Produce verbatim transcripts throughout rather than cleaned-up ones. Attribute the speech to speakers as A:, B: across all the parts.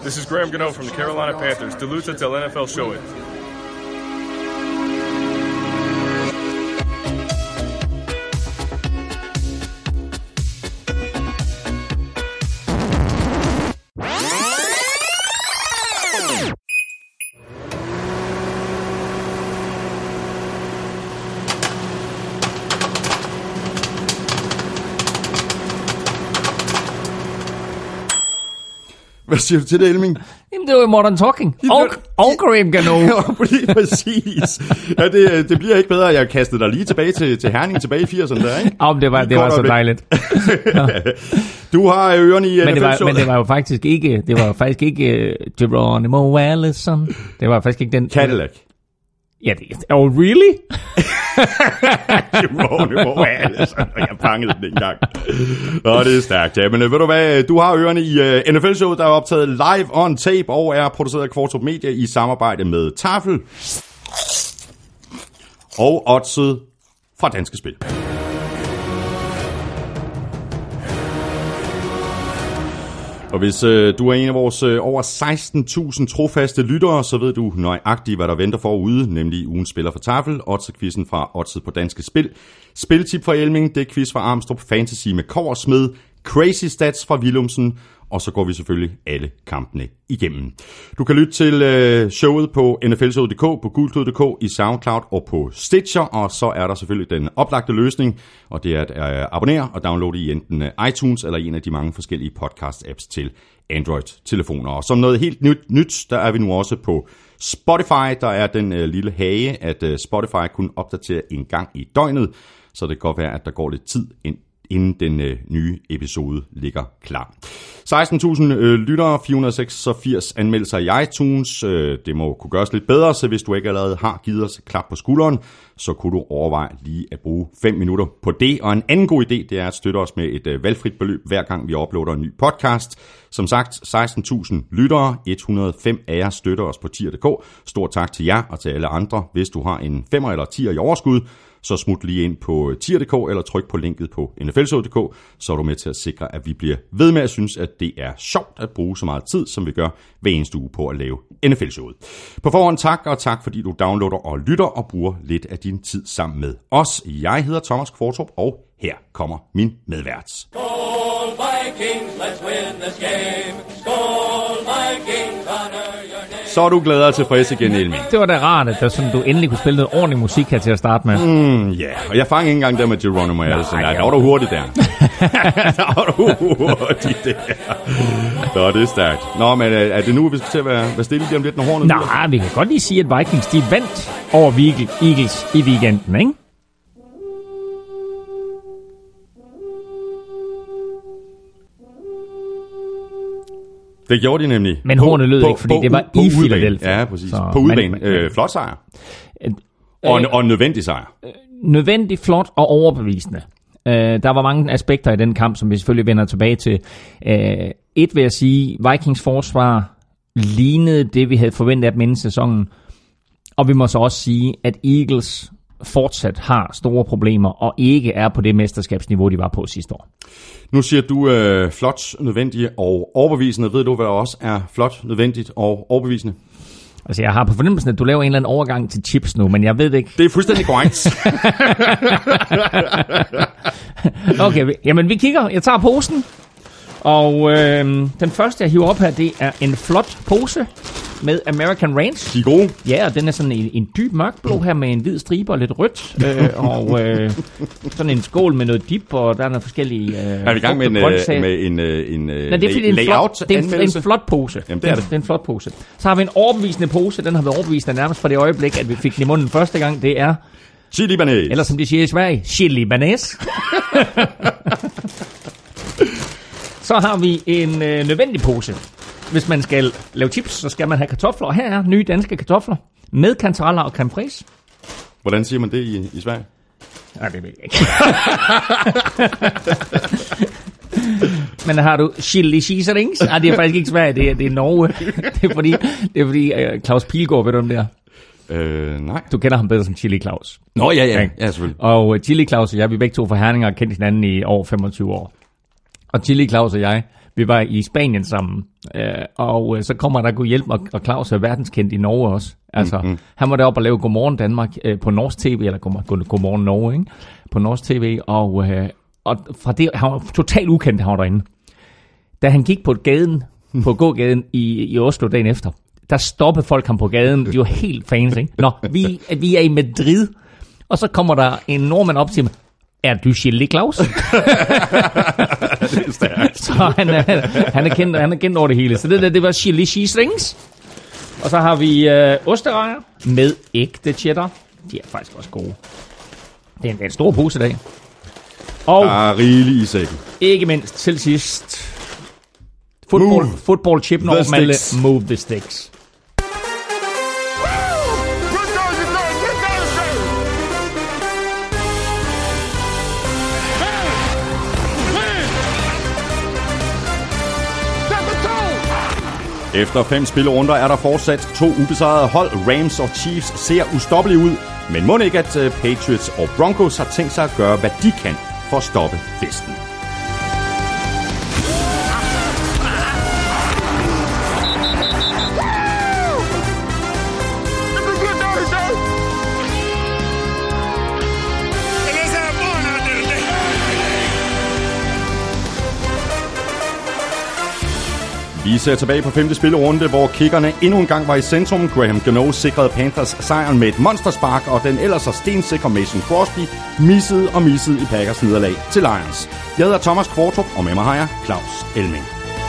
A: This is Graham Gano from the Carolina Panthers. Duluth until N F L show it.
B: Hvad siger du til det, Elming?
C: Jamen, det var jo Modern Talking. Og, og Graham Gano.
B: Ja, lige præcis. Ja, det, det bliver ikke bedre. Jeg kastede dig lige tilbage til, til Herning, tilbage i firserne der, ikke?
C: Ja, det var, det var så dejligt. Ja.
B: Du har ørerne i
C: men det, var, men det var jo faktisk ikke, det var faktisk ikke uh, Geronimo Allison. Det var faktisk ikke den.
B: Cadillac.
C: Ja, det er oh, really?
B: Geronimo Allison. Jeg fangede den ikke engang. Nå, det er stærkt. Ja, men ved du hvad? Du har ørerne i uh, N F L-showet, der er optaget live on tape og er produceret af Kvartrup Media i samarbejde med Tafel og Oddset fra Danske Spil. Og hvis øh, du er en af vores øh, over seksten tusind trofaste lyttere, så ved du nøjagtigt, hvad der venter forude, nemlig ugens spiller for Tafel, Oddset-quizzen fra Oddset på Danske Spil, Spiltip fra Elming, det er quiz fra Armstrong, Fantasy med Kobbersmed, Crazy Stats fra Willumsen, og så går vi selvfølgelig alle kampene igennem. Du kan lytte til øh, showet på N F L showet punktum d k, på gulklud punktum d k, i SoundCloud og på Stitcher, og så er der selvfølgelig den oplagte løsning, og det er at øh, abonnere og downloade i enten øh, iTunes eller en af de mange forskellige podcast-apps til Android-telefoner. Og som noget helt nyt, nyt, der er vi nu også på Spotify. Der er den øh, lille hage, at øh, Spotify kun opdaterer en gang i døgnet, så det kan godt være, at der går lidt tid ind inden den øh, nye episode ligger klar. seksten tusind øh, lyttere, fire hundrede og seksogfirs anmeldelser i iTunes. Øh, det må kunne gøres lidt bedre, så hvis du ikke allerede har givet os et klap på skulderen, så kunne du overveje lige at bruge fem minutter på det. Og en anden god idé, det er at støtte os med et øh, valgfrit beløb, hver gang vi uploader en ny podcast. Som sagt, seksten tusind lyttere, et hundrede og fem af jer støtter os på tier punktum d k. Stort tak til jer og til alle andre. Hvis du har en femmer eller tier i overskud, så smut lige ind på tier punktum d k eller tryk på linket på N F L showet punktum d k, så er du med til at sikre, at vi bliver ved med at synes, at det er sjovt at bruge så meget tid, som vi gør hver eneste uge på at lave N F L-showet. På forhånd tak, og tak fordi du downloader og lytter og bruger lidt af din tid sammen med os. Jeg hedder Thomas Kvartrup, og her kommer min medvært.
D: Skål Vikings, let's win this game. Skål Vikings, honor your name.
B: Så er du glad og tilfreds igen, Elming.
C: Det var da rart, at der, sådan, du endelig kunne spille noget ordentlig musik her til at starte med.
B: Mm, ja, yeah. Og jeg fangede ikke engang der med Geronimo Allison. Nej, der var du hurtigt der. Der var du hurtigt der. Nå, det er stærkt. Nå, men er det nu, vi skal til at være, være stille lige om lidt, når hornet?
C: Nej, vi kan godt lige sige, at Vikings, de vandt over Eagles i weekenden, ikke?
B: Det gjorde de nemlig.
C: Men hornet lød på, ikke, fordi på, det var på, i Philadelphia.
B: Ja, præcis. Så, på udbanen. Øh, flot sejr. Øh, og, en, og en nødvendig sejr.
C: Øh, nødvendig, flot og overbevisende. Øh, der var mange aspekter i den kamp, som vi selvfølgelig vender tilbage til. Øh, et vil jeg sige, Vikings forsvar lignede det, vi havde forventet af dem inden sæsonen. Og vi må så også sige, at Eagles fortsat har store problemer og ikke er på det mesterskabsniveau, de var på sidste år.
B: Nu siger du øh, flot, nødvendigt og overbevisende. Ved du, hvad der også er flot, nødvendigt og overbevisende?
C: Altså, jeg har på fornemmelsen, at du laver en eller anden overgang til chips nu, men jeg ved det ikke.
B: Det er fuldstændig korrekt.
C: Okay, jamen vi kigger. Jeg tager posen. Og øh, den første, jeg hiver op her, det er en flot pose med American Ranch.
B: De er gode.
C: Ja, og den er sådan en, en dyb mørkblå her med en hvid stribe og lidt rødt. Øh, og øh, sådan en skål med noget dip, og der er noget forskellige øh,
B: er vi i gang med en, med en, en, en
C: Nej, det er, fordi,
B: layout?
C: Det er en, flot, det er en, en flot pose.
B: Jamen, det er det.
C: Det er en flot pose. Så har vi en overbevisende pose. Den har været overbevisende nærmest fra det øjeblik, at vi fik den i munden første gang. Det er
B: chili banæs.
C: Eller som de siger i Sverige, chili banæs. Så har vi en øh, nødvendig pose. Hvis man skal lave chips, så skal man have kartofler. Og her er nye danske kartofler med kantareller og creme fraiche.
B: Hvordan siger man det i, i Sverige?
C: Nej, det ved jeg ikke. Men har du chili cheeserings? Nej, det er faktisk ikke Sverige, det er, det er Norge. Det er fordi, det er fordi uh, Claus Pilgaard, ved du om det er?
B: Øh, nej.
C: Du kender ham bedre som Chili Claus.
B: Nå, ja, ja, ja, selvfølgelig.
C: Og uh, Chili Claus og jeg, vi begge to fra Herning og kendt hinanden i over femogtyve år. Og Chili Claus og jeg, Vi var i Spanien sammen, øh, og øh, så kommer der god hjælp, og, og Claus er verdenskendt i Norge også. Altså, mm-hmm. han var deroppe og lave Godmorgen Danmark øh, på norsk tv, eller Godmorgen Norge, ikke? På norsk tv, og, øh, og fra det, han var totalt ukendt, han var derinde. Da han gik på gaden, på gågaden i, i Oslo dagen efter, der stoppede folk ham på gaden, de var helt fans, ikke? Nå, vi, vi er i Madrid, og så kommer der en nordmand op til mig, er du Chili Claus?
B: Det er stærkt.
C: Så han er, han, er kendt, han er kendt over det hele. Så det der, det var chili cheese rings. Og så har vi øh, osterejer med ægte cheddar. De er faktisk også gode. Det er en, en stor pose i dag. Og
B: der er rigeligt i sækken.
C: Ikke mindst til sidst. Football,
B: Move
C: football chip
B: the
C: normale.
B: sticks.
C: Move the sticks.
B: Efter fem spillerunder er der fortsat to ubesejrede hold. Rams og Chiefs ser ustoppelige ud, men må ikke, at Patriots og Broncos har tænkt sig at gøre, hvad de kan for at stoppe festen. Vi ser tilbage på femte spillerunde, hvor kickerne endnu en gang var i centrum. Graham Gano sikrede Panthers sejren med et monsterspark, og den ellers så stensikre Mason Crosby missede og missede i Packers nederlag til Lions. Jeg hedder Thomas Kvartrup, og med mig har jeg Claus Elming.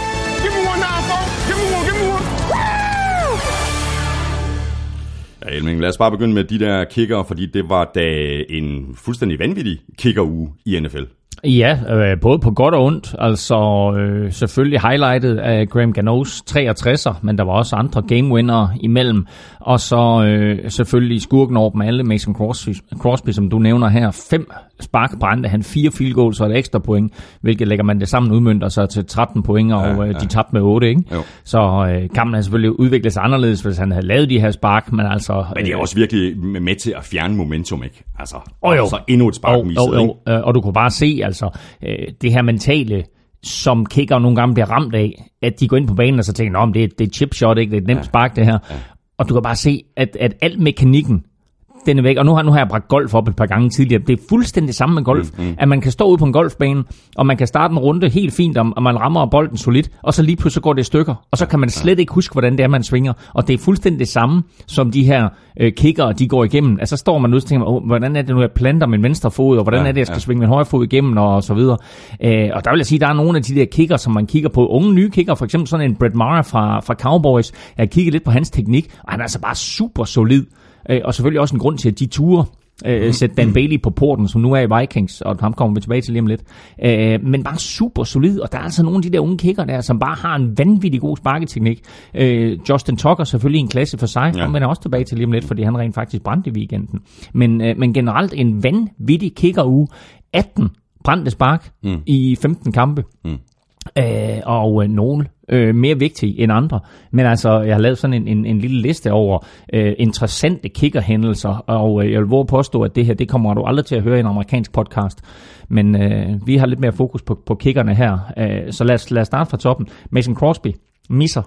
B: Ja, Elming, lad os bare begynde med de der kicker, fordi det var da en fuldstændig vanvittig kickeruge i N F L.
C: Ja, øh, både på godt og ondt. Altså øh, selvfølgelig highlightet af Graham Ganos treogtresser, men der var også andre game winner imellem. Og så øh, selvfølgelig skurken over dem alle, Mason Crosby, Crosby, som du nævner her. Fem spark brændte han, fire field goals og et ekstra point, hvilket lægger man det sammen udmønter sig til tretten point, og ja, ja. de tabte med otte, ikke? Jo. Så øh, kampen havde selvfølgelig udviklet sig anderledes, hvis han havde lavet de her spark, men altså...
B: Men det er også virkelig med til at fjerne momentum, ikke? Altså,
C: og jo.
B: så endnu et spark
C: og,
B: misset,
C: og, og, og, og du kunne bare se, altså, øh, det her mentale, som kicker nogle gange bliver ramt af, at de går ind på banen og så tænker, nå, det er, det er chip shot, ikke? Det er et nemt ja. spark, det her. Ja. Og du kan bare se, at, at al mekanikken, den er væk. Og nu har, nu har jeg bragt golf op et par gange tidligere. Det er fuldstændig samme med golf. Mm, mm. At man kan stå ude på en golfbane, og man kan starte en runde helt fint, og man rammer bolden solidt, og så lige pludselig går det i stykker. Og så kan man slet ikke huske, hvordan det er, man svinger. Og det er fuldstændig det samme, som de her øh, kickere, de går igennem. Altså så står man ud og tænker, oh, hvordan er det nu, jeg planter min venstre fod, og hvordan ja, er det, jeg skal ja. svinge min højre fod igennem, og så videre. Øh, og der vil jeg sige, der er nogle af de der kicker, som man kigger på. Unge nye kicker, for eksempel sådan en Brett Maher fra, fra Cowboys. Jeg har kigget lidt på hans teknik, og han er altså bare super solid. Og selvfølgelig også en grund til, at de ture øh, sætte Dan Bailey på porten, som nu er i Vikings, og ham kommer vi tilbage til lige om lidt. Øh, men bare super solid, og der er altså nogle af de der unge kicker der, som bare har en vanvittig god sparketeknik. Øh, Justin Tucker selvfølgelig en klasse for sig, ja. men er også tilbage til lige om lidt, fordi han rent faktisk brændte i weekenden. Men, øh, men generelt en vanvittig kicker-uge. atten brændte spark mm. i femten kampe. Mm. Øh, og øh, nogle øh, mere vigtige end andre. Men altså, jeg har lavet sådan en, en, en lille liste over øh, interessante kickerhændelser, og øh, jeg vil våge påstå, at det her, det kommer du aldrig til at høre i en amerikansk podcast. Men øh, vi har lidt mere fokus på, på kickerne her. Øh, så lad os, lad os starte fra toppen. Mason Crosby misser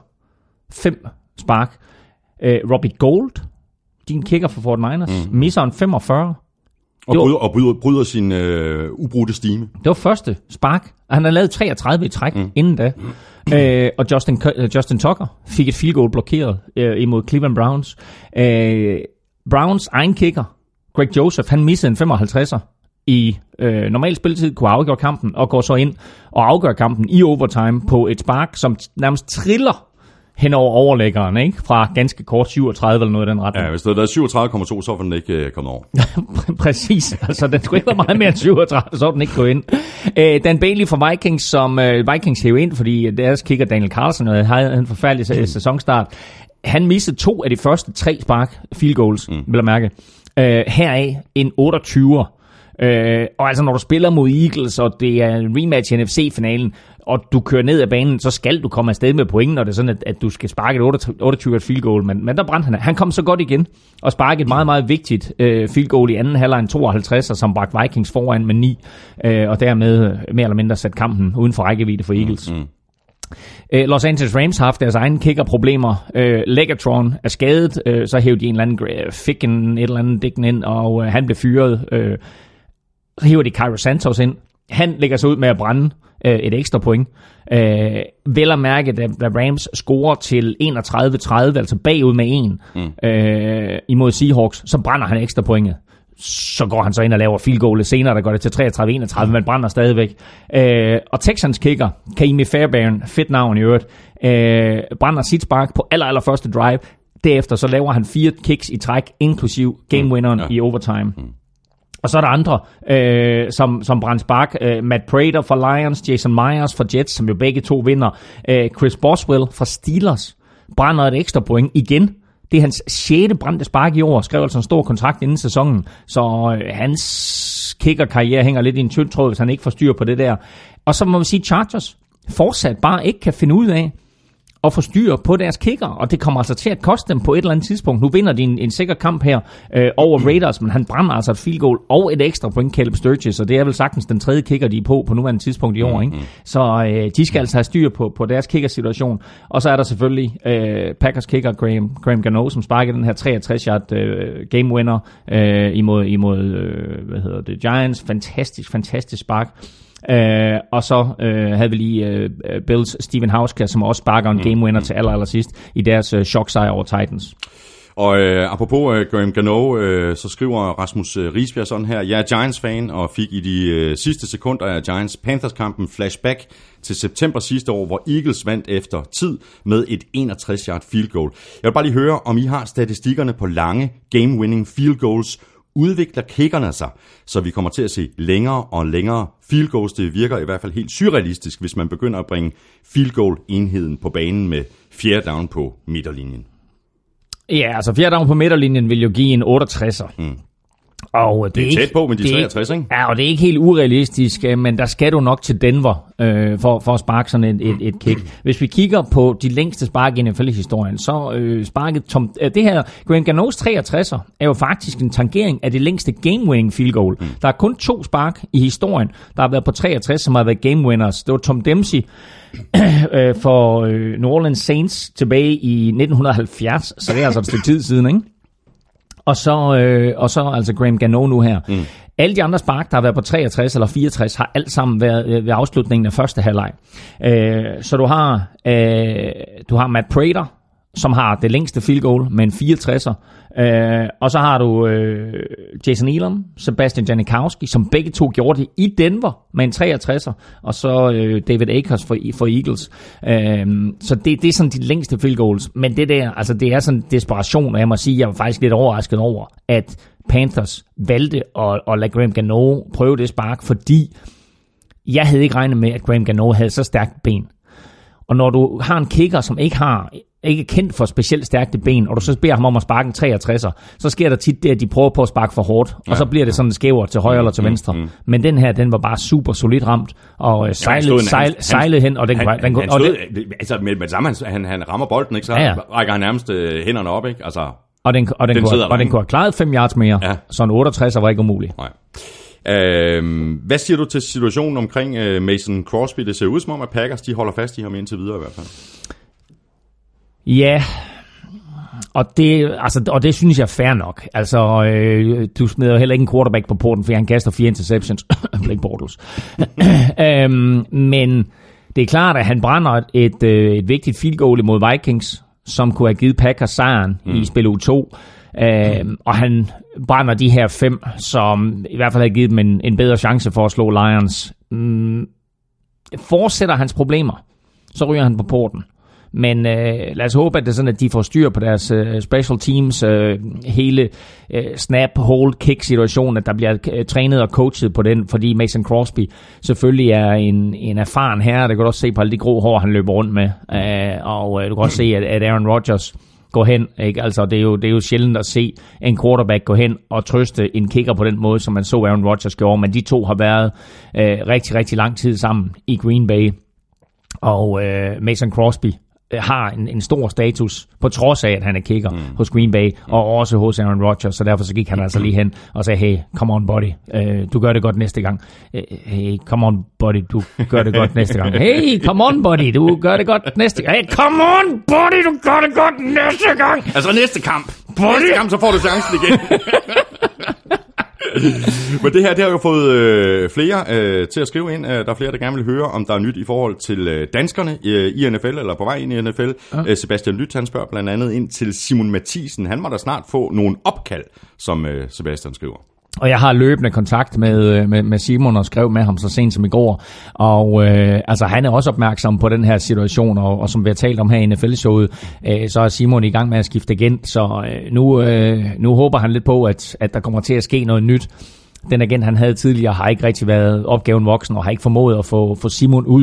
C: fem spark. Øh, Robbie Gould, din kicker for forty-niners, mm. misser en femogfyrre.
B: Og bryder, og bryder, bryder sin øh, ubrudte stime.
C: Det var første spark. Han har lavet treogtredive i træk mm. inden da. Mm. Øh, og Justin, Justin Tucker fik et field goal blokeret øh, imod Cleveland Browns. Øh, Browns egen kicker, Greg Joseph, han missede en femoghalvtredser i øh, normal spilletid, kunne afgøre kampen, og går så ind og afgør kampen i overtime på et spark, som nærmest triller hen over overlæggeren, ikke? Fra ganske kort syvogtredive eller noget i den retning.
B: Ja, hvis det var syvogtredive komma to, så var den ikke øh, kommet over.
C: Præcis, altså den skulle ikke være meget mere end syvogtredive, så var den ikke gået ind. Øh, Dan Bailey fra Vikings, som øh, Vikings hævde ind, fordi deres kicker Daniel Carlson havde en forfærdelig mm. sæsonstart. Han missede to af de første tre spark field goals, mm. vil jeg mærke. Øh, heraf en otteogtyver. Øh, og altså når du spiller mod Eagles, og det er en rematch i N F C-finalen, og du kører ned ad banen, så skal du komme afsted med point, når det er sådan, at, at du skal sparke et otteogtyve field goal. Men, men der brændte han. Han kom så godt igen, og sparkede et meget, meget vigtigt øh, field goal i anden halvleg, en tooghalvtreds, som bragte Vikings foran med ni, øh, og dermed mere eller mindre sat kampen uden for rækkevidde for Eagles. Mm, mm. Øh, Los Angeles Rams har haft deres egne kickerproblemer. Øh, Legatron er skadet, øh, så hævde de en eller anden uh, Ficken, et eller andet dækken ind, og øh, han blev fyret. Øh, så hæver de Cairo Santos ind. Han lægger sig ud med at brænde øh, et ekstra point. Øh, vel at mærke, da, da Rams scorer til enogtredive tredive, altså bagud med en mm. øh, imod Seahawks, så brænder han ekstra pointet. Så går han så ind og laver field goal senere, der går det til treogtredive enogtredive, men brænder stadigvæk. Øh, og Texans kicker, Kaimi Fairbairn, fedt navn i øvrigt, øh, brænder sit spark på aller, aller første drive. Derefter så laver han fire kicks i træk, inklusiv gamewinneren mm. ja. i overtime. Mm. Og så er der andre, øh, som, som brænder spark. Øh, Matt Prater fra Lions, Jason Myers fra Jets, som jo begge to vinder. Øh, Chris Boswell fra Steelers brænder et ekstra point igen. Det er hans sjette brændte spark i år, skrev altså en stor kontrakt inden sæsonen, så øh, hans kickerkarriere hænger lidt i en tynd tråd, hvis han ikke får styr på det der. Og så må vi sige, Chargers fortsat bare ikke kan finde ud af at få styr på deres kicker, og det kommer altså til at koste dem på et eller andet tidspunkt. Nu vinder de en, en sikker kamp her øh, over Raiders, men han brænder altså et field goal og et ekstra point, Caleb Sturgis, og det er vel sagtens den tredje kicker, de er på på nuværende tidspunkt i år. Ikke? Så øh, de skal altså have styr på, på deres kickersituation. Og så er der selvfølgelig øh, Packers kicker Graham, Graham Gano, som sparkede den her treogtres yard øh, game winner øh, imod, imod øh, hvad hedder det, Giants. Fantastisk, fantastisk spark. Uh, og så uh, havde vi lige uh, Bills Steven Hauska, som også sparker en mm. game winner til aller, aller sidst i deres uh, chok-sejr over Titans.
B: Og øh, apropos øh, Graham Gano, øh, så skriver Rasmus øh, Risbjerg sådan her: Jeg er Giants-fan og fik i de øh, sidste sekunder af Giants-Panthers-kampen flashback til september sidste år, hvor Eagles vandt efter tid med et enogtres yard field goal. Jeg vil bare lige høre, om I har statistikkerne på lange game-winning field goals. Udvikler kickerne sig, så vi kommer til at se længere og længere field goals. Det virker i hvert fald helt surrealistisk, hvis man begynder at bringe field goal-enheden på banen med fjerde down på midterlinjen.
C: Ja, altså fjerde down på midterlinjen vil jo give en otteogtresser. Mm. Og det,
B: det er, er tæt
C: ikke,
B: på med de
C: det
B: treogtres, ikke?
C: Ja, og det er ikke helt urealistisk, men der skal du nok til Denver øh, for, for at sparke sådan et, et, et kick. Hvis vi kigger på de længste spark i N F L-historien, så øh, sparket Tom, øh, det her Graham Ganos treogtresser er jo faktisk en tangering af det længste game-winning field goal. Mm. Der er kun to spark i historien, der har været på treogtres, som har været game-winners. Det var Tom Dempsey øh, for øh, New Orleans Saints tilbage i nitten halvfjerds, så det er altså et stykke tid siden, ikke? Og så, øh, og så altså Graham Gano nu her. Mm. Alle de andre spark, der har været på treogtres eller fireogtres, har alt sammen været øh, ved afslutningen af første halvleg. Øh, så du har, øh, du har Matt Prater, som har det længste field goal med en fireogtresser. Øh, og så har du øh, Jason Elam, Sebastian Janikowski, som begge to gjorde det i Denver med en treogtresser, og så øh, David Akers for, for Eagles. Øh, så det, det er sådan de længste field goals. Men det der, altså det er sådan en desperation, og jeg må sige, jeg var faktisk lidt overrasket over, at Panthers valgte at, at lade Graham Gano prøve det spark, fordi jeg havde ikke regnet med, at Graham Gano havde så stærkt ben. Og når du har en kicker, som ikke har ikke er kendt for specielt stærkte ben, og du så beder ham om at sparke en treogtresser, så sker der tit det, at de prøver på at sparke for hårdt, og ja, så bliver det sådan skæver til højre mm, eller til venstre. Mm, mm. Men den her, den var bare super solidt ramt, og uh, sejlede, ja, sejl, han, sejlede hen, og den,
B: han,
C: den, den,
B: han,
C: og
B: stod,
C: den,
B: altså med, med samme, han, han rammer bolden, ikke, så ja, ja. rækker han nærmest uh, hænderne op, ikke? Altså,
C: og den, og den, den, kunne, og den kunne have klaret fem yards mere, ja. Så en otteogtresser var ikke umulig.
B: Nej. Uh, hvad siger du til situationen omkring uh, Mason Crosby? Det ser ud som om, at Packers de holder fast i ham indtil videre i hvert fald.
C: Ja, og det, altså, og det synes jeg er fair nok. Altså, øh, du smider heller ikke en quarterback på porten, fordi han kaster fire interceptions. Blake Bortles. øhm, men det er klart, at han brænder et, et, et vigtigt field goal imod Vikings, som kunne have givet Packers sejren mm. i spil U to. Øhm, og han brænder de her fem, som i hvert fald har givet dem en, en bedre chance for at slå Lions. Mm, fortsætter hans problemer, så ryger han på porten. Men øh, lad os håbe, at det er sådan, at de får styr på deres øh, special teams, øh, hele øh, snap, hold, kick situation, at der bliver øh, trænet og coachet på den, fordi Mason Crosby selvfølgelig er en, en erfaren herre. Det kan du også se på alle de grå hår, han løber rundt med. Øh, og øh, du kan også se, at, at Aaron Rodgers går hen. Ikke? Altså, det er, jo, det er jo sjældent at se en quarterback gå hen og trøste en kicker på den måde, som man så Aaron Rodgers gjorde. Men de to har været øh, rigtig, rigtig lang tid sammen i Green Bay. Og øh, Mason Crosby har en, en stor status, på trods af, at han er kicker mm. hos Green Bay, mm. og også hos Aaron Rodgers, så derfor så gik han altså lige hen og sagde, hey, come on buddy, uh, du gør det godt næste gang. Uh, hey, come on buddy, du gør det godt næste gang. Hey, come on buddy, du gør det godt næste gang. Hey, come on buddy, du gør det godt næste gang.
B: Altså næste kamp. Buddy. Næste kamp, så får du chancen igen. Men det her, det har jo fået øh, flere øh, til at skrive ind. Der er flere, der gerne vil høre, om der er nyt i forhold til øh, danskerne øh, i N F L, eller på vej ind i N F L. Ja. Sebastian Lyth, han spørger blandt andet ind til Simon Mathisen. Han må da snart få nogle opkald, som øh, Sebastian skriver.
C: Og jeg har løbende kontakt med, med, med Simon og skrev med ham så sent som i går. Og øh, altså, han er også opmærksom på den her situation, og, og som vi har talt om her i N F L-showet, øh, så er Simon i gang med at skifte agent. Så øh, nu, øh, nu håber han lidt på, at, at der kommer til at ske noget nyt. Den agent, han havde tidligere, har ikke rigtig været opgaven voksen, og har ikke formået at få, få Simon ud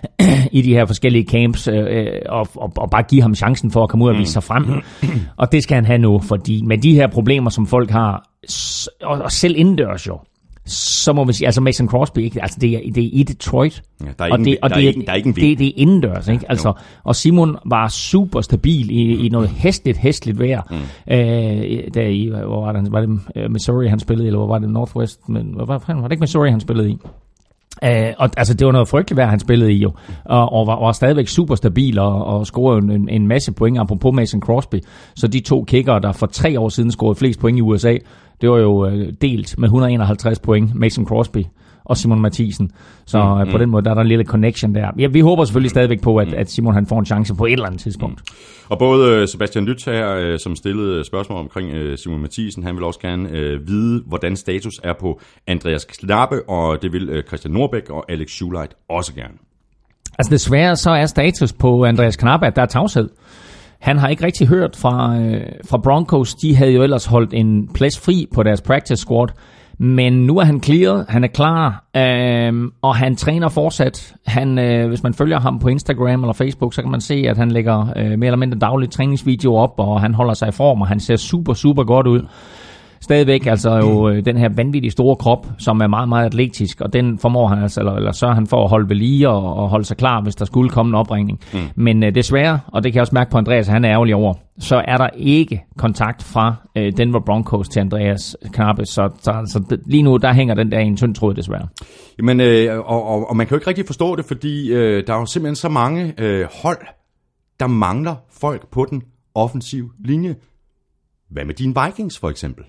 C: i de her forskellige camps, øh, og, og, og bare give ham chancen for at komme ud og vise sig frem. Og det skal han have nu, fordi med de her problemer, som folk har, og, og selv indendørs jo, så må vi sige, altså Mason Crosby, ikke? Altså det er, det er i Detroit,
B: ja, der er og, det, og der det, er ikke, der er ikke en
C: det, det er indendørs, ikke? Altså, og Simon var super stabil i, i noget hæsligt, hæsligt vejr. Mm. Øh, der i, hvor var det, var det Missouri, han spillede i, eller hvor var det Northwest, men hvor var, var det ikke Missouri, han spillede i? Uh, og altså det var noget frygteligt vejr, han spillede i jo, og, og var, var stadigvæk super stabil og, og scorede en, en masse point apropos Mason Crosby. Så de to kickere, der for tre år siden scorede flest point i U S A, det var jo uh, delt med et hundrede og enoghalvtreds point, Mason Crosby og Simon Mathisen. Så mm, uh, på mm. den måde der er der en lille connection der. Ja, vi håber selvfølgelig stadigvæk på, at, at Simon han får en chance på et eller andet tidspunkt. Mm.
B: Og både Sebastian Lyth her, som stillede spørgsmål omkring Simon Mathisen, han vil også gerne øh, vide, hvordan status er på Andreas Knappe, og det vil øh, Christian Norbæk og Alex Schuleit også gerne.
C: Altså desværre så er status på Andreas Knappe, at der er tavshed. Han har ikke rigtig hørt fra, øh, fra Broncos. De havde jo ellers holdt en plads fri på deres practice squad. Men nu er han clearet, han er klar, øh, og han træner fortsat. Han, øh, hvis man følger ham på Instagram eller Facebook, så kan man se, at han lægger øh, mere eller mindre daglige træningsvideoer op, og han holder sig i form, og han ser super, super godt ud. Stadigvæk altså jo øh, den her vanvittige store krop, som er meget, meget atletisk, og den formår han altså, eller, eller sørger han for at holde ved lige og, og holde sig klar, hvis der skulle komme en opringning. Mm. Men øh, desværre, og det kan jeg også mærke på Andreas, han er ærgerlig over, så er der ikke kontakt fra øh, Denver Broncos til Andreas Knappe, så, så, så lige nu, der hænger den der i en tynd tråd desværre.
B: Jamen, øh, og, og, og man kan jo ikke rigtig forstå det, fordi øh, der er jo simpelthen så mange øh, hold, der mangler folk på den offensive linje. Hvad med dine Vikings for eksempel?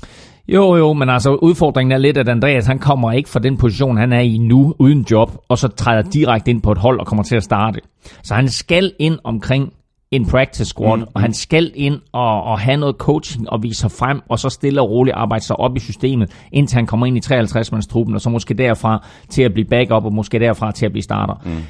C: Jo, jo, men altså udfordringen er lidt, at Andreas han kommer ikke fra den position, han er i nu, uden job, og så træder direkte ind på et hold og kommer til at starte. Så han skal ind omkring en practice squad, mm, og han skal ind og, og have noget coaching og vise sig frem, og så stille og roligt arbejde sig op i systemet, indtil han kommer ind i treoghalvtreds-mandstruppen, og så måske derfra til at blive backup, og måske derfra til at blive starter. Mm.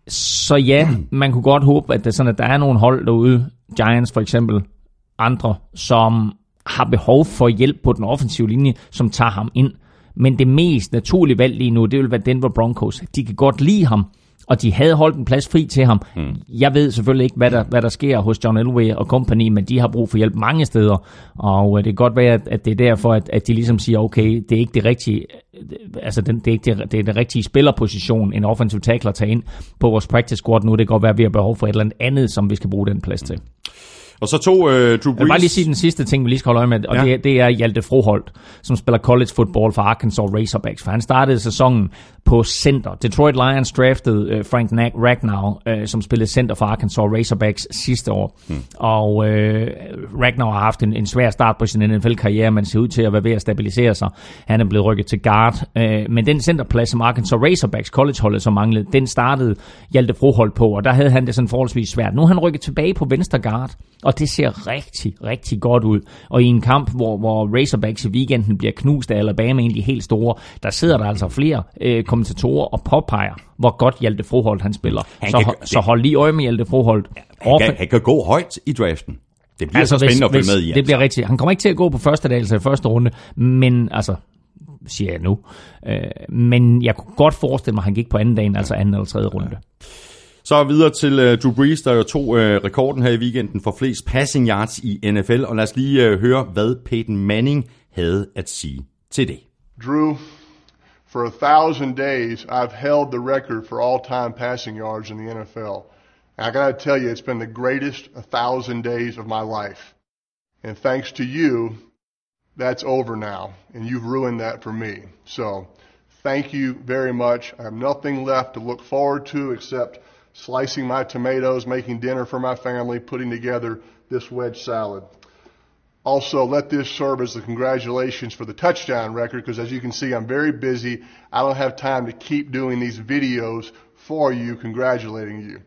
C: Så ja, man kunne godt håbe, at, det sådan, at der er nogle hold derude, Giants for eksempel, andre, som har behov for hjælp på den offensive linje, som tager ham ind. Men det mest naturlige valg lige nu, det vil være Denver Broncos. De kan godt lide ham, og de havde holdt en plads fri til ham. Mm. Jeg ved selvfølgelig ikke, hvad der, hvad der sker hos John Elway og company, men de har brug for hjælp mange steder. Og det kan godt være, at, at det er derfor, at, at de ligesom siger, okay, det er ikke det rigtige, altså det er ikke det, det er den rigtige spillerposition, en offensive tackler at tage ind på vores practice squad nu. Det kan godt være, at vi har behov for et eller andet andet, som vi skal bruge den plads til. Mm.
B: Og så to uh, Drew Brees. Jeg
C: vil bare lige sige den sidste ting, vi lige skal holde øje med, og ja. det, det er Hjalte Froholt, som spiller college football for Arkansas Razorbacks, for han startede sæsonen på center. Detroit Lions draftede uh, Frank Ragnow, uh, som spillede center for Arkansas Razorbacks sidste år. Hmm. Og uh, Ragnow har haft en, en svær start på sin N F L-karriere, men ser ud til at være ved at stabilisere sig. Han er blevet rykket til guard. Uh, men den centerplads, som Arkansas Razorbacks collegeholdet som manglede, den startede Hjalte Froholt på, og der havde han det sådan forholdsvis svært. Nu er han rykket tilbage på venstre guard, og det ser rigtig, rigtig godt ud. Og i en kamp, hvor, hvor Razorbacks i weekenden bliver knust af Alabama, egentlig helt store, der sidder der altså flere øh, kommentatorer og påpeger, hvor godt Hjalte Froholt han spiller. Han så, kan, ho- så hold lige øje med Hjalte Froholt.
B: Ja, han, kan, han kan gå højt i draften. Det bliver altså, så spændende hvis, at følge med i.
C: Det altså. bliver rigtigt. Han kommer ikke til at gå på første dag, altså i første runde, men altså, siger jeg nu. Øh, men jeg kunne godt forestille mig, at han gik på anden dagen, altså anden eller tredje runde.
B: Ja. Så videre til uh, Drew Brees, der jo tog uh, rekorden her i weekenden for flest passing yards i N F L. Og lad os lige uh, høre, hvad Peyton Manning havde at sige til det.
E: Drew, for a thousand days I've held the record for all-time passing yards in the N F L. And I got to tell you, it's been the greatest a thousand days of my life. And thanks to you, that's over now, and you've ruined that for me. So thank you very much. I have nothing left to look forward to except slicing my tomatoes, making dinner for my family, putting together this wedge salad. Also, let this serve as the congratulations for the touchdown record, because as you can see, I'm very busy. I don't have time to keep doing these videos for you, congratulating you.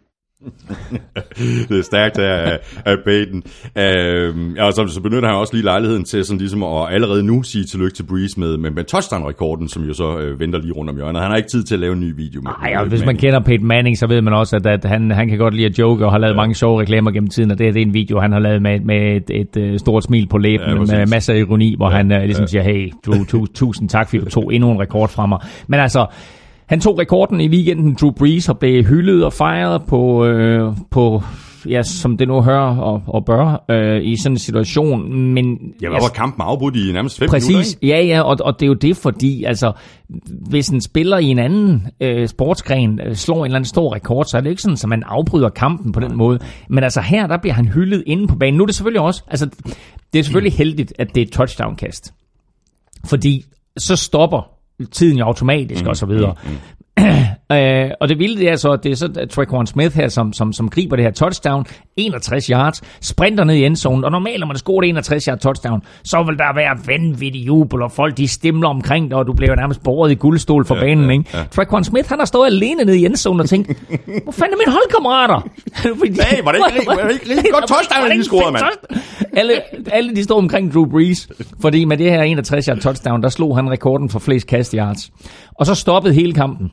B: Det er stærkt af, af Peyton. Øhm, og så, så benytter han også lige lejligheden til sådan ligesom at allerede nu sige tillykke til Brees med, med, med touchdown-rekorden, som jo så øh, venter lige rundt om hjørnet. Han har ikke tid til at lave en ny video med.
C: Ej, og hvis man kender Peyton Manning, så ved man også, at, at han, han kan godt lide at joke og har lavet ja. mange sjove reklamer gennem tiden, og det, det er en video, han har lavet med, med et, et, et stort smil på læben, ja, med masser af ironi, hvor ja, han uh, ligesom ja. siger, hey, du, tu, tusind tak, fordi du tog endnu en rekord fra mig. Men altså, han tog rekorden i weekenden, Drew Brees, og blev hyldet og fejret på, øh, på ja, som det nu hører og, og bør, øh, i sådan en situation. Men
B: ja, hvad var kampen afbrudt i nærmest fem
C: præcis,
B: minutter, ikke?
C: Ja, ja, og, og det er jo det, fordi altså, hvis en spiller i en anden øh, sportsgren øh, slår en eller anden stor rekord, så er det ikke sådan, at man afbryder kampen på den måde. Men altså her, der bliver han hyldet inde på banen. Nu er det selvfølgelig også, altså det er selvfølgelig heldigt, at det er et touchdown-kast. Fordi så stopper tiden jo automatisk, mm, og så videre. Mm, mm. øh, og det vilde det er så, at det er så Tre'Quan Smith her, som, som, som griber det her touchdown, enogtres yards, sprinter ned i endzonen, og normalt, når man scorer enogtres yards touchdown, så vil der være vanvittig jubel, og folk de stimler omkring dig, og du bliver nærmest båret i guldstol for ja, banen, ja, ikke? Ja. Tre'Quan Smith, han har stået alene nede i endzonen og tænkt, hvor fanden er mine holdkammerater?
B: Nej, var det ikke, var det ikke rigtig godt touchdown, de scorede, mand?
C: alle, alle de stod omkring Drew Brees, fordi med det her enogtres yards touchdown, der slog han rekorden for flest cast yards. Og så stoppede hele kampen.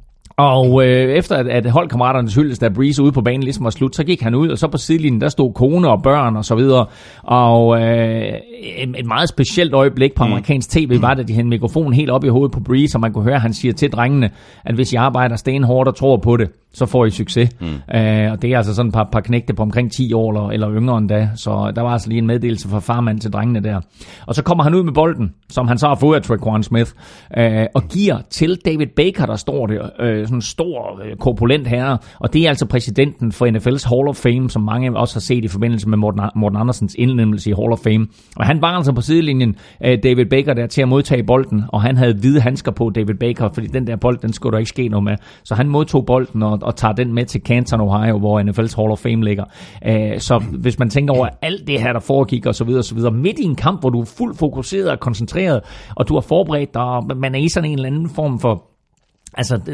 C: Og øh, efter at, at holdkammeraternes hyldest af Brees ude på banen ligesom var slut, så gik han ud, og så på sidelinjen, der stod kone og børn og så videre. Og øh, et, et meget specielt øjeblik på amerikansk tv var, at de havde en mikrofon helt op i hovedet på Brees, og man kunne høre, at han siger til drengene, at hvis I arbejder stenhårdt og tror på det, så får I succes. Mm. Øh, og det er altså sådan et par, par knægte på omkring ti år eller, eller yngre end da, så der var altså lige en meddelelse fra farmand til drengene der. Og så kommer han ud med bolden, som han så har fået af Tre'Quan Smith, øh, og giver til David Baker, der står der, øh, sådan en stor, øh, korpulent herre, og det er altså præsidenten for N F L's Hall of Fame, som mange også har set i forbindelse med Morten, Morten Andersens indlemmelse i Hall of Fame. Og han var altså på sidelinjen, øh, David Baker, der til at modtage bolden, og han havde hvide handsker på, David Baker, fordi den der bold, den skulle der ikke ske noget med. Så han modtog bolden og, og tager den med til Canton, Ohio, hvor N F L's Hall of Fame ligger. Øh, så hvis man tænker over alt det her, der foregik, og så videre, og så videre, midt i en kamp, hvor du er fuldt fokuseret og koncentreret, og du har forberedt dig, og man er i sådan en eller anden form for Altså, øh,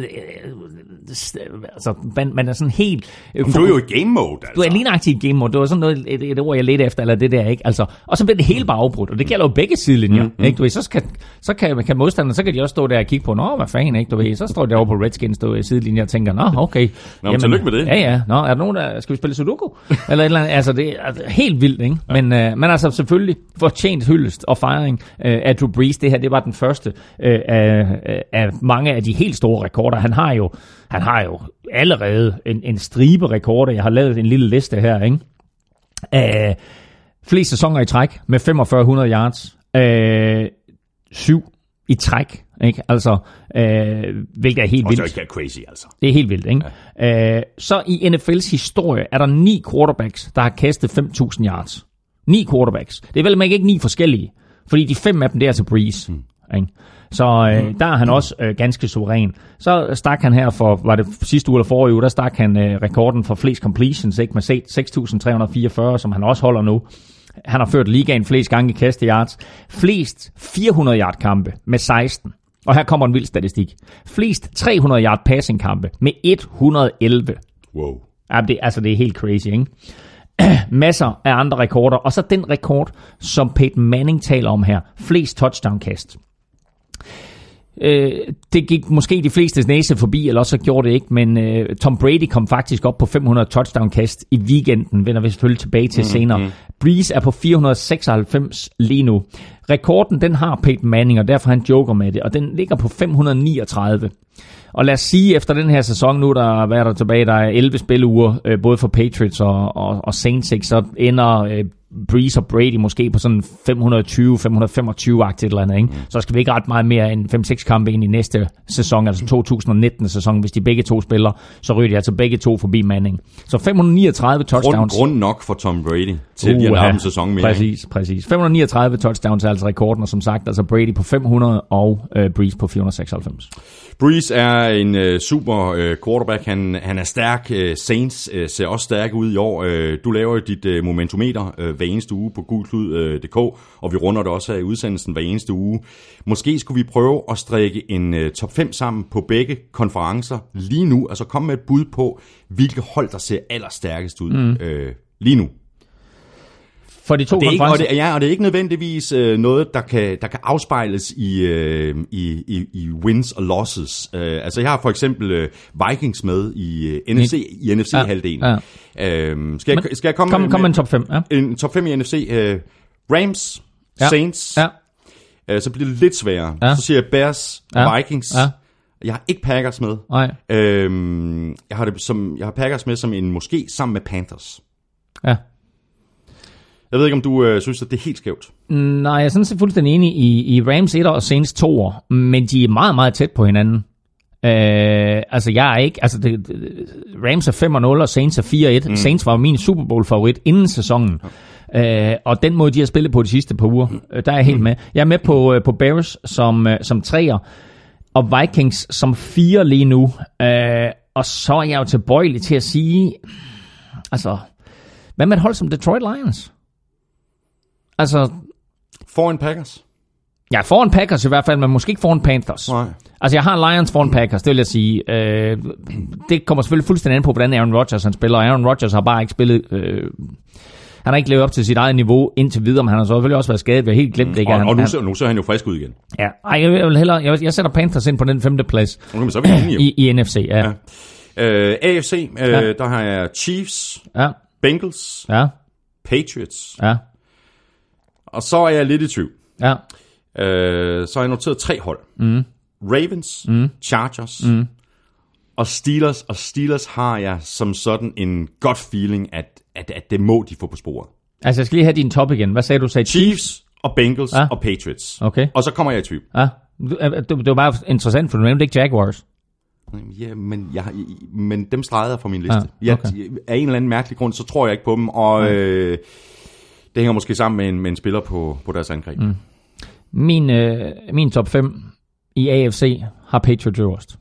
C: altså man, man er sådan helt...
B: Øh, du er jo i game mode, altså.
C: Du er lige aktiv i game mode. Det var sådan noget, et, et ord, jeg ledte efter, eller det der, ikke? Altså, og så bliver det hele bare afbrudt, og det gælder jo begge sidelinjer, mm, mm. ikke? Du ved, så, skal, så kan, kan modstanderne, så kan de også stå der og kigge på, nå, hvad fanden, ikke? Du ved, så står de over på Redskins, du ved, sidelinjer og tænker, nå, okay.
B: Nå, jamen, tillykke med det.
C: Ja, ja. Nå, er der nogen, der skal vi spille Sudoku? eller et eller andet, altså, det er altså, helt vildt, ikke? Ja. Men, øh, men altså, selvfølgelig fortjent hyldest og fejring øh, af Drew Brees. Det her, det var den første øh, af, af mange af de helt store rekorder. Han har jo, han har jo allerede en, en stribe rekorder. Jeg har lavet en lille liste her, ikke? Uh, flest sæsoner i træk med fem tusind fem hundrede yards. Uh, syv i træk, ikke? Altså, uh, hvilket er helt vildt.
B: Og så er det crazy, altså.
C: Det er helt vildt, ikke? Ja. Uh, så i N F L's historie er der ni quarterbacks, der har kastet fem tusind yards. Ni quarterbacks. Det er vel ikke ni forskellige, fordi de fem af dem, det er til Brees, hmm. ikke? Så øh, der er han også øh, ganske suveræn. Så stak han her for, var det sidste uge eller forrige uge, der stak han øh, rekorden for flest completions, ikke, med seks tusind tre hundrede fireogfyrre, som han også holder nu. Han har ført ligaen flest gange i kaste yards. Flest fire hundrede yard kampe med seksten. Og her kommer en vild statistik. Flest tre hundrede yard passing kampe med et hundrede og elleve.
B: Wow.
C: Ja, det, altså det er helt crazy, ikke? Masser af andre rekorder. Og så den rekord, som Peyton Manning taler om her. Flest touchdown-kast. Øh, det gik måske de fleste næse forbi, eller også gjorde det ikke, men øh, Tom Brady kom faktisk op på fem hundrede touchdown-kast i weekenden, vender vi selvfølgelig tilbage til senere. Mm-hmm. Brees er på fire hundrede seksoghalvfems lige nu. Rekorden, den har Peyton Manning, og derfor han joker med det, og den ligger på fem hundrede niogtredive. Og lad os sige, efter den her sæson nu, der hvad er der tilbage, der er elleve spilleuger, øh, både for Patriots og, og, og Saints, ikke? Så ender øh, Breeze og Brady måske på sådan fem hundrede og tyve til fem hundrede og femogtyve-agtigt eller andet, ikke? Så skal vi ikke ret meget mere end fem seks kampe ind i næste sæson, altså to tusind og nitten-sæson. Hvis de begge to spiller, så ryger de altså begge to forbi Manning. Så fem hundrede og niogtredive touchdowns.
B: Grund, grund nok for Tom Brady til uh, at have en sæson mere.
C: Præcis, præcis. fem hundrede og niogtredive touchdowns er altså rekorden, og som sagt, altså Brady på fem hundrede og uh, Breeze på fire hundrede og seksoghalvfems.
B: Breeze er en uh, super uh, quarterback. Han, han er stærk. Uh, Saints uh, ser også stærk ud i år. Uh, du laver dit uh, momentometer uh, hver eneste uge på gulklud punktum d k, og vi runder det også her i udsendelsen hver eneste uge. Måske skulle vi prøve at strikke en uh, top fem sammen på begge konferencer lige nu. Altså komme med et bud på, hvilke hold, der ser allerstærkest ud mm. uh, lige nu.
C: For de to
B: og det er ikke,
C: konferencer.
B: og det, ja, og det er ikke nødvendigvis øh, noget, der kan, der kan afspejles i, øh, i, i, i wins og losses. Øh, altså jeg har for eksempel øh, Vikings med i øh, N F C, i N F C-halvdelen. Ja, ja. Øh, skal, jeg, skal jeg komme
C: kom,
B: med,
C: kom med en top fem? Ja.
B: En top fem i N F C. Øh, Rams, ja. Saints. Ja. Øh, så bliver det lidt sværere. Ja. Så siger jeg Bears, ja. Vikings. Ja. Jeg har ikke Packers med.
C: Nej.
B: Øh, jeg, har det som, jeg har Packers med som en måske sammen med Panthers.
C: Ja.
B: Jeg ved ikke, om du øh, synes, at det er helt skævt.
C: Nej, jeg er sådan set fuldstændig enig i, i Rams etter og Saints toer, men de er meget, meget tæt på hinanden. Øh, altså, jeg er ikke... Altså, det, Rams er fem og nul, og Saints er fire og et. Mm. Saints var jo min Super Bowl-favorit inden sæsonen. Ja. Øh, og den måde, de har spillet på de sidste par uger, øh, der er jeg helt med. Jeg er med på, øh, på Bears som, øh, som treer, og Vikings som fire lige nu. Øh, og så er jeg jo tilbøjelig til at sige... Altså, hvad med et hold som Detroit Lions? Altså...
B: Foran Packers?
C: Ja, foran Packers i hvert fald, men måske ikke foran Panthers.
B: Nej.
C: Altså, jeg har Lions foran Packers, det vil jeg sige. Øh, det kommer selvfølgelig fuldstændig an på, hvordan Aaron Rodgers han spiller. Aaron Rodgers har bare ikke spillet... Øh, han har ikke levet op til sit eget niveau indtil videre, men han har så selvfølgelig også været skadet. Vi har helt glemt det. Ikke?
B: Og,
C: han,
B: og nu,
C: han,
B: ser, nu ser han jo frisk ud igen.
C: Ja, ej, jeg vil hellere... Jeg, jeg sætter Panthers ind på den femte plads.
B: Okay, men så er vi enige,
C: I, I N F C, ja.
B: ja. Uh, A F C, uh,
C: ja.
B: Der har jeg Chiefs,
C: ja.
B: Bengals,
C: ja.
B: Patriots.
C: Ja.
B: Og så er jeg lidt i tvivl.
C: Ja.
B: Øh, så har jeg noteret tre hold.
C: Mm.
B: Ravens,
C: mm.
B: Chargers
C: mm.
B: og Steelers. Og Steelers har jeg som sådan en godt feeling, at, at, at det må de få på sporet.
C: Altså, jeg skal lige have din top igen. Hvad sagde du? Sagde
B: Chiefs og Bengals ja. og Patriots.
C: Okay.
B: Og så kommer jeg i tvivl.
C: Ja. Det, det var bare interessant, for du nævnte ikke Jaguars.
B: Ja, men, jeg, men dem stregede jeg fra min liste. Ja, okay. jeg, af en eller anden mærkelig grund, så tror jeg ikke på dem. Og... Ja. Øh, det hænger måske sammen med en, med en spiller på, på deres angreb. Mm.
C: Min, øh, min top fem i A F C har Patriots øverst.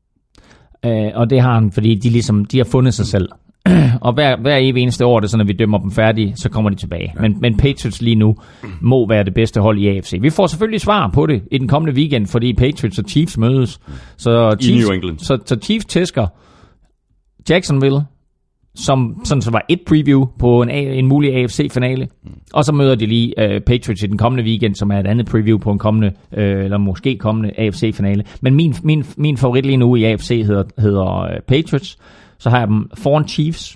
C: Øh, og det har han, fordi de, ligesom, de har fundet sig selv. Og hver, hver evig eneste år, det er sådan, at vi dømmer dem færdige, så kommer de tilbage. Ja. Men, men Patriots lige nu må være det bedste hold i A F C. Vi får selvfølgelig svar på det i den kommende weekend, fordi Patriots og Chiefs mødes. Så Chiefs,
B: I New England.
C: Så, så Chiefs tæsker Jacksonville, som sådan så var et preview på en, en mulig A F C-finale. Mm. Og så møder de lige uh, Patriots i den kommende weekend, som er et andet preview på en kommende, uh, eller måske kommende A F C-finale. Men min, min, min favorit lige nu i A F C hedder, hedder uh, Patriots. Så har jeg dem foran Chiefs.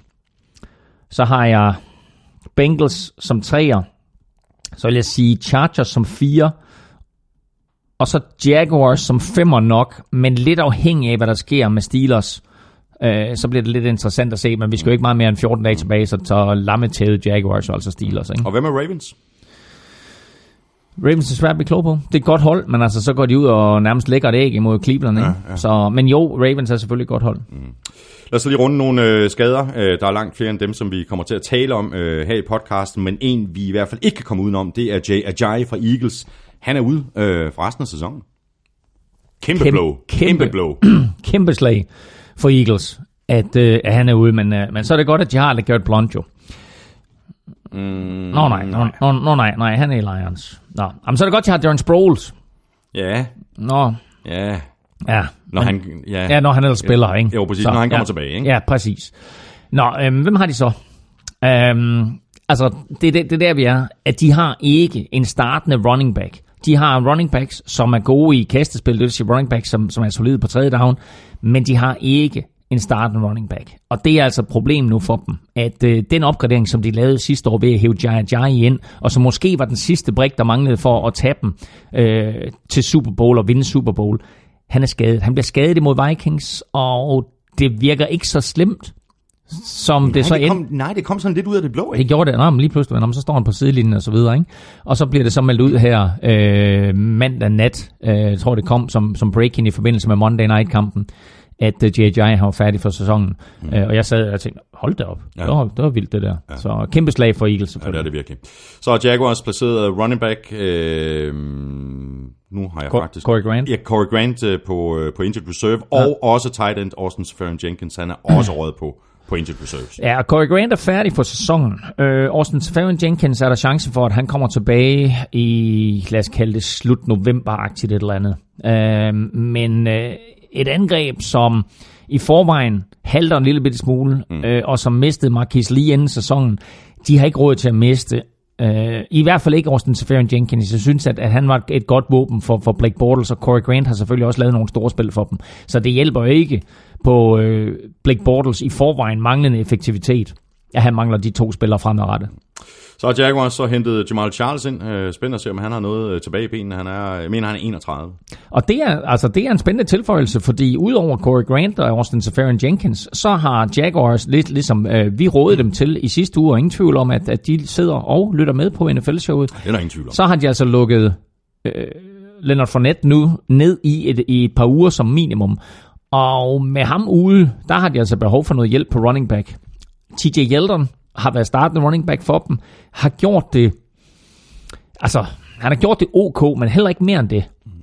C: Så har jeg Bengals som treer. Så vil jeg sige Chargers som fire. Og så Jaguars som femmer nok, men lidt afhængig af, hvad der sker med Steelers. Så bliver det lidt interessant at se, men vi skal jo ikke meget mere end fjorten dage tilbage, så tager lammetæde Jaguars og altså Steelers. Ikke?
B: Og hvem er Ravens?
C: Ravens er svært at blive klog på. Det er et godt hold, men altså så går de ud og nærmest lægger et æg imod Cleveland. Ikke? Ja, ja. Så, men jo, Ravens er selvfølgelig et godt hold. Mm.
B: Lad os lige runde nogle øh, skader. Øh, der er langt flere end dem, som vi kommer til at tale om øh, her i podcasten, men en vi i hvert fald ikke kan komme udenom, det er Jay Ajayi fra Eagles. Han er ude øh, for resten af sæsonen. Kæmpe, kæmpe blå. Kæmpe, kæmpe blå.
C: Kæmpe slag for Eagles, at, øh, at han er ude, men, øh, men så er det godt, at de har LeGarrette Blount jo. Mm, nå nej, nej. Nå, nå nej, nej, han er i Lions. Nå, jamen, så er det godt, at jeg har Darren Sproles.
B: Ja.
C: Nå.
B: Ja.
C: Ja.
B: Når
C: men,
B: han, ja.
C: ja, når han ellers spiller, ikke?
B: Jo, præcis,
C: så,
B: når han kommer
C: ja,
B: tilbage, ikke?
C: Ja, præcis. Nå, øhm, hvem har de så? Øhm, altså, det er det, det der, vi er, at de har ikke en startende running back. De har running backs, som er gode i kastespil, det vil sige running backs, som, som er solide på tredje down, men de har ikke en startende running back. Og det er altså et problem nu for dem, at øh, den opgradering, som de lavede sidste år ved at hæve Jay Ajayi ind, og som måske var den sidste brik, der manglede for at tage dem øh, til Super Bowl og vinde Super Bowl, han er skadet. Han bliver skadet imod Vikings, og det virker ikke så slemt, Som
B: nej,
C: det så
B: det kom,
C: end...
B: nej, det kom sådan lidt ud af det blå, ikke?
C: Det gjorde det, nå, men lige pludselig, når man så står han på sidelinjen og så videre, ikke? Og så bliver det så meldt ud her øh, mandag nat, øh, jeg tror det kom som, som breaking i forbindelse med Monday Night-kampen, at uh, J J har færdig for sæsonen. Mm. Uh, og jeg sad og tænkte, hold da op, ja. det, var, det var vildt det der. Ja. Så kæmpe slag for Eagles selvfølgelig.
B: Ja, det er det virkelig. Så har Jaguars placeret running back, øh, nu har jeg
C: Cor-
B: faktisk...
C: Corey Grant.
B: Ja, Corey Grant øh, på, øh, på injured reserve, ja. Og også tight end Austin Seferian-Jenkins, han er også røget på, på injured reserves.
C: Ja, Corey Grant er færdig for sæsonen. Uh, Austin Seferian-Jenkins er der chance for, at han kommer tilbage i, lad os kalde det, slut november-agtigt et eller andet. Uh, men... Uh, et angreb, som i forvejen halter en lille bitte smule, mm. øh, og som mistede Marquise Lee inden sæsonen, de har ikke råd til at miste. Øh, I hvert fald ikke Austin Seferian-Jenkins. Jeg synes, at, at han var et godt våben for, for Blake Bortles, og Corey Grant har selvfølgelig også lavet nogle store spil for dem. Så det hjælper jo ikke på øh, Blake Bortles i forvejen manglende effektivitet, at han mangler de to spillere fremadrettet.
B: Så har Jaguars så hentet Jamal Charles ind. Spændende at se, om han har noget tilbage i benene. Han er, jeg mener, han er enogtredive.
C: Og det er, altså, det er en spændende tilføjelse, fordi udover Corey Grant og Austin Seferian-Jenkins, så har Jaguars lidt ligesom øh, vi rådede dem til i sidste uge, og ingen tvivl om, at, at de sidder og lytter med på N F L-showet.
B: Det er der ingen tvivl om.
C: Så har de altså lukket øh, Leonard Fournette nu ned i et, i et par uger som minimum. Og med ham ude, der har de altså behov for noget hjælp på running back. T J Yeldon har været startende running back for dem, har gjort det, altså, han har gjort det ok, men heller ikke mere end det.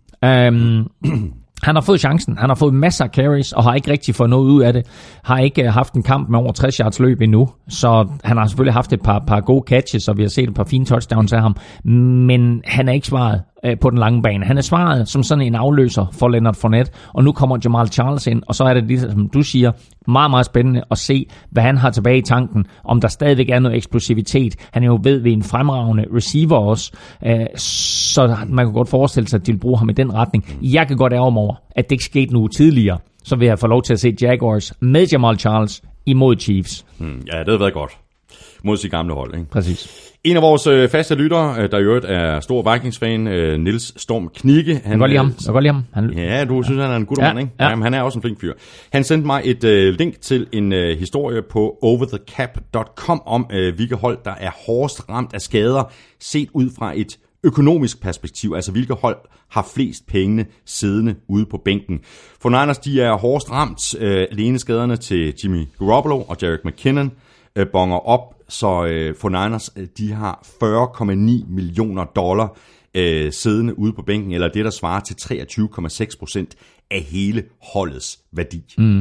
C: Um, han har fået chancen, han har fået masser af carries, og har ikke rigtig fået noget ud af det, har ikke haft en kamp med over tres yards løb endnu, så han har selvfølgelig haft et par, par gode catches, og vi har set et par fine touchdowns af ham, men han er ikke svaret øh, på den lange bane. Han er svaret som sådan en afløser for Leonard Fournette, og nu kommer Jamal Charles ind, og så er det lige, som du siger, meget, meget spændende at se, hvad han har tilbage i tanken, om der stadigvæk er noget eksplosivitet. Han er jo ved ved en fremragende receiver også, øh, så man kan godt forestille sig, at de vil bruge ham i den retning. Jeg kan godt ærge mig over, at det ikke skete nu tidligere, så vil jeg få lov til at se Jaguars med Jamal Charles imod Chiefs.
B: Hmm, ja, det havde været godt. Mod sit gamle hold, ikke?
C: Præcis.
B: En af vores øh, faste lyttere, der i øvrigt er stor Vikings-fan, øh, Niels Storm Knigge. Han,
C: jeg kan godt lide ham. Jeg kan godt lide ham. Han...
B: Ja, du synes, han er en god
C: ja,
B: mand, ikke?
C: Ja.
B: Jamen, han er også en flink fyr. Han sendte mig et øh, link til en øh, historie på over the cap punktum com om, øh, hvilke hold, der er hårdest ramt af skader, set ud fra et økonomisk perspektiv, altså hvilke hold har flest penge siddende ude på bænken. For Niners, de er hårdest ramt. Øh, alene skaderne til Jimmy Garoppolo og Jerick McKinnon øh, bonger op, så øh, for Niners, de har fyrre komma ni millioner dollar øh, siddende ude på bænken, eller det, der svarer til treogtyve komma seks procent af hele holdets værdi.
C: Mm.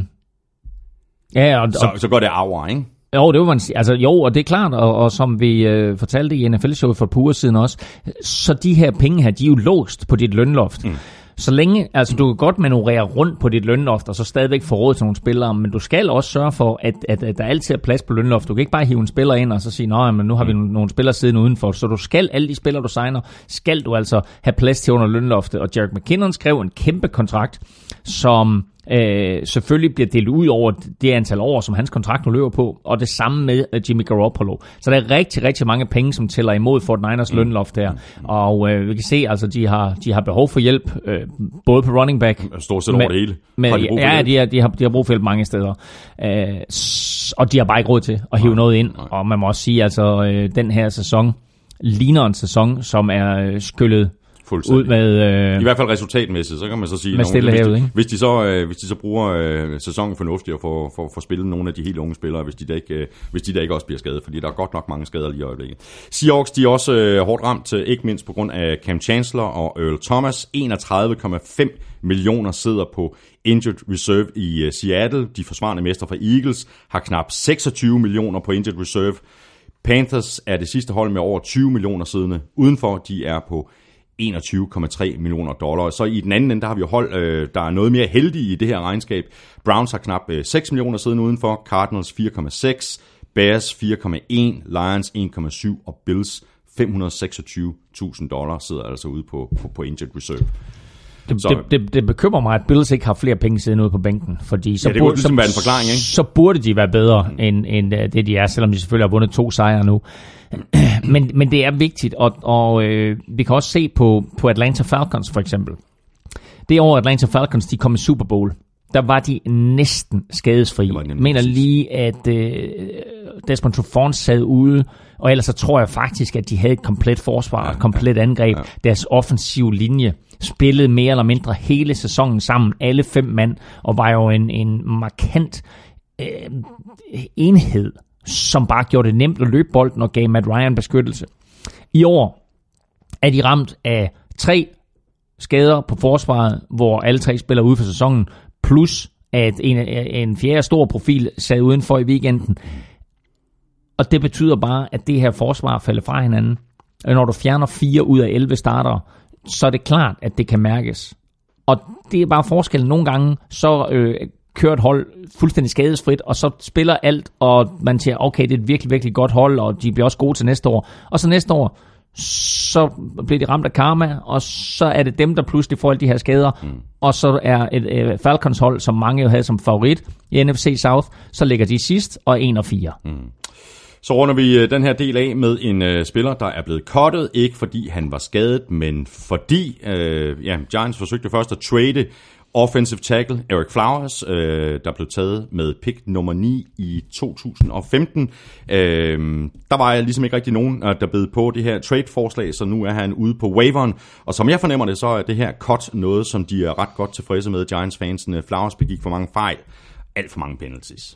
C: Ja, og,
B: så, så går det over, ikke?
C: Jo, det vil man sige. Altså, jo, og det er klart, og, og som vi øh, fortalte i N F L-showet for et par uger siden også, så de her penge her, de er jo låst på dit lønloft. Mm. Så længe, altså du kan godt manøvrere rundt på dit lønloft, og så stadigvæk få råd til nogle spillere, men du skal også sørge for, at, at, at der altid er plads på lønloft. Du kan ikke bare hive en spiller ind og så sige, nej, men nu har vi nogle spillere siddende udenfor. Så du skal, alle de spillere, du signer, skal du altså have plads til under lønloftet. Og Jerick McKinnon skrev en kæmpe kontrakt, som øh, selvfølgelig bliver delt ud over det antal år, som hans kontrakt nu løber på, og det samme med Jimmy Garoppolo. Så der er rigtig, rigtig mange penge, som tæller imod Fort Niners lønloft her. Og øh, vi kan se, altså de har, de har behov for hjælp, øh, både på running back.
B: Stort set over det hele.
C: Med,
B: de
C: ja, de har, de, har, de har brug for hjælp mange steder. Øh, og de har bare ikke råd til at hive nej, noget ind. Nej. Og man må også sige, altså øh, den her sæson ligner en sæson, som er øh, skyllet ud med, øh,
B: i hvert fald resultatmæssigt, så kan man så sige,
C: med
B: nogen, hvis,
C: de,
B: de, hvis, de så, øh, hvis de så bruger øh, sæsonen fornuftigt og får, får, får spillet nogle af de helt unge spillere, hvis de, der ikke, øh, hvis de der ikke også bliver skadet, fordi der er godt nok mange skader lige i øjeblikket. Seahawks, de er også øh, hårdt ramt, ikke mindst på grund af Cam Chancellor og Earl Thomas. enogtredive komma fem millioner sidder på injured reserve i øh, Seattle. De forsvarende mestre fra Eagles har knap seksogtyve millioner på injured reserve. Panthers er det sidste hold med over tyve millioner siddende udenfor. De er på enogtyve komma tre millioner dollar. Så i den anden ende, der har vi jo hold, øh, der er noget mere heldige i det her regnskab. Browns har knap øh, seks millioner siddende udenfor, Cardinals fire komma seks, Bears fire komma en, Lions en komma syv og Bills fem hundrede og seksogtyve tusind dollar sidder altså ude på, på, på injured reserve.
C: Det, det, det, det bekymrer mig, at Bills ikke har flere penge siddende ude på bænken, fordi så,
B: ja, det
C: burde,
B: ligesom
C: så,
B: være en forklaring, ikke?
C: så burde de være bedre mm. end, end det, de er, selvom de selvfølgelig har vundet to sejre nu. men, men det er vigtigt, og, og øh, vi kan også se på, på Atlanta Falcons for eksempel. Det år Atlanta Falcons, de kom i Super Bowl, der var de næsten skadesfri. Jeg mener lige, at øh, Desmond Trufant sad ude, og ellers så tror jeg faktisk, at de havde et komplet forsvar, ja, et komplet angreb. Ja, ja. Deres offensive linje spillede mere eller mindre hele sæsonen sammen, alle fem mand, og var jo en, en markant øh, enhed, som bare gjorde det nemt at løbe bolden og gav Matt Ryan beskyttelse. I år er de ramt af tre skader på forsvaret, hvor alle tre spiller ude for sæsonen, plus at en, en fjerde stor profil sad udenfor i weekenden. Og det betyder bare, at det her forsvar falder fra hinanden. Og når du fjerner fire ud af elleve startere, så er det klart, at det kan mærkes. Og det er bare forskellen. Nogle gange, så øh, kører et hold fuldstændig skadesfrit, og så spiller alt, og man siger, okay, det er et virkelig, virkelig godt hold, og de bliver også gode til næste år. Og så næste år, så bliver de ramt af karma, og så er det dem, der pludselig får alle de her skader. Mm. Og så er et øh, Falcons hold, som mange jo havde som favorit i N F C South, så ligger de sidst og en og fire. Mm.
B: Så runder vi den her del af med en øh, spiller, der er blevet cuttet, ikke fordi han var skadet, men fordi øh, ja, Giants forsøgte først at trade offensive tackle Ereck Flowers, øh, der blev taget med pick nummer ni i to tusind og femten. Øh, der var ligesom ikke rigtig nogen, der bed på det her trade-forslag, så nu er han ude på waiveren. Og som jeg fornemmer det, så er det her cut noget, som de er ret godt tilfredse med, Giants-fansene. Flowers begik for mange fejl. Alt for mange penalties.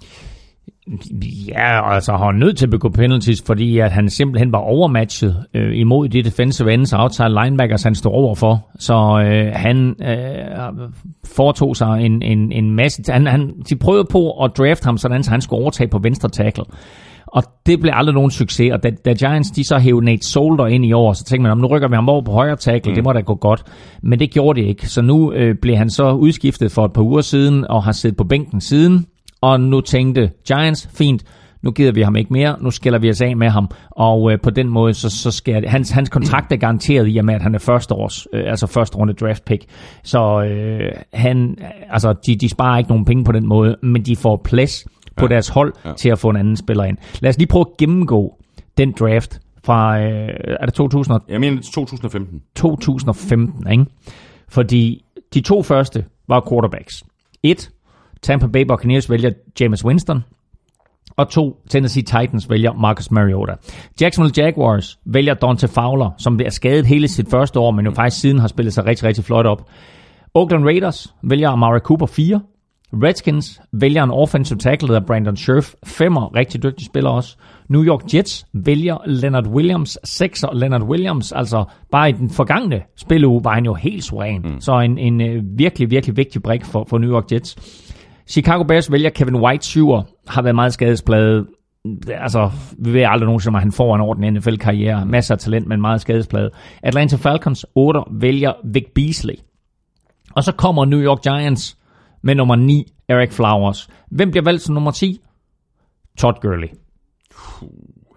C: Ja, altså han var nødt til at begå penalties, fordi at han simpelthen var overmatchet øh, imod de defensive ends og outside linebackers, han stod overfor. Så øh, han øh, foretog sig en, en, en masse... Han, han, de prøvede på at draft ham, sådan så han skulle overtage på venstre tackle. Og det blev aldrig nogen succes, og da, da Giants de så hævde Nate Solder ind i år, så tænkte man, nu rykker vi ham over på højre tackle, mm. det må da gå godt. Men det gjorde det ikke, så nu øh, blev han så udskiftet for et par uger siden, og har siddet på bænken siden. Og nu tænkte Giants, fint, nu gider vi ham ikke mere, nu skiller vi os af med ham, og øh, på den måde, så, så skal det, hans, hans kontrakt er garanteret i og med, at han er første års, øh, altså første runde draft pick, så øh, han, altså de, de sparer ikke nogen penge på den måde, men de får plads på ja. deres hold ja. til at få en anden spiller ind. Lad os lige prøve at gennemgå den draft fra, øh, er det to tusind?
B: Jeg mener to tusind og femten.
C: to tusind og femten, ikke? Fordi de to første var quarterbacks. Et, Tampa Bay Buccaneers vælger Jameis Winston, og to, Tennessee Titans vælger Marcus Mariota. Jacksonville Jaguars vælger Dante Fowler, som er skadet hele sit første år, men jo faktisk siden har spillet sig rigtig, rigtig flot op. Oakland Raiders vælger Amari Cooper fire. Redskins vælger en offensive tackle, der Brandon Scherf, femmer, rigtig dygtig spiller også. New York Jets vælger Leonard Williams, sekser Leonard Williams, altså bare i den forgangne spilleuge var han jo helt suveræn. Mm. Så en, en virkelig, virkelig vigtig brik for, for New York Jets. Chicago Bears vælger Kevin White, syver, har været meget skadesplaget. Altså, vi ved aldrig nogensinde, at han får en ordentlig N F L-karriere. Masser af talent, men meget skadesplaget. Atlanta Falcons, otte, vælger Vic Beasley. Og så kommer New York Giants med nummer ni, Ereck Flowers. Hvem bliver valgt som nummer ti? Todd Gurley.
B: Uh,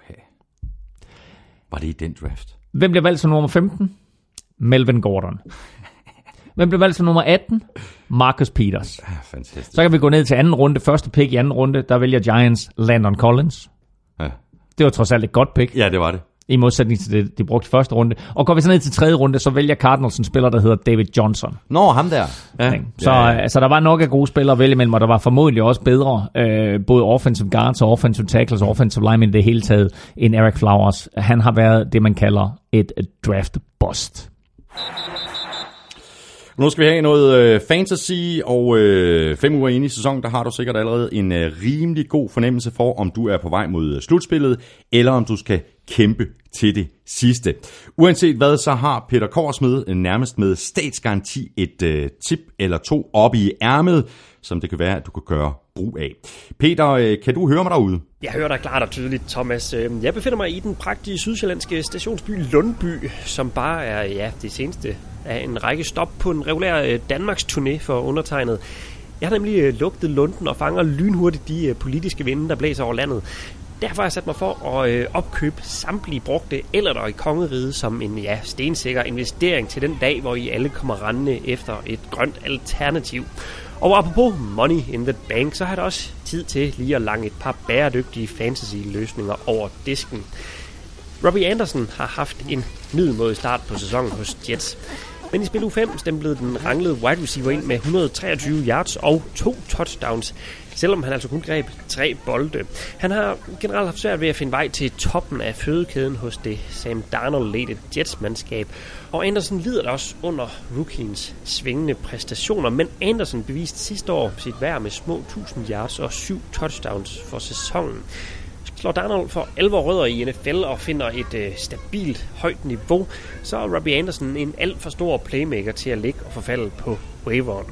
B: var det i den draft?
C: Hvem bliver valgt som nummer femten? Melvin Gordon. Hvem blev valgt som nummer atten? Marcus Peters.
B: Ja, fantastisk.
C: Så kan vi gå ned til anden runde. Første pick i anden runde, der vælger Giants Landon Collins.
B: Ja.
C: Det var trods alt et godt pick.
B: Ja, det var det.
C: I modsætning til det, de brugte i første runde. Og går vi så ned til tredje runde, så vælger Cardinals en spiller, der hedder David Johnson.
B: Nå, ham der. Ja.
C: Så
B: ja, ja.
C: Altså, der var nok af gode spillere at vælge imellem, og der var formodentlig også bedre, øh, både offensive guards og offensive tackles og offensive linemen i det hele taget, end Ereck Flowers. Han har været det, man kalder et draft bust.
B: Nu skal vi have noget øh, fantasy, og øh, fem uger inde i sæsonen, der har du sikkert allerede en øh, rimelig god fornemmelse for, om du er på vej mod øh, slutspillet, eller om du skal kæmpe til det sidste. Uanset hvad, så har Peter Korsmed øh, nærmest med statsgaranti et øh, tip eller to op i ærmet, som det kan være, at du kan gøre brug af. Peter, øh, kan du høre mig derude?
F: Jeg hører dig klart og tydeligt, Thomas. Jeg befinder mig i den prægtige sydsjællandske stationsby Lundby, som bare er ja, det seneste af en række stop på en regulær Danmarks turné for undertegnet. Jeg har nemlig lugtet lunden og fanger lynhurtigt de politiske vinde, der blæser over landet. Derfor har jeg sat mig for at opkøbe samtlige brugte eller i kongeriget som en ja, stensikker investering til den dag, hvor I alle kommer rendende efter et grønt alternativ. Og apropos money in the bank, så har jeg også tid til lige at lange et par bæredygtige fantasy-løsninger over disken. Robbie Anderson har haft en middelmådig start på sæsonen hos Jets. Men i spil uge fem stemplede den ranglede wide receiver ind med et hundrede og treogtyve yards og to touchdowns, selvom han altså kun greb tre bolde. Han har generelt haft svært ved at finde vej til toppen af fødekæden hos det Sam Darnold-ledede Jets-mandskab, og Anderson lider da også under rookiens svingende præstationer, men Anderson beviste sidste år sit værd med små tusind yards og syv touchdowns for sæsonen. Slår Darnold for alvor rødder i N F L og finder et øh, stabilt, højt niveau, så er Robbie Anderson en alt for stor playmaker til at ligge og forfalde på waiveren.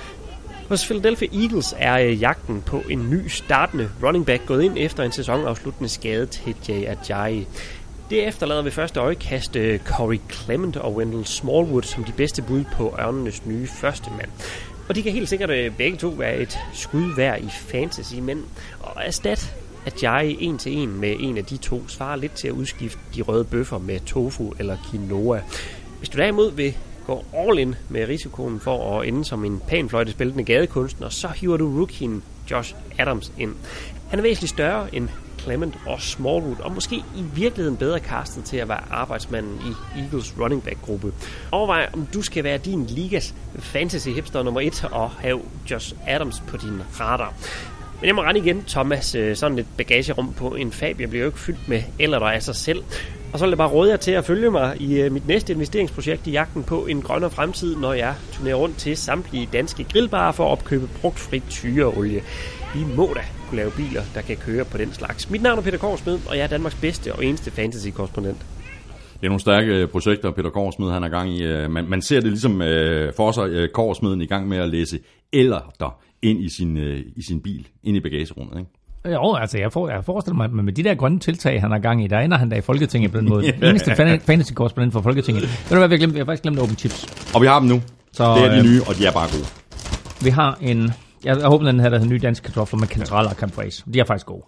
F: Hos Philadelphia Eagles er øh, jagten på en ny startende running back gået ind efter en sæsonafsluttende skade til Jay Ajayi. Det efterlader ved første øjekast øh, Corey Clement og Wendell Smallwood som de bedste bud på ørnenes nye første mand. Og de kan helt sikkert øh, begge to være et skud hver i fantasy, men at erstatte Ajayi en til en med en af de to svarer lidt til at udskifte de røde bøffer med tofu eller quinoa. Hvis du derimod vil gå all in med risikoen for at ende som en panfløjtespillende gadekunstner, så hiver du rookien Josh Adams ind. Han er væsentligt større end Clement og Smallwood, og måske i virkeligheden bedre castet til at være arbejdsmanden i Eagles running back gruppe. Overvej, om du skal være din ligas fantasy hipster nummer et og have Josh Adams på din radar. Men jeg må rende igen, Thomas. Sådan et bagagerum på en Fabia bliver jo ikke fyldt med eller der af sig selv. Og så vil jeg bare råde jer til at følge mig i mit næste investeringsprojekt i jagten på en grønnere fremtid, når jeg turnerer rundt til samtlige danske grillbarer for at opkøbe brugtfri tyreolie. Vi må da kunne lave biler, der kan køre på den slags. Mit navn er Peter Korsmed, og jeg er Danmarks bedste og eneste fantasy-korrespondent.
B: Det er nogle stærke projekter, Peter Korsmed han er gang i. Man, man ser det ligesom øh, for sig, øh, Korsmeden i gang med at læse eller der ind i sin, øh, i sin bil, ind i bagagerummet, ikke?
C: Jo, altså jeg, for, jeg forestiller mig, at med de der grønne tiltag, han har gang i, der ender han da i Folketinget på den måde. Den eneste fantasy-korrespondent for Folketinget. Ved du hvad, vi har, glemt, vi har faktisk glemt Open Chips.
B: Og vi har dem nu. Så, det er de øh, nye, og de er bare gode. Vi
C: har en, jeg, jeg håber, den her der hedder nye danske kartofler med kantarelle og creme fraiche. De er faktisk gode.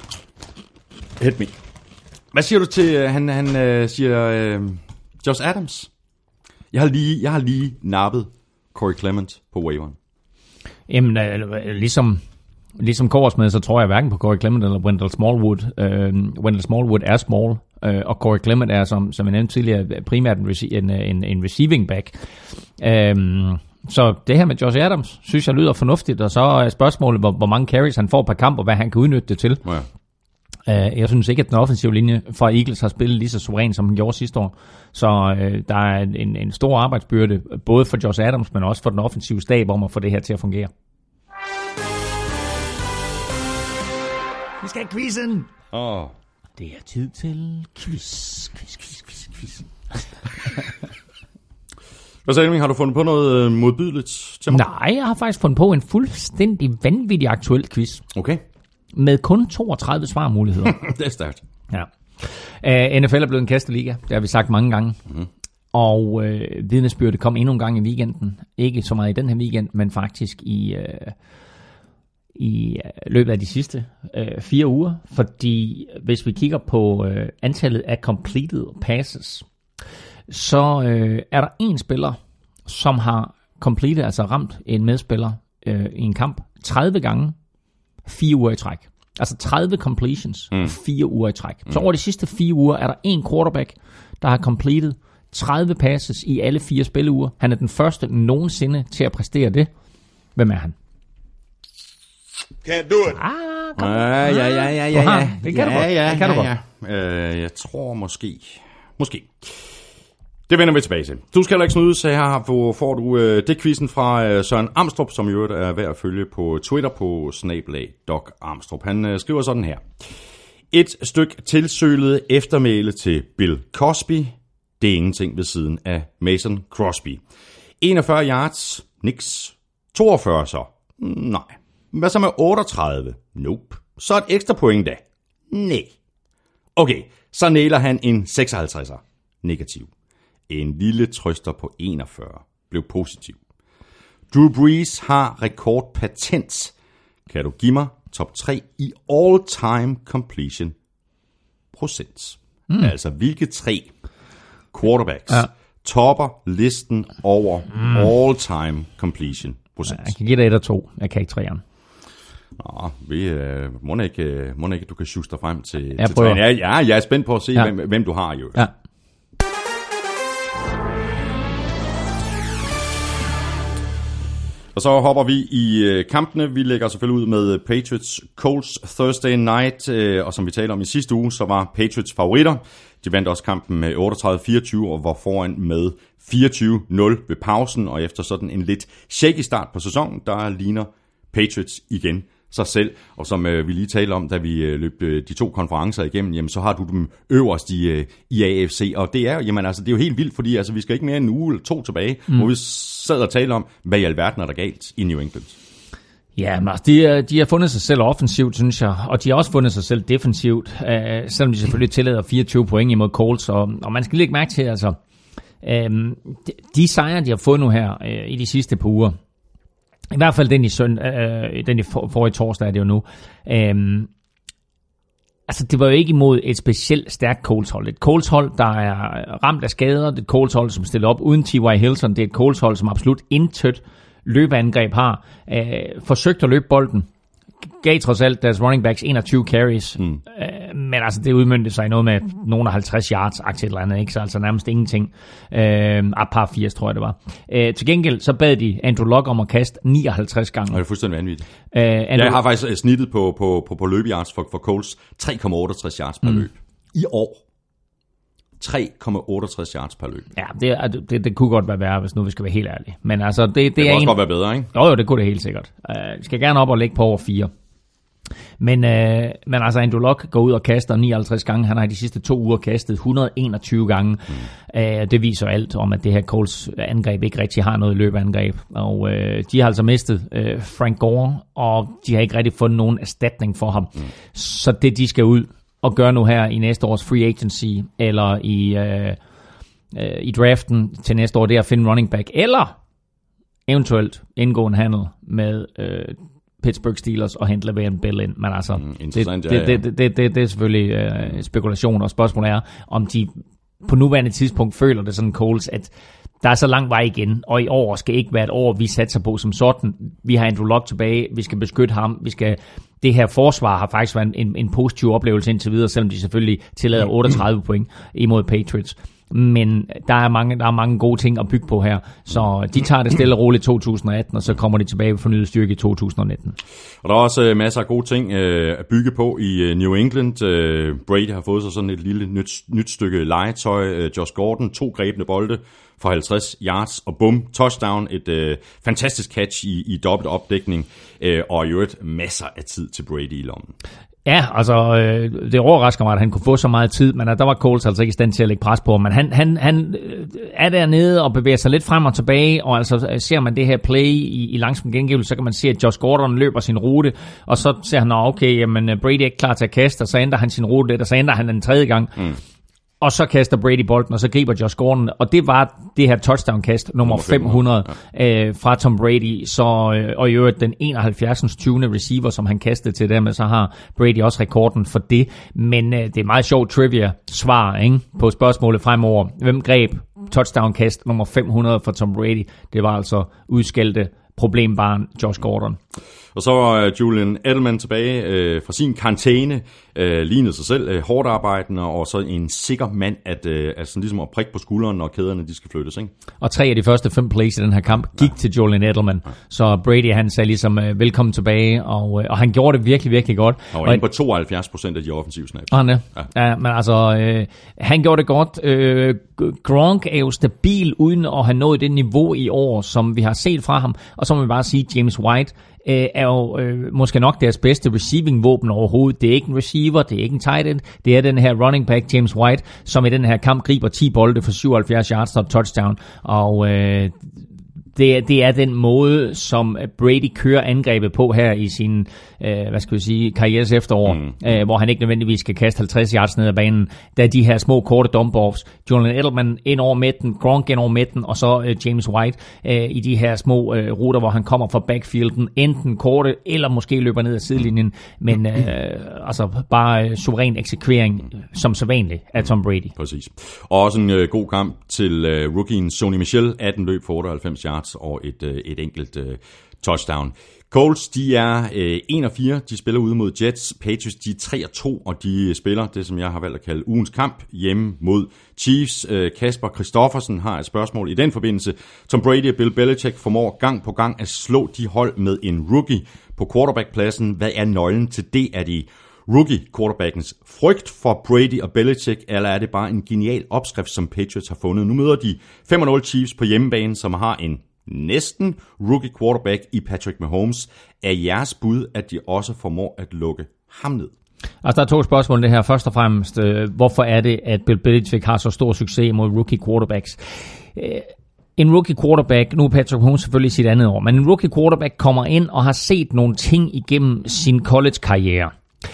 B: Hit me. Hvad siger du til, han, han øh, siger, øh, Josh Adams? Jeg har lige, jeg har lige nappet Corey Clement på waiveren.
C: Jamen, øh, ligesom... Ligesom Korsmed, så tror jeg hverken på Corey Clement eller Wendell Smallwood. Uh, Wendell Smallwood er small, uh, og Corey Clement er, som, som jeg nævnte tidligere, primært en, rec- en, en, en receiving back. Um, så det her med Josh Adams, synes jeg lyder fornuftigt, og så er spørgsmålet, hvor, hvor mange carries han får per kamp, og hvad han kan udnytte det til. Ja. Uh, jeg synes ikke, at den offensive linje fra Eagles har spillet lige så suveræn, som den gjorde sidste år. Så uh, der er en, en stor arbejdsbyrde, både for Josh Adams, men også for den offensive stab, om at få det her til at fungere. Vi skal have quizzen.
B: Åh. Oh.
C: Det er tid til quiz, quiz, quiz, quiz, quiz.
B: Hvad sagde du, har du fundet på noget modbydeligt til mig?
C: Nej, jeg har faktisk fundet på en fuldstændig vanvittig aktuel quiz.
B: Okay.
C: Med kun toogtredive svarmuligheder.
B: Det er stærkt.
C: Ja. Uh, N F L er blevet en kasteliga, det har vi sagt mange gange. Mm. Og uh, vidnesbyrdet kom endnu en gang i weekenden. Ikke så meget i den her weekend, men faktisk i... Uh, i løbet af de sidste øh, fire uger, fordi hvis vi kigger på øh, antallet af completed passes, så øh, er der en spiller, som har completed, altså ramt en medspiller øh, i en kamp tredive gange, fire uger i træk. Altså tredive completions, mm. fire uger i træk. Mm. Så over de sidste fire uger er der en quarterback, der har completed tredive passes i alle fire spilleuger. Han er den første nogensinde til at præstere det. Hvem er han?
G: Can't do it.
C: Ah, kom.
B: Ja, ja, ja, ja, ja, ja.
C: Det kan
B: ja,
C: du godt.
B: Ja,
C: det kan
B: ja,
C: du
B: ja. godt. Øh, jeg tror måske. Måske. Det vender vi tilbage til. Du skal heller ikke snyde, så her får du øh, det quizzen fra øh, Søren Amstrup, som i øvrigt er værd at følge på Twitter på snabel-a Doc Amstrup. Han øh, skriver sådan her. Et stykke tilsølet eftermæle til Bill Cosby. Det er ingenting ved siden af Mason Crosby. enogfyrre yards. Niks. toogfyrre så. Nej. Hvad så med otteogtredive? Nope. Så et ekstra point da? Nej. Okay, så næler han en seksoghalvtredser. Negativ. En lille trøster på enogfyrre. Blev positiv. Drew Brees har rekordpatent. Kan du give mig top tre i all-time completion procent? Mm. Altså, hvilke tre quarterbacks ja. topper listen over mm. all-time completion procent?
C: Jeg kan give dig et og to. Jeg kan ikke treeren.
B: Nå, vi øh, må ikke, må ikke, du kan sjuste dig frem til,
C: jeg
B: til træen. Ja, ja, jeg er spændt på at se, ja. hvem, hvem du har jo.
C: Ja.
B: Og så hopper vi i øh, kampene. Vi lægger selvfølgelig ud med Patriots Colts Thursday night, øh, og som vi talte om i sidste uge, så var Patriots favoritter. De vandt også kampen med otteogtredive fireogtyve og var foran med fireogtyve nul ved pausen, og efter sådan en lidt shaky start på sæsonen, der ligner Patriots igen sig selv, og som øh, vi lige talte om, da vi øh, løb øh, de to konferencer igennem, jamen så har du dem øverst i, øh, i A F C, og det er, jamen, altså, det er jo helt vildt, fordi altså, vi skal ikke mere end en uge eller to tilbage, mm. hvor vi sad og talte om, hvad i alverden er der galt i New England.
C: Ja, men altså, de, de har fundet sig selv offensivt, synes jeg, og de har også fundet sig selv defensivt, øh, selvom de selvfølgelig tillader fireogtyve point imod Colts, og, og man skal lægge mærke til, altså, øh, de, de sejre, de har fået nu her øh, i de sidste par uger, i hvert fald den i, søn, øh, den i for, forrige torsdag er det jo nu. Øhm, altså, det var jo ikke imod et specielt stærkt Colts-hold. Et Colts-hold, der er ramt af skader. Det er et Colts-hold, som stiller op uden T Y Hilton. Det er et Colts-hold, som absolut intet løbeangreb har. Øh, forsøgt at løbe bolden. Gav trods alt deres running backs enogtyve carries. Mm. Øh, men altså, det udmøntede sig i noget med nogle af halvtreds yards, aktie eller andet, ikke? Så altså nærmest ingenting. Øh, et par firs, tror jeg det var. Øh, til gengæld, så bad de Andrew Luck om at kaste nioghalvtreds gange.
B: Og det er fuldstændig vanvittigt.
C: Øh, Andrew...
B: Jeg har faktisk snittet på, på, på, på løbeyards for, for Colts tre komma otteogtres yards per mm. løb. I år. tre komma otteogtres yards per løb.
C: Ja, det, det, det kunne godt være værre, hvis nu vi skal være helt ærlige. Men altså, det, det, det
B: er
C: også
B: en... godt være bedre, ikke?
C: Jo, jo, det kunne det helt sikkert. Uh, vi skal gerne op og lægge på over fire. Men, øh, men altså, Andrew Luck går ud og kaster nioghalvtreds gange. Han har i de sidste to uger kastet et hundrede og enogtyve gange. Mm. Øh, det viser alt om, at det her Colts angreb ikke rigtig har noget løbeangreb. Og øh, de har altså mistet øh, Frank Gore, og de har ikke rigtig fundet nogen erstatning for ham. Mm. Så det, de skal ud og gøre nu her i næste års free agency, eller i, øh, øh, i draften til næste år, det er at finde running back, eller eventuelt indgå en handel med... Øh, Pittsburgh Steelers og hente Le'Veon Bell ind, men altså, mm, det, det, ja, ja. Det, det, det, det, det er selvfølgelig øh, spekulation, og spørgsmålet er, om de på nuværende tidspunkt føler det sådan Colts, at der er så lang vej igen, og i år skal ikke være et år, vi satser på som sådan. Vi har Andrew Luck tilbage, vi skal beskytte ham, vi skal... Det her forsvar har faktisk været en, en positiv oplevelse indtil videre, selvom de selvfølgelig tillader otteogtredive point imod Patriots. Men der er mange der er mange gode ting at bygge på her, så de tager det stille og roligt i to tusind og atten, og så kommer de tilbage på fornyet styrke i to tusind og nitten.
B: Og der er også masser af gode ting øh, at bygge på i øh, New England. Øh, Brady har fået sig sådan et lille nyt, nyt stykke legetøj. Øh, Josh Gordon, to grebne bolde for halvtreds yards og bum, touchdown, et øh, fantastisk catch i, i dobbelt opdækning, øh, og i øvrigt masser af tid til Brady i lommen.
C: Ja, altså, øh, det overrasker mig, at han kunne få så meget tid, men der var Colts altså ikke i stand til at lægge pres på. Men han, han, han er dernede og bevæger sig lidt frem og tilbage, og altså ser man det her play i, i langsom gengivelse, så kan man se, at Josh Gordon løber sin rute, og så ser han, okay, jamen Brady er ikke klar til at kaste, og så ændrer han sin rute lidt, og så ændrer han den tredje gang. Mm. Og så kaster Brady bolden, og så griber Josh Gordon, og det var det her touchdown-kast nummer fem hundrede ja. øh, fra Tom Brady, så, øh, og i øvrigt den enoghalvfjerds tyvende receiver, som han kastede til dem, så har Brady også rekorden for det. Men øh, det er meget sjovt trivia-svar, ikke, på spørgsmålet fremover. Hvem greb touchdown-kast nummer fem hundrede for Tom Brady? Det var altså udskældte problembarn Josh Gordon.
B: Og så var Julian Edelman tilbage øh, fra sin karantæne, øh, lignede sig selv, øh, hårdt arbejdende, og så en sikker mand, at, øh, at sådan ligesom at prikke på skulderen, når kæderne de skal flyttes, ikke?
C: Og tre af de første fem plays i den her kamp gik ja. til Julian Edelman, ja. Så Brady han sagde ligesom øh, velkommen tilbage, og, øh, og han gjorde det virkelig, virkelig godt.
B: Og var inde på tooghalvfjerds procent af de offensive snaps.
C: Og han er. Ja. Ja, men altså, øh, han gjorde det godt. Øh, Gronk er jo stabil, uden at have nået det niveau i år, som vi har set fra ham, og så må vi bare sige, James White øh, er jo øh, måske nok deres bedste receiving-våben overhovedet. Det er ikke en receiver, det er ikke en tight end, det er den her running back, James White, som i den her kamp griber ti bolde for syvoghalvfjerds yards og touchdown, og øh, det er, det er den måde, som Brady kører angrebet på her i sin, øh, hvad skal vi sige, karrieres efterår, mm. øh, hvor han ikke nødvendigvis skal kaste halvtreds yards ned ad banen. Der er de her små, korte dump-offs. Julian Edelman ind over midten, Gronk ind over midten, og så øh, James White øh, i de her små øh, ruter, hvor han kommer fra backfielden, enten korte, eller måske løber ned ad sidelinjen, men øh, altså bare øh, suveræn eksekvering, som så vanligt af Tom Brady.
B: Præcis. Og også en øh, god kamp til øh, rookien Sony Michel, atten løb for otteoghalvfems yards yards og et, øh, et enkelt øh, touchdown. Colts, de er øh, en og fire, de spiller ude mod Jets. Patriots, de er tre og to, og de spiller det, som jeg har valgt at kalde ugens kamp, hjemme mod Chiefs. Øh, Kasper Christoffersen har et spørgsmål i den forbindelse. Tom Brady og Bill Belichick formår gang på gang at slå de hold med en rookie på quarterbackpladsen. Hvad er nøglen til det? Er de rookie-quarterbackens frygt for Brady og Belichick, eller er det bare en genial opskrift, som Patriots har fundet? Nu møder de fem og nul Chiefs på hjemmebane, som har en næsten rookie quarterback i Patrick Mahomes. Er jeres bud, at de også formår at lukke ham ned?
C: Altså, der er to spørgsmål det her. Først og fremmest, øh, hvorfor er det, at Bill Belichick har så stor succes mod rookie quarterbacks? Øh, en rookie quarterback, nu er Patrick Mahomes selvfølgelig sit andet år, men en rookie quarterback kommer ind og har set nogle ting igennem sin college-karriere.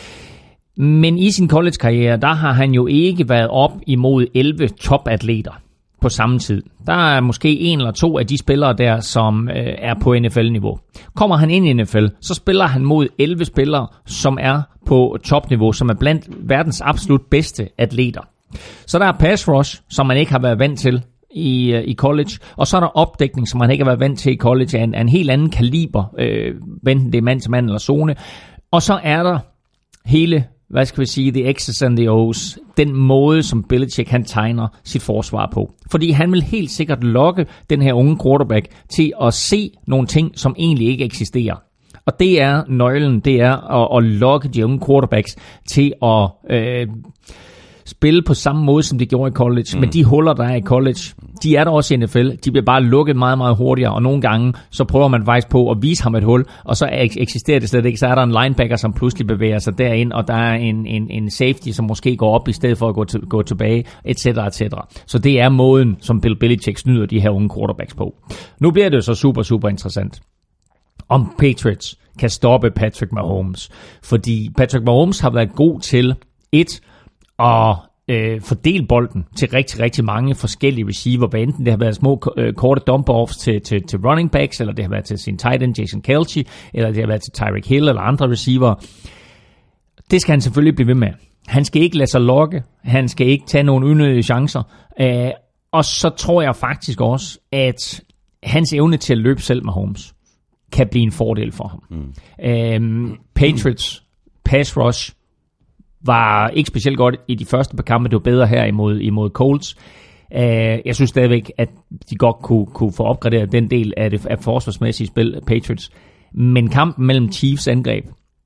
C: Men i sin college-karriere, der har han jo ikke været op imod elleve topatleter på samme tid. Der er måske en eller to af de spillere der, som øh, er på N F L-niveau. Kommer han ind i N F L, så spiller han mod elleve spillere, som er på topniveau, som er blandt verdens absolut bedste atleter. Så der er pass rush, som man ikke har været vant til i, øh, i college, og så er der opdækning, som man ikke har været vant til i college, af en, af en helt anden kaliber, øh, enten det er mand til mand eller zone. Og så er der hele, hvad skal vi sige, the X's and the O's, den måde, som Belichick han tegner sit forsvar på. Fordi han vil helt sikkert lokke den her unge quarterback til at se nogle ting, som egentlig ikke eksisterer. Og det er nøglen, det er at, at lokke de unge quarterbacks til at øh, spille på samme måde, som de gjorde i college. Mm. Men de huller, der er i college, de er der også i N F L. De bliver bare lukket meget, meget hurtigere, og nogle gange, så prøver man faktisk på at vise ham et hul, og så eksisterer det slet ikke. Så er der en linebacker, som pludselig bevæger sig derind, og der er en, en, en safety, som måske går op i stedet for at gå, til, gå tilbage, et cetera, et cetera. Så det er måden, som Bill Belichick snyder de her unge quarterbacks på. Nu bliver det jo så super, super interessant, om Patriots kan stoppe Patrick Mahomes. Fordi Patrick Mahomes har været god til et og øh, fordele bolden til rigtig, rigtig mange forskellige receiver, hvad enten det har været små øh, korte dump-offs til, til, til running backs, eller det har været til sin tight end Jason Kelce, eller det har været til Tyreek Hill eller andre receiver. Det skal han selvfølgelig blive ved med. Han skal ikke lade sig lokke, han skal ikke tage nogle unødige chancer, øh, og så tror jeg faktisk også, at hans evne til at løbe selv med Mahomes kan blive en fordel for ham. Mm. Øh, Patriots pass rush var ikke specielt godt i de første par kampe. Det var bedre her imod, imod Colts. Uh, jeg synes stadigvæk, at de godt kunne, kunne få opgraderet den del af det af forsvarsmæssige spil, Patriots. Men kampen mellem Chiefs angreb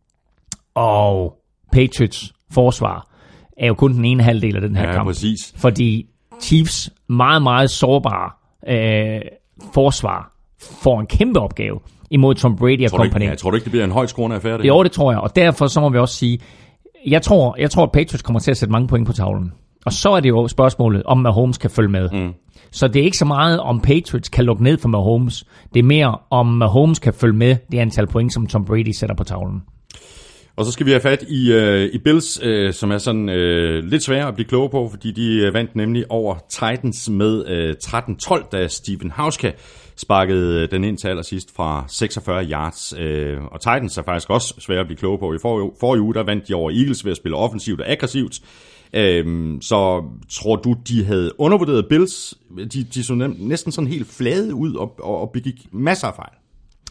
C: og Patriots forsvar er jo kun den ene halvdel af den her
B: ja,
C: kamp.
B: Præcis.
C: Fordi Chiefs meget, meget sårbare uh, forsvar får en kæmpe opgave imod Tom Brady og kompagni.
B: Jeg tror du ikke, det bliver en højtskårende affære? Det
C: jo, det tror jeg. Og derfor så må vi også sige, Jeg tror, jeg tror, at Patriots kommer til at sætte mange point på tavlen. Og så er det jo spørgsmålet, om Mahomes kan følge med. Mm. Så det er ikke så meget, om Patriots kan lukke ned for Mahomes. Det er mere, om Mahomes kan følge med det antal point, som Tom Brady sætter på tavlen.
B: Og så skal vi have fat i, uh, i Bills, uh, som er sådan uh, lidt svære at blive kloge på, fordi de uh, vandt nemlig over Titans med uh, tretten tolv, da Stephen Hauschka sparkede den ind til allersidst fra seksogfyrre yards. Uh, og Titans er faktisk også svære at blive kloge på. I forrige, forrige uge, der vandt de over Eagles ved at spille offensivt og aggressivt. Uh, så tror du, de havde undervurderet Bills? De, de så næsten sådan helt flade ud og, og, og begik masser af fejl.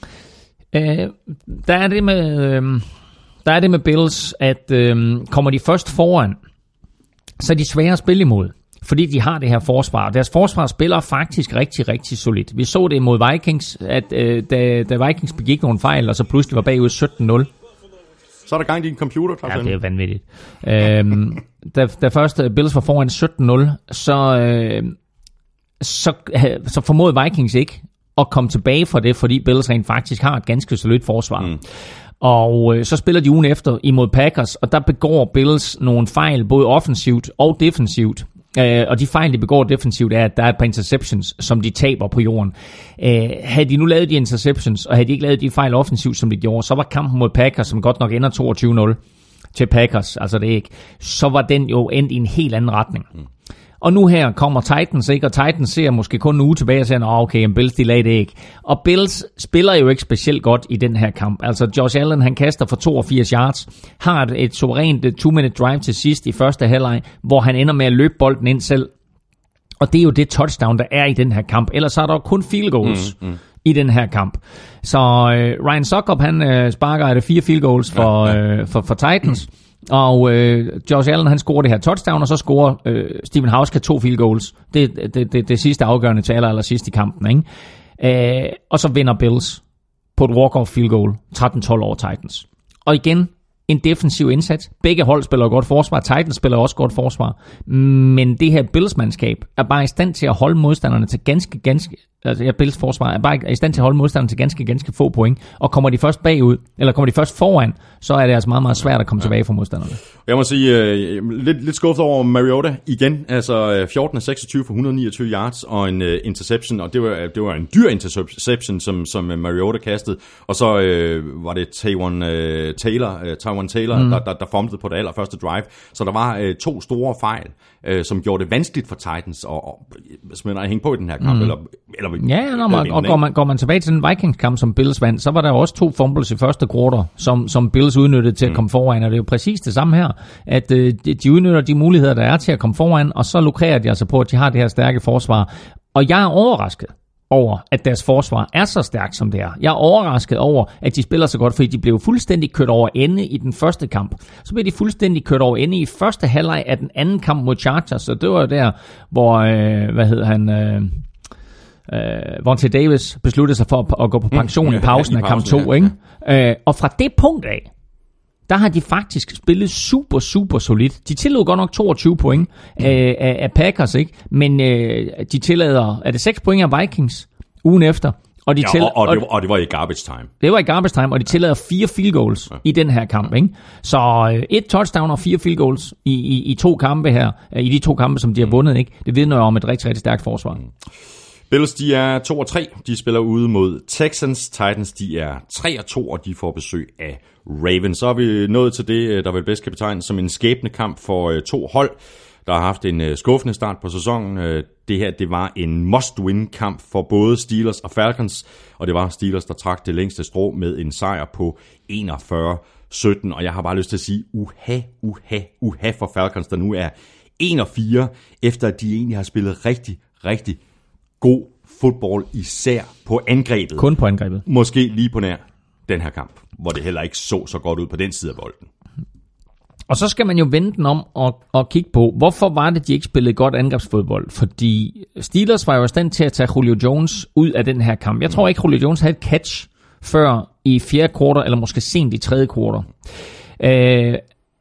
C: Uh, der er det med... Uh... Der er det med Bills, at øhm, kommer de først foran, så er de svære at spille imod, fordi de har det her forsvar. Deres forsvar spiller faktisk rigtig, rigtig solidt. Vi så det mod Vikings, at øh, da, da Vikings begik nogle fejl, og så pludselig var bagud sytten nul.
B: Så er der gang i din computer.
C: Ja, det er vanvittigt. øhm, da, da først Bills var foran sytten nul, så, øh, så, så formodede Vikings ikke at komme tilbage fra det, fordi Bills rent faktisk har et ganske solidt forsvar. Mm. Og øh, så spiller de ugen efter imod Packers, og der begår Bills nogle fejl, både offensivt og defensivt. Øh, og de fejl, de begår defensivt, er, at der er et par interceptions, som de taber på jorden. Øh, havde de nu lavet de interceptions, og havde de ikke lavet de fejl offensivt, som de gjorde, så var kampen mod Packers, som godt nok ender toogtyve nul til Packers, altså det er ikke, så var den jo endt i en helt anden retning. Mm. Og nu her kommer Titans, ikke? Og Titans ser måske kun en uge tilbage og siger, åh, okay, en Bills, de lagde det ikke. Og Bills spiller jo ikke specielt godt i den her kamp. Altså, Josh Allen, han kaster for toogfirs yards, har et, et suverænt two-minute drive til sidst i første halvleg, hvor han ender med at løbe bolden ind selv. Og det er jo det touchdown, der er i den her kamp. Ellers er der kun field goals mm, mm. i den her kamp. Så øh, Ryan Succop, han øh, sparker af det fire field goals for, ja, ja. Øh, for, for Titans. Og øh, Josh Allen, han scorer det her touchdown, og så scorer øh, Stephen Hauschka to field goals. Det er det, det, det sidste afgørende til aller, aller sidst i kampen, ikke? Øh, og så vinder Bills på et walk-off field goal, tretten tolv over Titans. Og igen, en defensiv indsats. Begge hold spiller godt forsvar. Titans spiller også godt forsvar. Men det her Bills-mandskab er bare i stand til at holde modstanderne til ganske, ganske... Altså, ja, Bills forsvar er bare i stand til at holde modstanderne til ganske, ganske få point. Og kommer de først bagud, eller kommer de først foran, så er det altså meget, meget svært at komme ja. tilbage fra modstanderne.
B: Jeg må sige, øh, lidt, lidt skuffet over Mariota igen. Altså fjorten af seksogtyve for et hundrede og niogtyve yards og en øh, interception. Og det var, det var en dyr interception, som, som Mariota kastede. Og så øh, var det Taywan øh, Taylor, øh, Taywan Taylor mm. der, der, der fumblede på det allerførste drive. Så der var øh, to store fejl, øh, som gjorde det vanskeligt for Titans at, at, at hænge på i den her kamp. Mm. Eller, eller
C: Ja, når man, og går man, går man tilbage til den Vikings-kamp, som Bills vandt, så var der også to fumbles i første quarter, som, som Bills udnyttede til at komme foran, og det er jo præcis det samme her, at øh, de udnytter de muligheder, der er til at komme foran, og så lukrerer de altså på, at de har det her stærke forsvar. Og jeg er overrasket over, at deres forsvar er så stærkt, som det er. Jeg er overrasket over, at de spiller så godt, fordi de blev fuldstændig kørt over ende i den første kamp. Så blev de fuldstændig kørt over ende i første halvleg af den anden kamp mod Chargers, så det var der, hvor, øh, hvad hed han... Øh, Uh, Vontae Davis besluttede sig for at, at gå på pension mm, ja, i pausen af kamp to, ja, ikke? Ja. Uh, og fra det punkt af, der har de faktisk spillet super, super solidt. De tillod godt nok toogtyve point uh, af, af Packers, ikke? Men uh, de tillader, er det seks point af Vikings ugen efter? Og, de
B: ja,
C: til,
B: og, og, det var, og det var i garbage time.
C: Det var i garbage time, og de tillader fire field goals ja. i den her kamp, ikke? Så uh, et touchdown og fire field goals i, i, i to kampe her, uh, i de to kampe, som de har vundet, ikke? Det vidner jo om et rigtig, rigtig stærkt forsvar. Mm.
B: Bills, de er to og tre. De spiller ude mod Texans. Titans, de er tre og to, og de får besøg af Ravens. Så er vi nået til det, der vel bedst kan betegnes som en skæbnekamp for to hold, der har haft en skuffende start på sæsonen. Det her, det var en must-win-kamp for både Steelers og Falcons, og det var Steelers, der trak det længste strå med en sejr på enogfyrre sytten. Og jeg har bare lyst til at sige, uha, uha, uha for Falcons, der nu er en og fire, efter at de egentlig har spillet rigtig, rigtig god fodbold, især på angrebet.
C: Kun på angrebet.
B: Måske lige på nær den her kamp, hvor det heller ikke så så godt ud på den side af bolden.
C: Og så skal man jo vende den om og, og kigge på, hvorfor var det, de ikke spillede godt angrebsfodbold? Fordi Steelers var jo i stand til at tage Julio Jones ud af den her kamp. Jeg tror ikke, Julio Jones havde et catch før i fjerde kvartal, eller måske sent i tredje kvartal. Øh,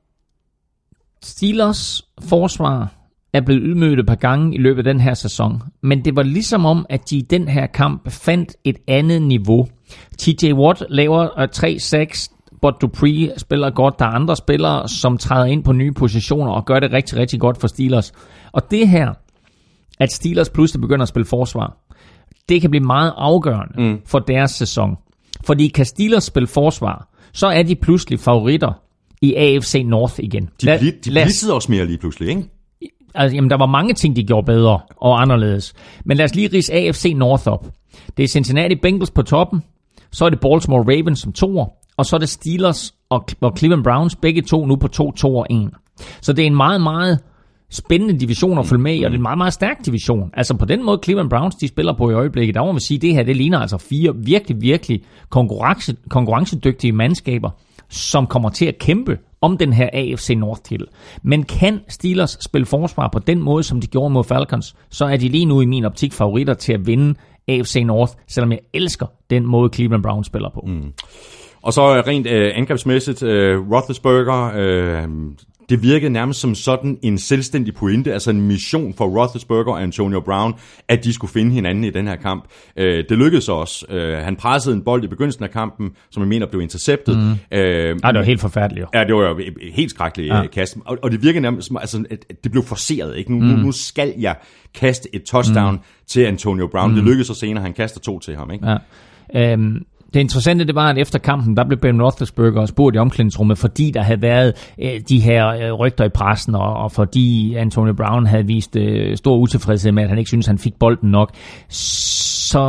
C: Steelers forsvar er blevet ydmyget et par gange i løbet af den her sæson. Men det var ligesom om, at de i den her kamp fandt et andet niveau. T J Watt laver tre seks, Bud Dupree spiller godt. Der er andre spillere, som træder ind på nye positioner og gør det rigtig, rigtig godt for Steelers. Og det her, at Steelers pludselig begynder at spille forsvar, det kan blive meget afgørende mm. for deres sæson. Fordi kan Steelers spille forsvar, så er de pludselig favoritter i A F C North igen.
B: De, Lad, de blitzede også mere lige pludselig, ikke?
C: Altså, jamen, der var mange ting, de gjorde bedre og anderledes. Men lad os lige ridse A F C North op. Det er Cincinnati Bengals på toppen, så er det Baltimore Ravens som toer, og så er det Steelers og, og Cleveland Browns, begge to nu på to, to og en. Så det er en meget, meget spændende division at følge med i, og det er en meget, meget stærk division. Altså på den måde, Cleveland Browns, de spiller på i øjeblikket, der må man sige, det her, det ligner altså fire virkelig, virkelig konkurrence, konkurrencedygtige mandskaber, som kommer til at kæmpe om den her A F C North-titel. Men kan Steelers spille forsvar på den måde, som de gjorde mod Falcons, så er de lige nu i min optik favoritter til at vinde A F C North, selvom jeg elsker den måde, Cleveland Browns spiller på. Mm.
B: Og så rent øh, angrebsmæssigt, øh, Roethlisberger, øh, det virkede nærmest som sådan en selvstændig pointe, altså en mission for Roethlisberger og Antonio Brown, at de skulle finde hinanden i den her kamp. Øh, det lykkedes også. Øh, han pressede en bold i begyndelsen af kampen, som jeg mener blev interceptet. Mm.
C: Øh, Ej, det var helt forfærdeligt.
B: Ja, det var jo helt skrækkeligt ja. kast. Og, og det virkede nærmest som, altså, at det blev forceret. Ikke? Nu, mm. nu, nu skal jeg kaste et touchdown mm. til Antonio Brown. Mm. Det lykkedes så senere, han kaster to til ham. Ikke?
C: Ja. Um Det interessante, det var, at efter kampen, der blev Ben Roethlisberger spurgt i omklædningsrummet, fordi der havde været øh, de her øh, rygter i pressen, og, og fordi Antonio Brown havde vist øh, stor utilfredshed med, at han ikke synes han fik bolden nok. Så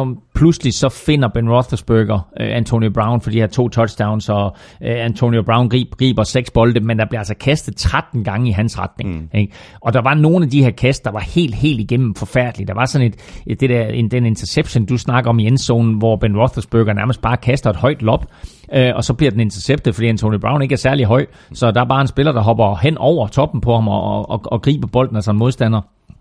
C: pludselig så finder Ben Roethlisberger øh, Antonio Brown for de her to touchdowns, og øh, Antonio Brown griber, griber seks bolde, men der bliver altså kastet tretten gange i hans retning. Mm. Ikke? Og der var nogle af de her kast, der var helt, helt igennem forfærdelige. Der var sådan et, et det der, en, den interception, du snakker om i endzonen, hvor Ben Roethlisberger nærmest bare kaster et højt lob, øh, og så bliver den interceptet, fordi Antonio Brown ikke er særlig høj, så der er bare en spiller, der hopper hen over toppen på ham og, og, og griber bolden af sådan en modstander.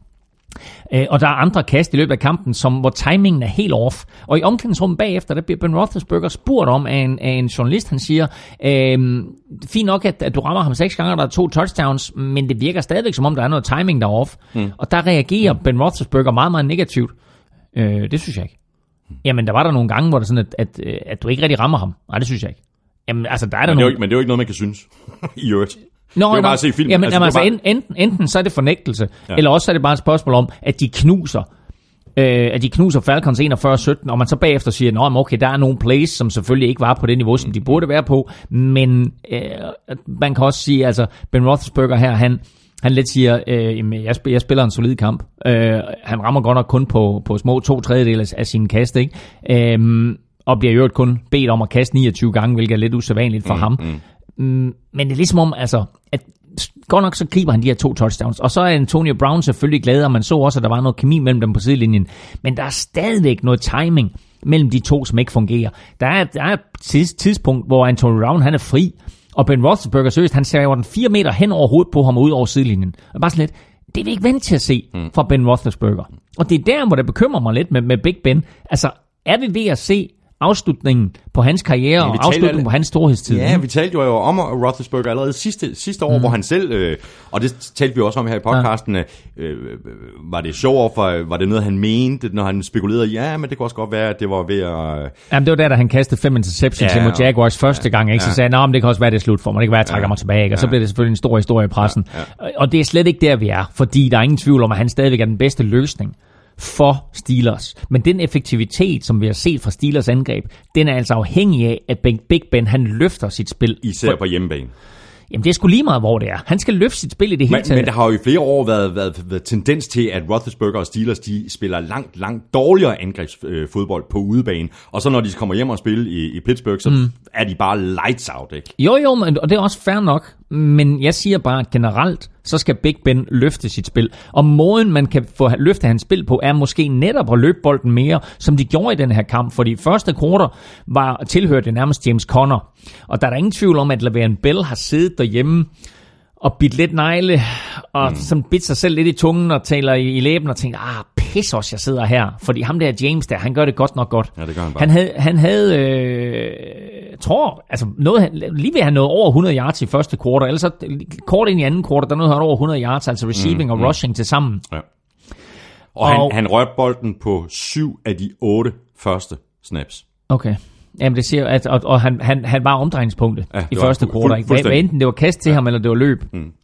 C: Øh, og der er andre kast i løbet af kampen, som, hvor timingen er helt off. Og i omklædningsrummet bagefter, der bliver Ben Roethlisberger spurgt om af en, af en journalist. Han siger, øh, fint nok, at, at du rammer ham seks gange, og der er to touchdowns, men det virker stadigvæk, som om der er noget timing, der er off. Mm. Og der reagerer Ben Roethlisberger meget, meget negativt. Øh, det synes jeg ikke. Jamen, der var der nogle gange, hvor det sådan, at, at, at du ikke rigtig rammer ham. Nej, det synes jeg ikke. Jamen, altså, der er der
B: men, det er
C: nogle...
B: jo, men det er jo ikke noget, man kan synes i øvrigt.
C: Nå,
B: det er jo bare at se film.
C: Jamen, altså, altså,
B: bare...
C: enten, enten så er det fornægtelse, ja. Eller også er det bare et spørgsmål om, at de knuser, øh, at de knuser Falcons enogfyrre sytten, og man så bagefter siger, at okay, der er nogle plays, som selvfølgelig ikke var på det niveau, som de burde være på, men øh, man kan også sige, altså Ben Roethlisberger her, han, han lidt siger, øh, jeg, spiller, jeg spiller en solid kamp. Øh, han rammer godt nok kun på, på små to tredjedele af sine kast, ikke? Øh, og bliver jo kun bedt om at kaste niogtyve gange, hvilket er lidt usædvanligt for mm, ham. Mm. Mm, men det er ligesom om, altså, at godt nok så griber han de her to touchdowns, og så er Antonio Brown selvfølgelig glad, og man så også, at der var noget kemi mellem dem på sidelinjen, men der er stadigvæk noget timing mellem de to, som ikke fungerer. Der er, der er et tidspunkt, hvor Antonio Brown, han er fri, og Ben Roethlisberger seriøst, han ser jo den fire meter hen over hovedet på ham og ud over sidelinjen. Og bare sådan lidt, det er vi ikke vant til at se fra Ben Roethlisberger. Og det er der, hvor det bekymrer mig lidt med, med Big Ben. Altså, er vi ved at se afslutningen på hans karriere, ja, og afslutningen alle... på hans storhedstid?
B: Ja, vi talte jo om Roethlisberger allerede sidste, sidste år, mm. hvor han selv, øh, og det talte vi også om her i podcasten, ja. øh, var det show-off, var det noget, han mente, når han spekulerede, ja, men det kunne også godt være, at det var ved at...
C: Jamen, det var der, da han kastede fem interceptions ja, mod Jaguars første ja, gang, ikke? Så ja. sagde han, men det kan også være, det er slut for mig, det kan være, at jeg trækker ja, mig tilbage, ikke? Og ja. så blev det selvfølgelig en stor historie i pressen. Ja, ja. Og det er slet ikke der, vi er, fordi der er ingen tvivl om, at han stadigvæk er den bedste løsning for Steelers. Men den effektivitet, som vi har set fra Steelers angreb, den er altså afhængig af, at Big Ben, han løfter sit spil.
B: Især for, på hjemmebane.
C: Jamen, det er sgu lige meget, hvor det er. Han skal løfte sit spil i det hele
B: men,
C: taget.
B: Men der har jo i flere år været, været, været tendens til, at Roethlisberger og Steelers, de spiller langt, langt dårligere angrebsfodbold på udebane. Og så når de kommer hjem og spiller i, i Pittsburgh, så mm. er de bare lights out, ikke?
C: Jo, jo, men, og det er også fair nok. Men jeg siger bare, at generelt, så skal Big Ben løfte sit spil. Og måden, man kan få løfte hans spil på, er måske netop at løbe bolden mere, som de gjorde i den her kamp. Fordi første kvartal var tilhørte nærmest James Conner. Og der er der ingen tvivl om, at Le'Veon Bell har siddet derhjemme og bidt lidt negle, og mm. sådan bidt sig selv lidt i tungen og taler i, i læben og tænker, ah, pis også, jeg sidder her. Fordi ham der James der, han gør det godt nok godt.
B: Ja, det gør han bare.
C: Han havde, han havde øh, tror, altså noget, lige ved at han nåede over hundrede yards i første kvartal, ellers så kort ind i anden kvartal, der nåede han over hundrede yards, altså receiving mm, og rushing mm. til sammen. Ja.
B: Og, og han, han rørte bolden på syv af de otte første snaps.
C: Okay. Jamen det siger, at, og, og han, han, han var omdrejningspunktet ja, i første kvartal. Fu- Hvad enten det var kast til ja. ham, eller det var løb. Mm.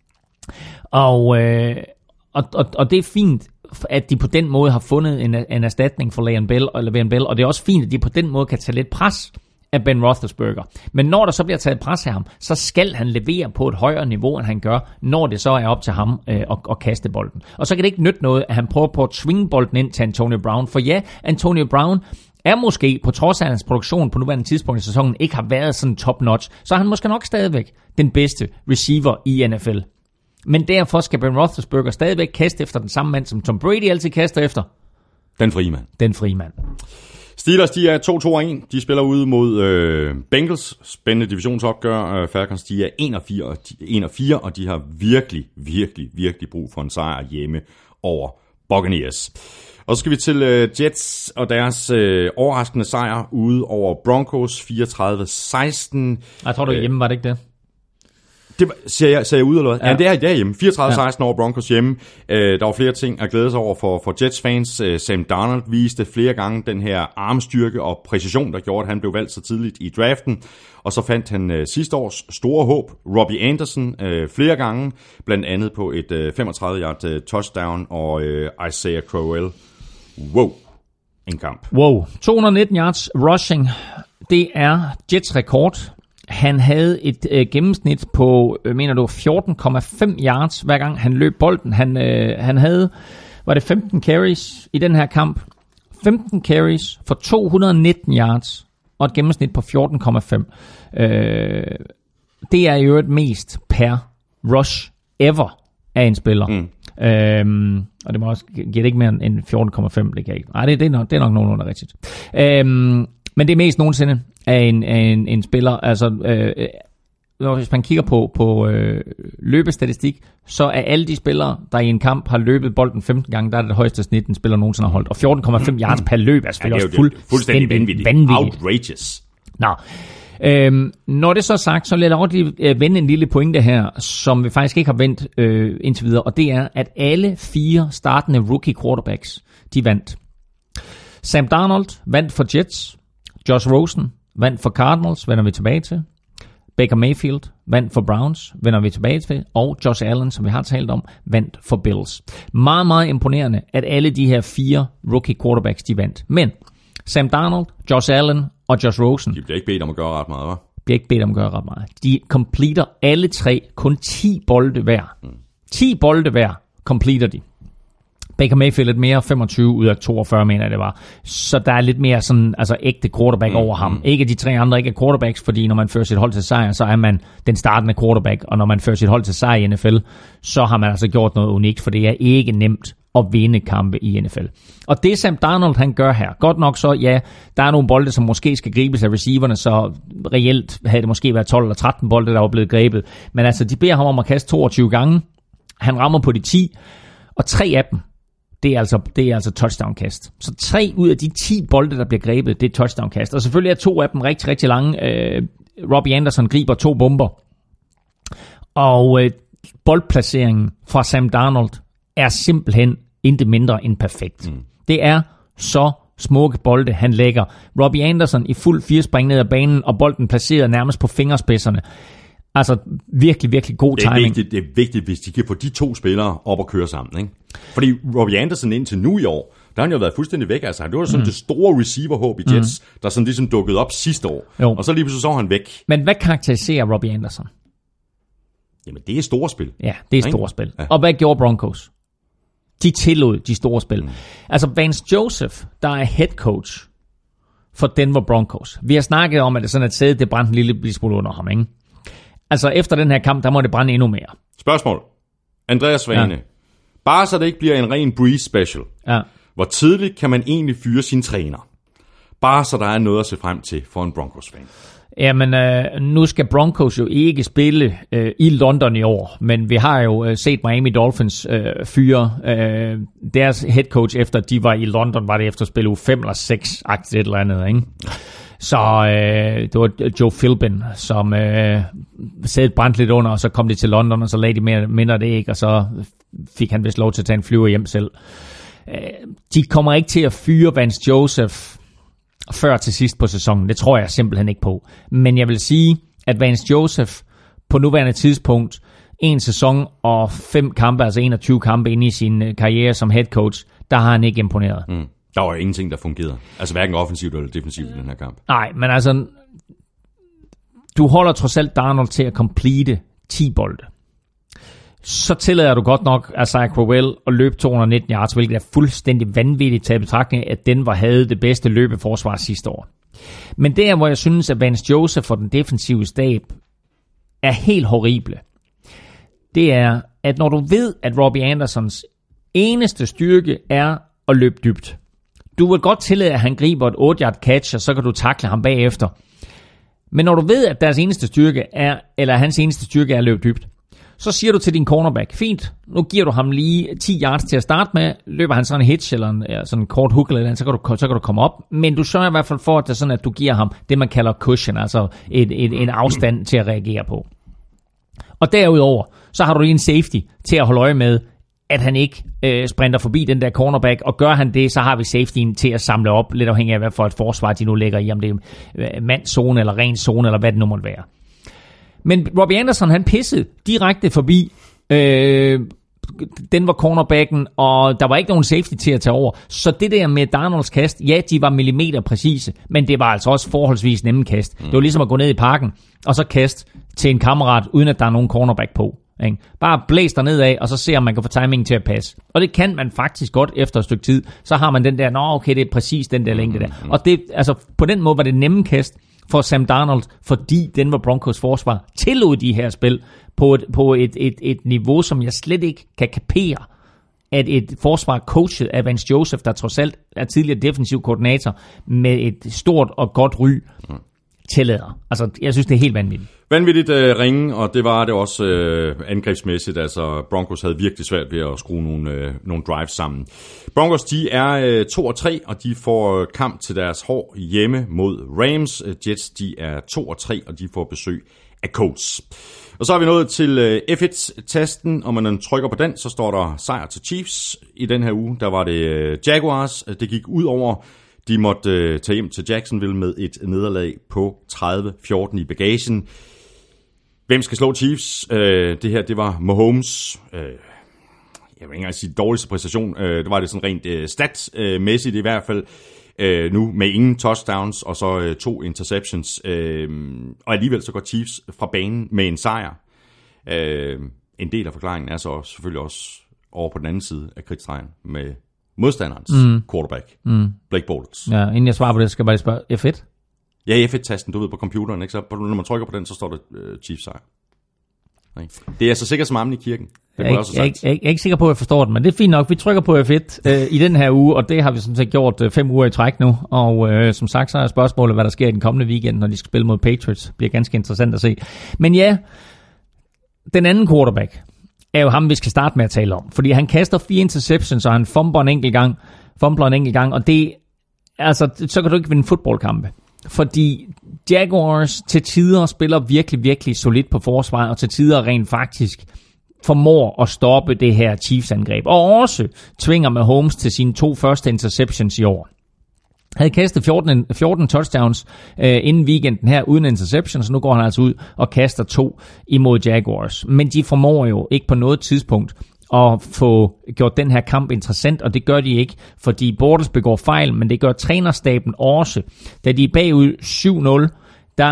C: Og, øh, og, og, og det er fint, at de på den måde har fundet en, en erstatning for Le'Veon Bell, og Le'Veon Bell, og det er også fint, at de på den måde kan tage lidt pres af Ben Roethlisberger. Men når der så bliver taget pres af ham, så skal han levere på et højere niveau, end han gør, når det så er op til ham øh, at, at kaste bolden. Og så kan det ikke nytte noget, at han prøver på at swinge bolden ind til Antonio Brown. For ja, Antonio Brown er måske, på trods af hans produktion på nuværende tidspunkt i sæsonen, ikke har været sådan top-notch, så er han måske nok stadigvæk den bedste receiver i N F L. Men derfor skal Ben Roethlisberger stadigvæk kaste efter den samme mand, som Tom Brady altid kaster efter.
B: Den frie mand.
C: Den frie mand.
B: Steelers, de er to to en. De spiller ude mod øh, Bengals. Spændende divisionsopgør. Øh, Falcons, de er en og fire, og de har virkelig, virkelig, virkelig brug for en sejr hjemme over Buccaneers. Og så skal vi til øh, Jets og deres øh, overraskende sejr ude over Broncos fireogtredive seksten.
C: Jeg tror du hjemme, var det ikke det?
B: Det var, ser, jeg, ser jeg ud eller hvad? Ja, ja det er det er hjemme. fireogtredive seksten ja. Over Broncos hjemme. Øh, der var flere ting at glæde sig over for, for Jets-fans. Øh, Sam Darnold viste flere gange den her armstyrke og præcision, der gjorde, at han blev valgt så tidligt i draften. Og så fandt han øh, sidste års store håb, Robbie Anderson, øh, flere gange. Blandt andet på et øh, femogtredive yard øh, touchdown og øh, Isaiah Crowell. Wow, en kamp.
C: Wow, to hundrede nitten yards rushing. Det er Jets rekord. Han havde et øh, gennemsnit på, øh, mener du, fjorten komma fem yards, hver gang han løb bolden. Han, øh, han havde, var det femten carries i den her kamp femten carries for to hundrede nitten yards og et gennemsnit på fjorten komma fem. Øh, det er jo et mest per rush ever af en spiller. Mm. Øhm, og det må også give det ikke mere end fjorten komma fem, det kan ikke. Nej, det, det, er nok, det er nok nogenlunde rigtigt. Øhm, men det er mest nogensinde af en, af en, en spiller. Altså, øh, hvis man kigger på, på øh, løbestatistik, så er alle de spillere, der i en kamp har løbet bolden femten gange, der er det højeste snit, en spiller nogensinde har holdt. Og fjorten komma fem yards per løb er selvfølgelig ja, er også fuld, fuldstændig vanvittigt. vanvittigt.
B: Outrageous.
C: Nå. Øhm, når det så er sagt, så vil jeg også lige øh, vende en lille pointe her, som vi faktisk ikke har vendt øh, indtil videre, og det er, at alle fire startende rookie quarterbacks, de vandt. Sam Darnold vandt for Jets, Josh Rosen vandt for Cardinals, vender vi tilbage til, Baker Mayfield vandt for Browns, vender vi tilbage til, og Josh Allen, som vi har talt om, vandt for Bills. Meget, meget imponerende, at alle de her fire rookie quarterbacks, de vandt. Men Sam Darnold, Josh Allen og Josh Rosen,
B: de bliver ikke bedt om at gøre ret meget, hva'?
C: bliver ikke bedt om at gøre ret meget. De completer alle tre kun ti bolde hver. Mm. ti bolde hver completer de. Baker Mayfield lidt mere, femogtyve ud af toogfyrre, mener jeg det var. Så der er lidt mere sådan, altså ægte quarterback mm, over ham. Mm. Ikke de tre andre ikke er quarterbacks, fordi når man fører sit hold til sejr, så er man den startende quarterback. Og når man fører sit hold til sejr i N F L, så har man altså gjort noget unikt, for det er ikke nemt at vinde kampe i N F L. Og det Sam Darnold han gør her, godt nok så, ja, der er nogle bolde, som måske skal gribes af receiverne, så reelt havde det måske været tolv eller tretten bolde, der var blevet grebet. Men altså, de beder ham om at kaste toogtyve gange. Han rammer på de ti, og tre af dem, det er altså, det er altså touchdown-kast. Så tre ud af de ti bolde, der bliver grebet, det er touchdown-kast. Og selvfølgelig er to af dem rigtig, rigtig lange. Øh, Robbie Anderson griber to bomber. Og øh, boldplaceringen fra Sam Darnold er simpelthen intet mindre end perfekt. Mm. Det er så smukke bolde, han lægger. Robbie Anderson i fuld firespring ned ad banen, og bolden placeret nærmest på fingerspidserne. Altså virkelig, virkelig god timing.
B: Det er vigtigt, det er vigtigt, hvis de kan få de to spillere op og køre sammen. Ikke? Fordi Robbie Anderson indtil nu i år, der har han jo været fuldstændig væk. Altså, det var sådan mm. det store receiver-håb i Jets, mm. der sådan ligesom dukkede op sidste år. Jo. Og så lige pludselig så han væk.
C: Men hvad karakteriserer Robbie Anderson?
B: Jamen, det er store spil.
C: Ja, det er store spil. Ja. Og hvad gjorde Broncos? De tillod de store spil. Mm. Altså Vance Joseph, der er head coach for Denver Broncos. Vi har snakket om, at det sådan et sæde, det brændte en lille smule under ham, ikke? Altså efter den her kamp, der må det brænde endnu mere.
B: Spørgsmål. Andreas Svane. Ja. Bare så det ikke bliver en ren Breeze special. Ja. Hvor tidligt kan man egentlig fyre sin træner? Bare så der er noget at se frem til for en Broncos-fan.
C: Jamen, øh, nu skal Broncos jo ikke spille øh, i London i år, men vi har jo øh, set Miami Dolphins øh, fyre øh, deres head coach efter, de var i London, var det efter at spille uge fem eller seks-agtigt et eller andet, ikke? Så øh, det var Joe Philbin, som øh, sad brændt lidt under, og så kom de til London, og så lagde de mere, mindre det ikke, og så fik han vist lov til at tage en flyver hjem selv. Øh, de kommer ikke til at fyre Vance Joseph før til sidst på sæsonen. Det tror jeg simpelthen ikke på. Men jeg vil sige, at Vance Joseph på nuværende tidspunkt, en sæson og fem kampe, altså enogtyve kampe inde i sin karriere som head coach, der har han ikke imponeret. Mm.
B: Der var ingenting, der fungerede. Altså hverken offensivt eller defensivt i den her kamp.
C: Nej, men altså, du holder trods alt Darnold til at complete ti bolde. Så tillader du godt nok Isaiah Crowell at løbe to hundrede nitten yards, hvilket er fuldstændig vanvittigt til betragtning, at Denver havde det bedste løbeforsvar sidste år. Men der, hvor jeg synes, at Vance Joseph og den defensive stab er helt horrible, det er, at når du ved, at Robbie Andersons eneste styrke er at løbe dybt. Du vil godt tillade, at han griber et otte-yard catch, og så kan du takle ham bagefter. Men når du ved, at deres eneste styrke er, eller hans eneste styrke er at løbe dybt, så siger du til din cornerback, fint, nu giver du ham lige ti yards til at starte med, løber han sådan en hitch eller en, ja, sådan en kort hook eller andet, så kan, du, så kan du komme op, men du sørger i hvert fald for, at det er sådan, at du giver ham det, man kalder cushion, altså et, et, en afstand til at reagere på. Og derudover, så har du lige en safety til at holde øje med, at han ikke øh, sprinter forbi den der cornerback, og gør han det, så har vi safetyen til at samle op, lidt afhængig af, hvad for et forsvar de nu lægger i, om det er mandzone eller ren zone, eller hvad det nu måtte være. Men Robbie Anderson, han pissede direkte forbi øh, den var cornerbacken, og der var ikke nogen safety til at tage over. Så det der med Darnolds kast, ja, de var millimeter præcise, men det var altså også forholdsvis nemme kast. Mm. Det var ligesom at gå ned i parken, og så kast til en kammerat, uden at der er nogen cornerback på. Ikke? Bare blæs der nedad, og så se, om man kan få timingen til at passe. Og det kan man faktisk godt efter et stykke tid. Så har man den der, nå okay, det er præcis den der længde der. Og det, altså, på den måde var det nemme kast for Sam Darnold, fordi Denver Broncos forsvar tillod de her spil på et, på et, et, et niveau, som jeg slet ikke kan kapere, at et forsvar coachet af Vance Joseph, der trods alt er tidligere defensiv koordinator, med et stort og godt ry, tillader. Altså, jeg synes, det er helt vanvittigt.
B: Vanvittigt øh, ringe, og det var det også øh, angrebsmæssigt. Altså, Broncos havde virkelig svært ved at skrue nogle, øh, nogle drives sammen. Broncos, de er øh, to og tre, og de får kamp til deres hår hjemme mod Rams. Jets, de er to og tre, og de får besøg af Colts. Og så er vi nået til øh, F et-tasten, og når man trykker på den, så står der sejr til Chiefs. I den her uge, der var det øh, Jaguars. Det gik ud over. De måtte øh, tage hjem til Jacksonville med et nederlag på tredive fjorten i bagagen. Hvem skal slå Chiefs? Øh, det her, det var Mahomes. Øh, jeg vil ikke engang sige dårligste præstation. Øh, det var det sådan rent øh, stat-mæssigt i hvert fald. Øh, nu med ingen touchdowns og så øh, to interceptions. Øh, og alligevel så går Chiefs fra banen med en sejr. Øh, en del af forklaringen er så selvfølgelig også over på den anden side af kridtstregen med modstanderens mm. quarterback, mm. Blake Bortles.
C: Ja, inden jeg svarer på det, skal jeg bare spørge, F et?
B: Ja, F et-tasten, du ved, på computeren, ikke? Så når man trykker på den, så står der uh, Chiefs sejr. Det er så sikkert som amen i kirken. Det
C: jeg, er ikke, jeg, jeg, jeg er ikke sikker på, at jeg forstår det, men det er fint nok. Vi trykker på F et øh, i den her uge, og det har vi sådan set gjort øh, fem uger i træk nu. Og øh, som sagt, så er spørgsmålet, hvad der sker i den kommende weekend, når de skal spille mod Patriots. Det bliver ganske interessant at se. Men ja, den anden quarterback er jo ham, vi skal starte med at tale om. Fordi han kaster fire interceptions, og han fumbler en enkelt gang, fumbler en enkelt gang, og det, altså, så kan du ikke vinde fodboldkampe. Fordi Jaguars til tider spiller virkelig, virkelig solidt på forsvar, og til tider rent faktisk formår at stoppe det her Chiefs-angreb. Og også tvinger Mahomes til sine to første interceptions i år. Havde kastet fjorten, fjorten touchdowns øh, inden weekenden her uden interceptions, så nu går han altså ud og kaster to imod Jaguars. Men de formår jo ikke på noget tidspunkt at få gjort den her kamp interessant, og det gør de ikke, fordi Bortles begår fejl, men det gør trænerstaben også. Da de er bagud syv nul, der,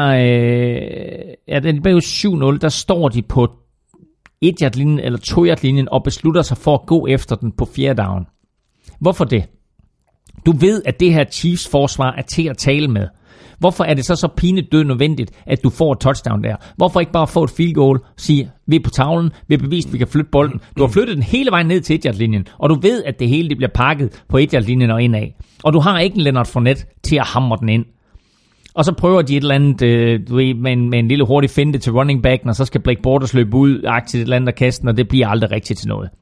C: øh, ja, da de er bagud syv nul, der står de på et-yard-linjen eller to-yard-linjen og beslutter sig for at gå efter den på fjerde down. Hvorfor det? Du ved, at det her Chiefs forsvar er til at tale med. Hvorfor er det så så pinligt død nødvendigt, at du får et touchdown der? Hvorfor ikke bare få et field goal, sige, vi er på tavlen, vi har bevist, at vi kan flytte bolden. Du har flyttet den hele vejen ned til et-yard-linjen, og du ved, at det hele det bliver pakket på et-yard-linjen og indad. Og du har ikke en Leonard Fournette til at hamre den ind. Og så prøver de et eller andet øh, du ved, med, en, med en lille hurtig finte til running backen, og så skal Blake Bortles løbe ud, aktivt et eller andet af kasten, og det bliver aldrig rigtigt til noget.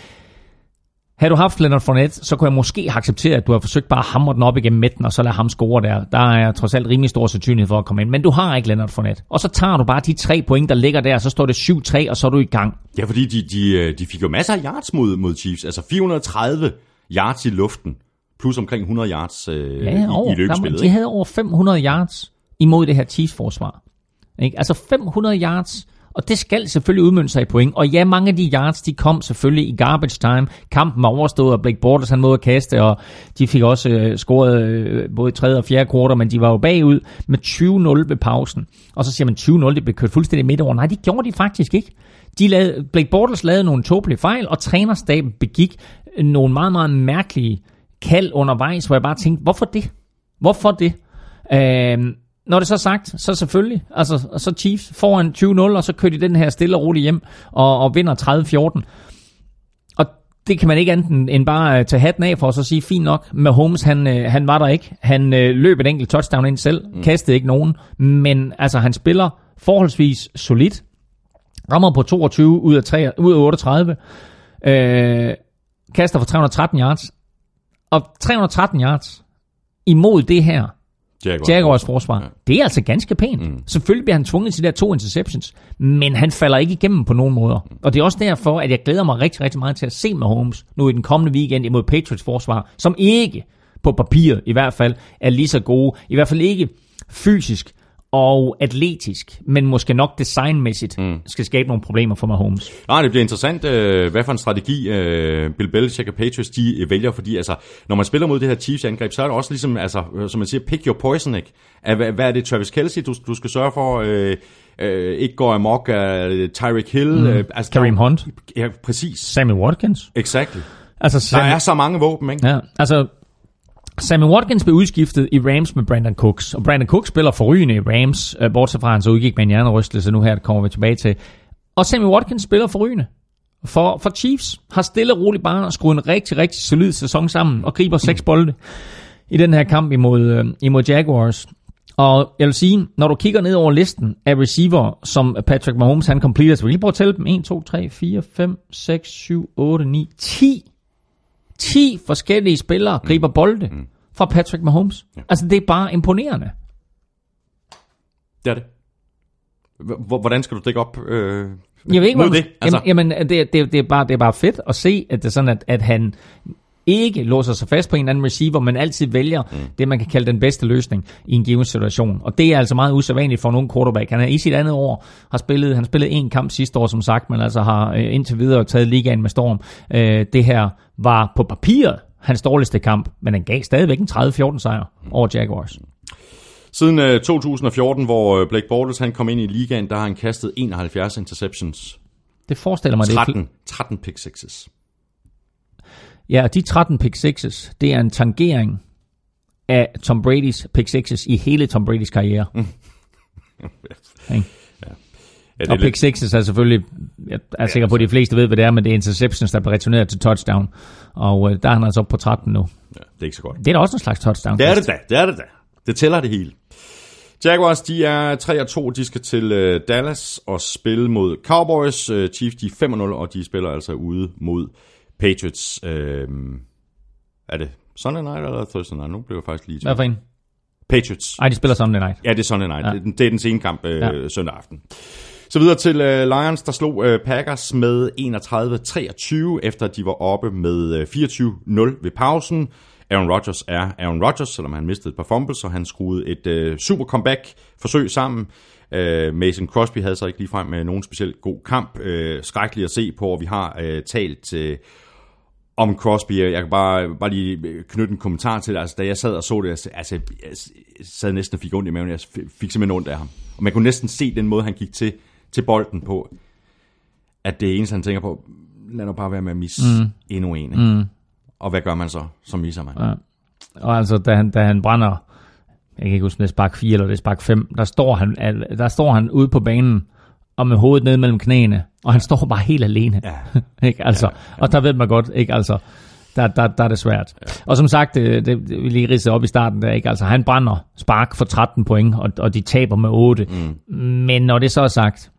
C: Havde du haft Leonard Fournette, så kunne jeg måske have accepteret, at du har forsøgt bare at hamre den op igennem midten, og så lade ham score der. Der er trods alt rimelig stor sandsynlighed for at komme ind. Men du har ikke Leonard Fournette. Og så tager du bare de tre point, der ligger der, og så står det syv tre, og så er du i gang.
B: Ja, fordi de, de, de fik jo masser af yards mod, mod Chiefs. Altså fire hundrede og tredive yards i luften, plus omkring hundrede yards øh,
C: ja, over,
B: i, i løbespillet.
C: De havde over fem hundrede yards imod det her Chiefs-forsvar. Ikke? Altså fem hundrede yards. Og det skal selvfølgelig udmønte sig i point. Og ja, mange af de yards, de kom selvfølgelig i garbage time. Kampen var overstået, og Blake Bortles han måtte kaste, og de fik også øh, scoret øh, både tredje og fjerde kvartal, men de var jo bagud med tyve nul ved pausen. Og så siger man tyve nul, det blev kørt fuldstændig midt over. Nej, det gjorde de faktisk ikke. De lavede, Blake Bortles lavede nogle tåbelige fejl, og trænerstaben begik nogle meget, meget mærkelige kald undervejs, hvor jeg bare tænkte, hvorfor det? Hvorfor det? Øh, Når det så er sagt, så selvfølgelig, altså så Chiefs foran tyve nul, og så kører de den her stille og roligt hjem, og, og vinder tredive fjorten. Og det kan man ikke andet end bare tage hatten af for, og så sige, fint nok, Mahomes, han, han var der ikke. Han løb et enkelt touchdown ind selv, mm. kastede ikke nogen, men altså han spiller forholdsvis solidt, rammer på toogtyve ud af, tre, ud af otteogtredive, øh, kaster for tre hundrede og tretten yards, og tre hundrede og tretten yards imod det her Jaguars, Jaguars forsvar. Ja. Det er altså ganske pænt. Mm. Selvfølgelig bliver han tvunget til de der to interceptions, men han falder ikke igennem på nogen måder. Mm. Og det er også derfor, at jeg glæder mig rigtig, rigtig meget til at se Mahomes nu i den kommende weekend imod Patriots forsvar, som ikke på papiret i hvert fald er lige så gode, i hvert fald ikke fysisk og atletisk, men måske nok designmæssigt, mm. skal skabe nogle problemer for Mahomes.
B: Nej, det bliver interessant, øh, hvad for en strategi øh, Bill Belichick og Patriots de vælger, fordi altså, når man spiller mod det her Chiefs-angreb, så er det også ligesom, altså, som man siger, pick your poison, ikke? Hvad, hvad er det, Travis Kelce, du, du skal sørge for, øh, øh, ikke går amok af Tyreek Hill?
C: Mm.
B: Øh, altså,
C: Kareem Hunt.
B: Ja, præcis.
C: Sammy Watkins.
B: Exactly.
C: Altså,
B: Sam- der er så mange våben, ikke?
C: Ja, altså... Sammy Watkins blev udskiftet i Rams med Brandon Cooks, og Brandon Cooks spiller forrygende i Rams, øh, bortset fra han så udgik med en hjernerystelse, nu her det kommer vi tilbage til. Og Sammy Watkins spiller forrygende for, for Chiefs, har stille og roligt bare skruet en rigtig, rigtig solid sæson sammen, og griber seks bolde i den her kamp imod, øh, imod Jaguars. Og jeg vil sige, når du kigger ned over listen af receiver, som Patrick Mahomes han completer, så vil jeg lige prøve at tælle dem. en, to, tre, fire, fem, seks, syv, otte, ni, ti ti forskellige spillere griber bolde mm. fra Patrick Mahomes. Ja. Altså, det er bare imponerende.
B: Det er det. Hvordan skal du dække op øh,
C: jeg ved ikke,
B: mod
C: man,
B: det? Altså.
C: Jamen, jamen det, det, det, er bare, det er bare fedt at se, at det er sådan, at, at han ikke låser sig fast på en anden receiver, men altid vælger mm. det, man kan kalde den bedste løsning i en given situation. Og det er altså meget usædvanligt for en ung quarterback. Han er i sit andet år, har spillet, han spillede en kamp sidste år, som sagt, men altså har øh, indtil videre taget ligaen med storm. Øh, det her var på papiret hans dårligste kamp, men han gav stadigvæk en tredive fjorten sejr over Jaguars.
B: Siden øh, to tusind og fjorten, hvor Blake Bortles han kom ind i ligaen, der har han kastet enoghalvfjerds interceptions.
C: Det forestiller mig,
B: tretten,
C: det er...
B: tretten pick sixes.
C: Ja, og de tretten pick sixes, det er en tangering af Tom Brady's pick sixes i hele Tom Brady's karriere. Mm. ja. Ja, og pick sixes er selvfølgelig, jeg er sikker på, at de fleste ved, hvad det er, men det er interceptions, der bliver returneret til touchdown. Og øh, der er han altså op på tretten nu.
B: Ja, det er ikke så godt.
C: Det er da også en slags touchdown.
B: Det er det da, det er det da. Det tæller det hele. Jaguars, de er tre og to, de skal til øh, Dallas og spille mod Cowboys. Øh, Chiefs, de er fem og nul, og de spiller altså ude mod Patriots. Øh, er det Sunday night eller Thursday night? Nu bliver jeg faktisk lige til.
C: Hvad for en?
B: Patriots.
C: Nej, de spiller Sunday night.
B: Ja, det er Sunday night. Ja. Det, det er den sene kamp øh, ja. søndag aften. Så videre til øh, Lions, der slog øh, Packers med enogtredive treogtyve, efter de var oppe med øh, fireogtyve nul ved pausen. Aaron Rodgers er Aaron Rodgers, selvom han mistede et par fumbles, så han skruede et øh, super comeback-forsøg sammen. Øh, Mason Crosby havde så ikke ligefrem med nogen specielt god kamp. Øh, skrækkeligt at se på, og vi har øh, talt øh, om Crosby. Jeg kan bare, bare lige knytte en kommentar til det. Altså, da jeg sad og så det, altså, jeg sad næsten og fik ondt i maven. Jeg fik simpelthen ondt af ham. Og man kunne næsten se den måde, han gik til, til bolden på, at det eneste, han tænker på, lad nu bare være med at misse mm. endnu en. Ikke? Mm. Og hvad gør man så, som misser man?
C: Ja. Og altså, da han, da han brænder, jeg kan ikke huske, det er spark fire eller det er spark fem, der står han, der står han ude på banen, og med hovedet ned mellem knæene, og han står bare helt alene. Ja. ikke, altså, ja, ja. Og der ved man godt, ikke, altså, der, der, der er det svært. Ja. Og som sagt, det, det vi lige ridset op i starten, der, ikke, altså, han brænder spark for tretten point, og, og de taber med otte. Mm. Men når det så er sagt,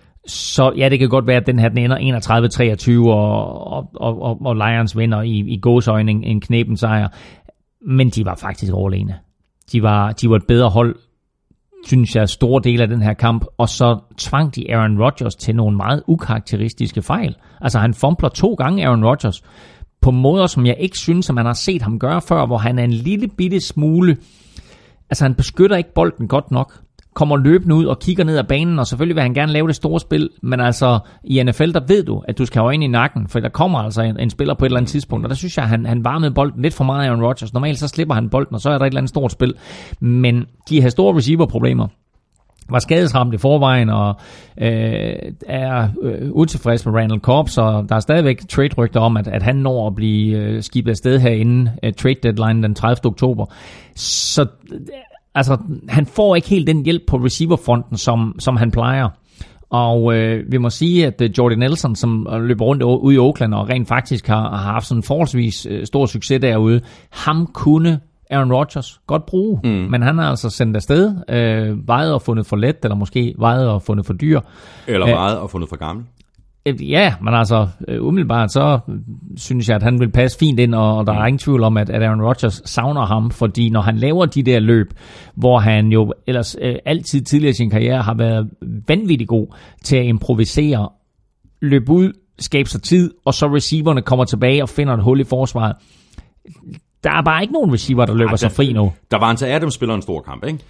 C: så ja, det kan godt være, at den her den ender enogtredive treogtyve, og, og, og, og Lions vinder i, i gåseøjne en, en knepen sejr. Men de var faktisk overlegne. De var, de var et bedre hold, synes jeg, store del af den her kamp, og så tvang de Aaron Rodgers til nogle meget ukarakteristiske fejl. Altså, han fumbler to gange Aaron Rodgers, på måder, som jeg ikke synes, at man har set ham gøre før, hvor han er en lille bitte smule, altså han beskytter ikke bolden godt nok, kommer løbende ud og kigger ned ad banen, og selvfølgelig vil han gerne lave det store spil, men altså i N F L, der ved du, at du skal have øjne i nakken, for der kommer altså en, en spiller på et eller andet tidspunkt, og der synes jeg, at han, han varmede bolden lidt for meget, Aaron Rodgers. Normalt så slipper han bolden, og så er der et eller andet stort spil, men de her store receiver-problemer var skadesramt i forvejen, og øh, er øh, utilfreds med Randall Cobb, så der er stadigvæk trade-rygter om, at, at han når at blive øh, skibet afsted herinde, øh, trade deadline den tredivte oktober. Så øh, altså, han får ikke helt den hjælp på receiverfronten, som, som han plejer. Og øh, vi må sige, at øh, Jordy Nelson, som løber rundt ude i Oakland, og rent faktisk har, har haft sådan en forholdsvis øh, stor succes derude, ham kunne Aaron Rodgers godt bruge, mm. men han har altså sendt afsted, øh, vejet og fundet for let, eller måske vejet og fundet for dyr.
B: Eller vejet og fundet for gammel.
C: Øh, ja, men altså øh, umiddelbart så øh, synes jeg, at han vil passe fint ind, og, og der mm. er ingen tvivl om, at, at Aaron Rodgers savner ham, fordi når han laver de der løb, hvor han jo ellers øh, altid tidligere i sin karriere har været vanvittig god til at improvisere, løbe ud, skabe sig tid, og så receiverne kommer tilbage og finder et hul i forsvaret. Der er bare ikke nogen receiver, der løber Ej, der, sig fri nu.
B: Der var en til Adams spiller en stor kamp, ikke?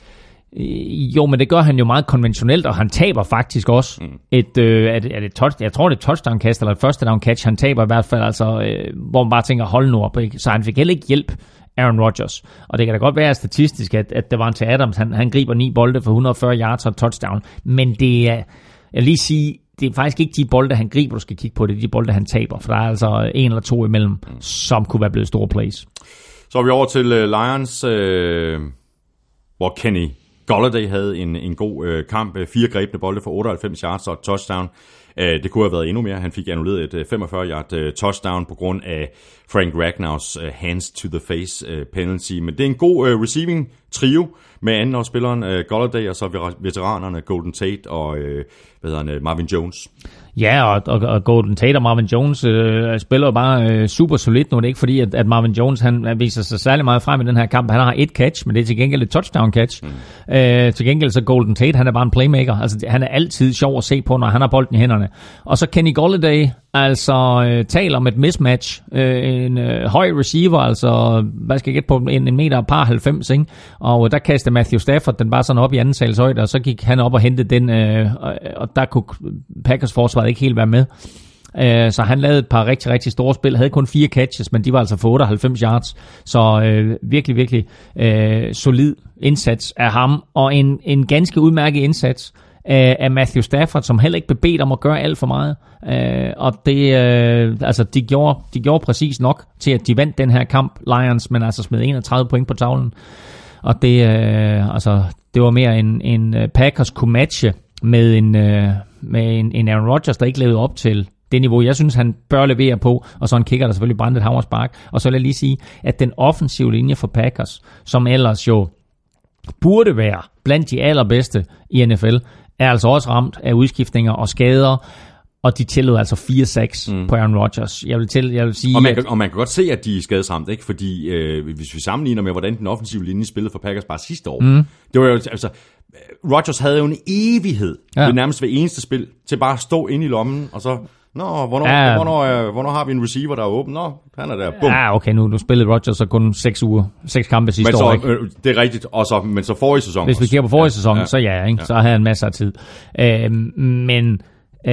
C: Jo, men det gør han jo meget konventionelt, og han taber faktisk også mm. et, øh, er det, er det touch, jeg tror det er et touchdown-kast, eller et første down-catch, han taber i hvert fald, altså, øh, hvor man bare tænker, hold nu op, ikke? Så han fik heller ikke hjælp, Aaron Rodgers. Og det kan da godt være statistisk, at, at det var en til Adams, han, han griber ni bolde for et hundrede og fyrre yards og touchdown, men det er, jeg vil lige sige, det er faktisk ikke de bolde, han griber, du skal kigge på, det er de bolde, han taber, for der er altså en eller to imellem, mm. som kunne være blevet store plays. Så
B: er vi over til uh, Lions, øh, hvor Kenny Golladay havde en, en god øh, kamp. Fire grebne bolde for otteoghalvfems yards og et touchdown. Øh, det kunne have været endnu mere. Han fik annulleret et femogfyrre yard øh, touchdown på grund af Frank Ragnars øh, hands to the face øh, penalty. Men det er en god øh, receiving trio med andenårsspilleren øh, Golladay, og så veteranerne Golden Tate og øh, hvad hedder han, Marvin Jones.
C: Ja, og, og, og Golden Tate og Marvin Jones øh, spiller jo bare øh, super solidt nu. Det er ikke fordi, at, at Marvin Jones han viser sig særlig meget frem i den her kamp. Han har et catch, men det er til gengæld et touchdown catch. Mm. Øh, til gengæld så Golden Tate, han er bare en playmaker. Altså, han er altid sjov at se på, når han har bolden i hænderne. Og så Kenny Golladay, altså øh, taler om et mismatch. Øh, en øh, høj receiver, altså hvad skal jeg gætte på, en, en meter og par halvfems, ikke? Og der kastede Matthew Stafford den bare sådan op i anden sals højde, og så gik han op og hentede den, øh, og, og der kunne Packers forsvaret ikke helt være med. Øh, så han lavede et par rigtig, rigtig store spil, havde kun fire catches, men de var altså for otteoghalvfems yards, så øh, virkelig, virkelig øh, solid indsats af ham, og en, en ganske udmærket indsats af Matthew Stafford, som heller ikke blev bedt om at gøre alt for meget. Øh, og det, øh, altså, de gjorde, de gjorde præcis nok til, at de vandt den her kamp, Lions, men altså smed enogtredive point på tavlen. Og det, øh, altså, det var mere en, en Packers kunne matche med en, øh, med en, en Aaron Rodgers, der ikke levede op til det niveau, jeg synes, han bør levere på, og så en kicker, der selvfølgelig brændte et hammerspark. Og så vil jeg lige sige, at den offensive linje for Packers, som ellers jo burde være blandt de allerbedste i N F L, er altså også ramt af udskiftninger og skader, og de tillod altså fire seks mm. på Aaron Rodgers. Jeg vil, til, jeg vil sige,
B: og, man kan,
C: at,
B: og man kan godt se, at de er skadesramt, ikke? Fordi øh, hvis vi sammenligner med, hvordan den offensive linje spillede for Packers bare sidste år, mm. det var jo, altså, Rodgers havde jo en evighed, ja. ved nærmest ved eneste spil, til bare at stå inde i lommen, og så, nå, hvornår, ja. hvornår, øh, hvornår har vi en receiver, der er åben? Nå, han er der, bum.
C: Ja, okay, nu, nu spillede Rodgers så kun seks uger, seks kampe sidste
B: men så,
C: år, ikke?
B: Øh, det er rigtigt, og så, men så forrige sæson
C: Hvis
B: også.
C: vi kigger på forrige ja. sæson,
B: ja.
C: så ja, ikke?
B: Ja.
C: Så havde han masser af tid. Øh, men øh,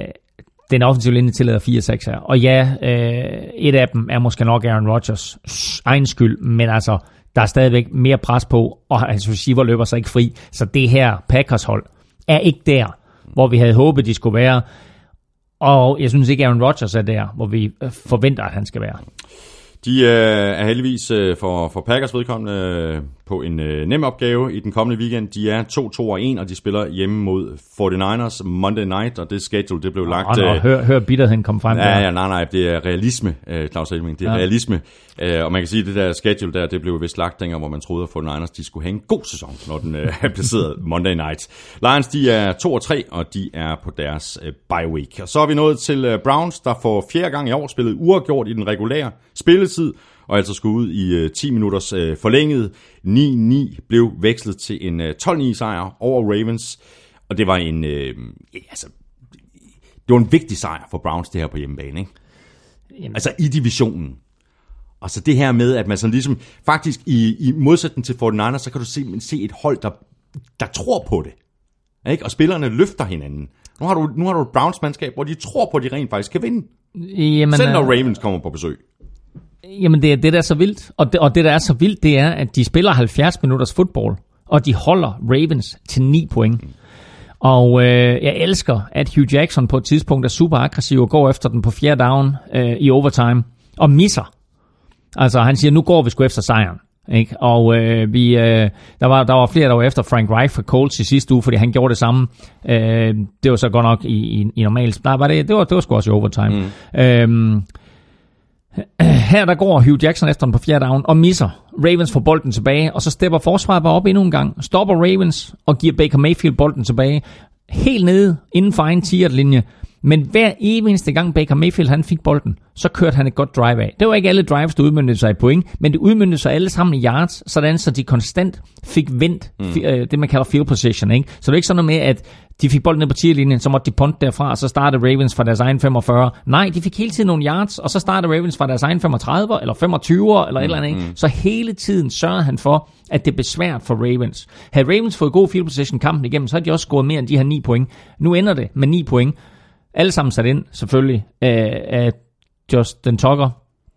C: den offensive linje tillader fire seks her. Og ja, øh, et af dem er måske nok Aaron Rodgers egen skyld, men altså, der er stadigvæk mere pres på, og hans receiver løber sig ikke fri. Så det her Packers hold er ikke der, hvor vi havde håbet, de skulle være. Og jeg synes ikke, Aaron Rodgers er der, hvor vi forventer, at han skal være.
B: De øh, er heldigvis øh, for, for Packers vedkommende øh, på en øh, nem opgave i den kommende weekend. De er to to og en, og de spiller hjemme mod forty-niners Monday night, og det schedule, det blev
C: nå,
B: lagt...
C: Nå, øh, hør, hør bitterheden komme frem.
B: Ja, ja, nej, nej, det er realisme, øh, Claus Elming, det er ja. realisme. Øh, og man kan sige, at det der schedule der, det blev vist lagt dengang, hvor man troede, at forty-niners, de skulle have en god sæson, når den øh, er placeret Monday night. Lions, de er to og tre, og de er på deres øh, bye week. Og så er vi nået til øh, Browns, der for fjerde gang i år spillede uafgjort i den regulære spilletid, og altså skulle ud i øh, ti minutters øh, forlænget. ni ni blev vekslet til en øh, tolv ni sejr over Ravens, og det var en øh, altså, det var en vigtig sejr for Browns, det her på hjemmebane, ikke? Jamen. Altså i divisionen. Og så det her med, at man sådan ligesom, faktisk i, i modsætning til forty-niners, så kan du se, se et hold, der, der tror på det, ikke? Og spillerne løfter hinanden. Nu har du, nu har du et Browns-mandskab, hvor de tror på, at de rent faktisk kan vinde.
C: Jamen,
B: selv når Ravens kommer på besøg.
C: Jamen det er det, der er så vildt. Og det, og det, der er så vildt, det er, at de spiller halvfjerds minutters fodbold, og de holder Ravens til ni point. Mm. Og øh, jeg elsker, at Hugh Jackson på et tidspunkt er super aggressiv og går efter den på fjerde down øh, i overtime, og misser. Altså han siger, nu går vi sgu efter sejren. Ikke? Og øh, vi, øh, der, var, der var flere, der var efter Frank Reich fra Colts i sidste uge, fordi han gjorde det samme. Øh, det var så godt nok i, i, i normalt. Nej, var det, det, var, det var sgu også i overtime. Mm. Øh, Her der går Hugh Jackson efter den på fjerde down og misser. Ravens får bolden tilbage, og så stepper forsvaret bare op endnu en gang. Stopper Ravens og giver Baker Mayfield bolden tilbage. Helt nede inden for egen ti-yard linje. Men hver eneste gang Baker Mayfield han fik bolden, så kørte han et godt drive af. Det var ikke alle drives, der udmøntede sig i point, men det udmøntede sig alle sammen i yards, sådan så de konstant fik vendt mm. f- det, man kalder field position. Ikke? Så det er ikke sådan noget med, at de fik bolden ned på tierlinjen, så måtte de punte derfra, og så startede Ravens fra deres egen femogfyrre. Nej, de fik hele tiden nogle yards, og så startede Ravens fra deres egen femogtredive, eller femogtyve, eller mm. et eller andet. Ikke? Så hele tiden sørgede han for, at det blev svært for Ravens. Havde Ravens fået god field position kampen igennem, så havde de også scoret mere end de her ni point. Nu ender det med ni point. Alle sammen sat ind, selvfølgelig, af, af Justin Tucker.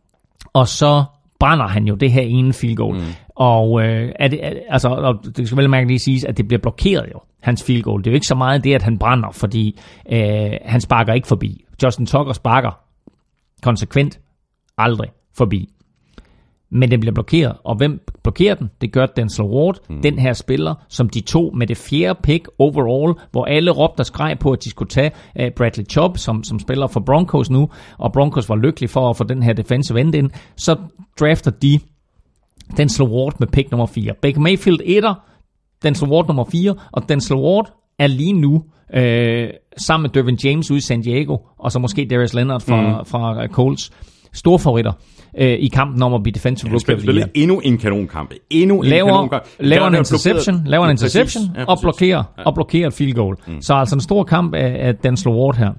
C: Og så brænder han jo det her ene field goal. Mm. Og, øh, er det, er, altså, og det skal vel mærke lige siges, at det bliver blokeret jo, hans field goal. Det er jo ikke så meget det, at han brænder, fordi øh, han sparker ikke forbi. Justin Tucker sparker konsekvent aldrig forbi. Men den bliver blokeret. Og hvem blokerer den? Det gør Denzel Ward, mm. den her spiller, som de tog med det fjerde pick overall, hvor alle råbte og skreg på, at de skulle tage uh, Bradley Chubb, som, som spiller for Broncos nu, og Broncos var lykkelige for at få den her defensive end ind. Så drafter de Denzel Ward med pick nummer fire. Baker Mayfield etter, Denzel Ward nummer fire, og Denzel Ward er lige nu øh, sammen med Dervin James ude i San Diego, og så måske Darius Leonard fra, mm. fra Colts. Store favoritter øh, i kampen om at blive defensive rookie of the year.
B: Endnu en kanonkamp. Endnu en
C: laver,
B: kanonkamp.
C: Laver en interception, laver en interception
B: ja,
C: og blokerer, ja. og blokerer et field goal. Mm. Så altså en stor kamp af, af Denzel Ward her.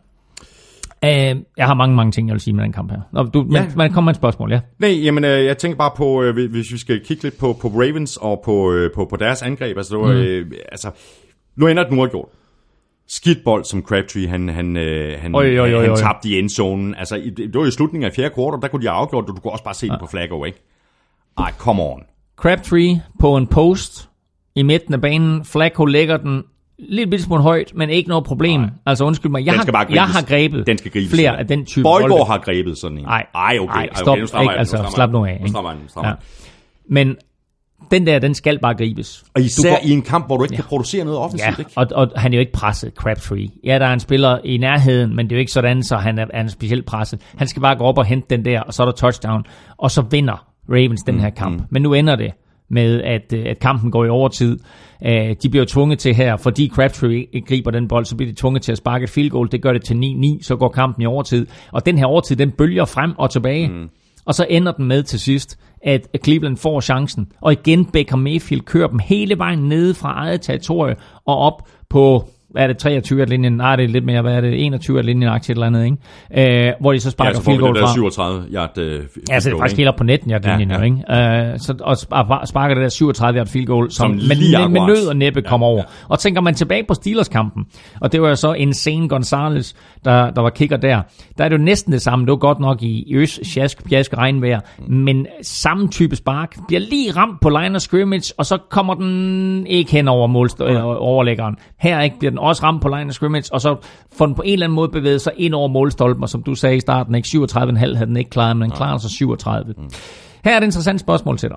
C: Uh, jeg har mange, mange ting, jeg vil sige med den kamp her. Nå, du, ja. men, men kom med et spørgsmål, ja.
B: Nej, jamen, øh, jeg tænker bare på, øh, hvis vi skal kigge lidt på, på Ravens og på, øh, på, på deres angreb. Altså, det var, mm. øh, altså nu ender den uafgjort. Skidt bold, som Crabtree, han, han, øh, han,
C: oj, oj, oj,
B: han tabte i endzonen. Altså, det var jo i slutningen af fjerde kvartal, der kunne de have afgjort, og du kunne også bare se ja. det på Flacco, ikke? Ej, come on.
C: Crabtree på en post i midten af banen. Flacco lægger den lidt bitte smule højt, men ikke noget problem. Nej. Altså undskyld mig, jeg, har, jeg har grebet
B: den skal gribes,
C: flere
B: sådan.
C: af den type
B: Bolgaard har grebet sådan en.
C: Nej,
B: Ej, okay.
C: Ej, stop.
B: Okay, nu
C: ikke, altså,
B: nu
C: slap nu af.
B: Nu strammer jeg, ja.
C: Men den der, den skal bare gribes.
B: Og især
C: går,
B: i en kamp, hvor du ikke
C: ja.
B: kan producere noget offensivt,
C: ja,
B: ikke?
C: Og, og han er jo ikke presset, Crabtree. Ja, der er en spiller i nærheden, men det er jo ikke sådan, så han er, er specielt presset. Han skal bare gå op og hente den der, og så er der touchdown, og så vinder Ravens den her kamp. Mm. Men nu ender det med, at, at kampen går i overtid. De bliver tvunget til her, fordi Crabtree ikke griber den bold, så bliver de tvunget til at sparke et field goal. Det gør det til ni ni, så går kampen i overtid. Og den her overtid, den bølger frem og tilbage. Mm. Og så ender den med til sidst, at Cleveland får chancen. Og igen, Baker Mayfield kører dem hele vejen nede fra eget territorie og op på, hvad er det, treogtyve-linjen? Nej, det er lidt mere, hvad er det, enogtyve-linjen-aktie eller andet, ikke? Øh, hvor de så sparker ja, så field goal fra.
B: Ja, så får vi det der syvogtredive yard uh,
C: ja, så det er faktisk helt op på netten, yard-linjen ja, ja. jo, ikke? Øh, så, og sparker det der syvogtredive yard field goal, som, som med, med nød og næppe ja, kommer over. Ja. Og tænker man tilbage på Steelers-kampen, og det var jo så Insane Gonzalez, der, der var kicker der. Der er det jo næsten det samme. Det var godt nok i øs, sjask, pjask, regnvejr, mm. men samme type spark bliver lige ramt på line of scrimmage, og så kommer den ikke hen over målst- øh, overlæggeren. Her ikke bliver den også ramt på line of scrimmage, og så får den på en eller anden måde bevæget sig ind over målstolpen, og som du sagde i starten, ikke syvogtredive komma fem havde den ikke klaret, men den klarer så syvogtredive. Mm. Her er et interessant spørgsmål til dig.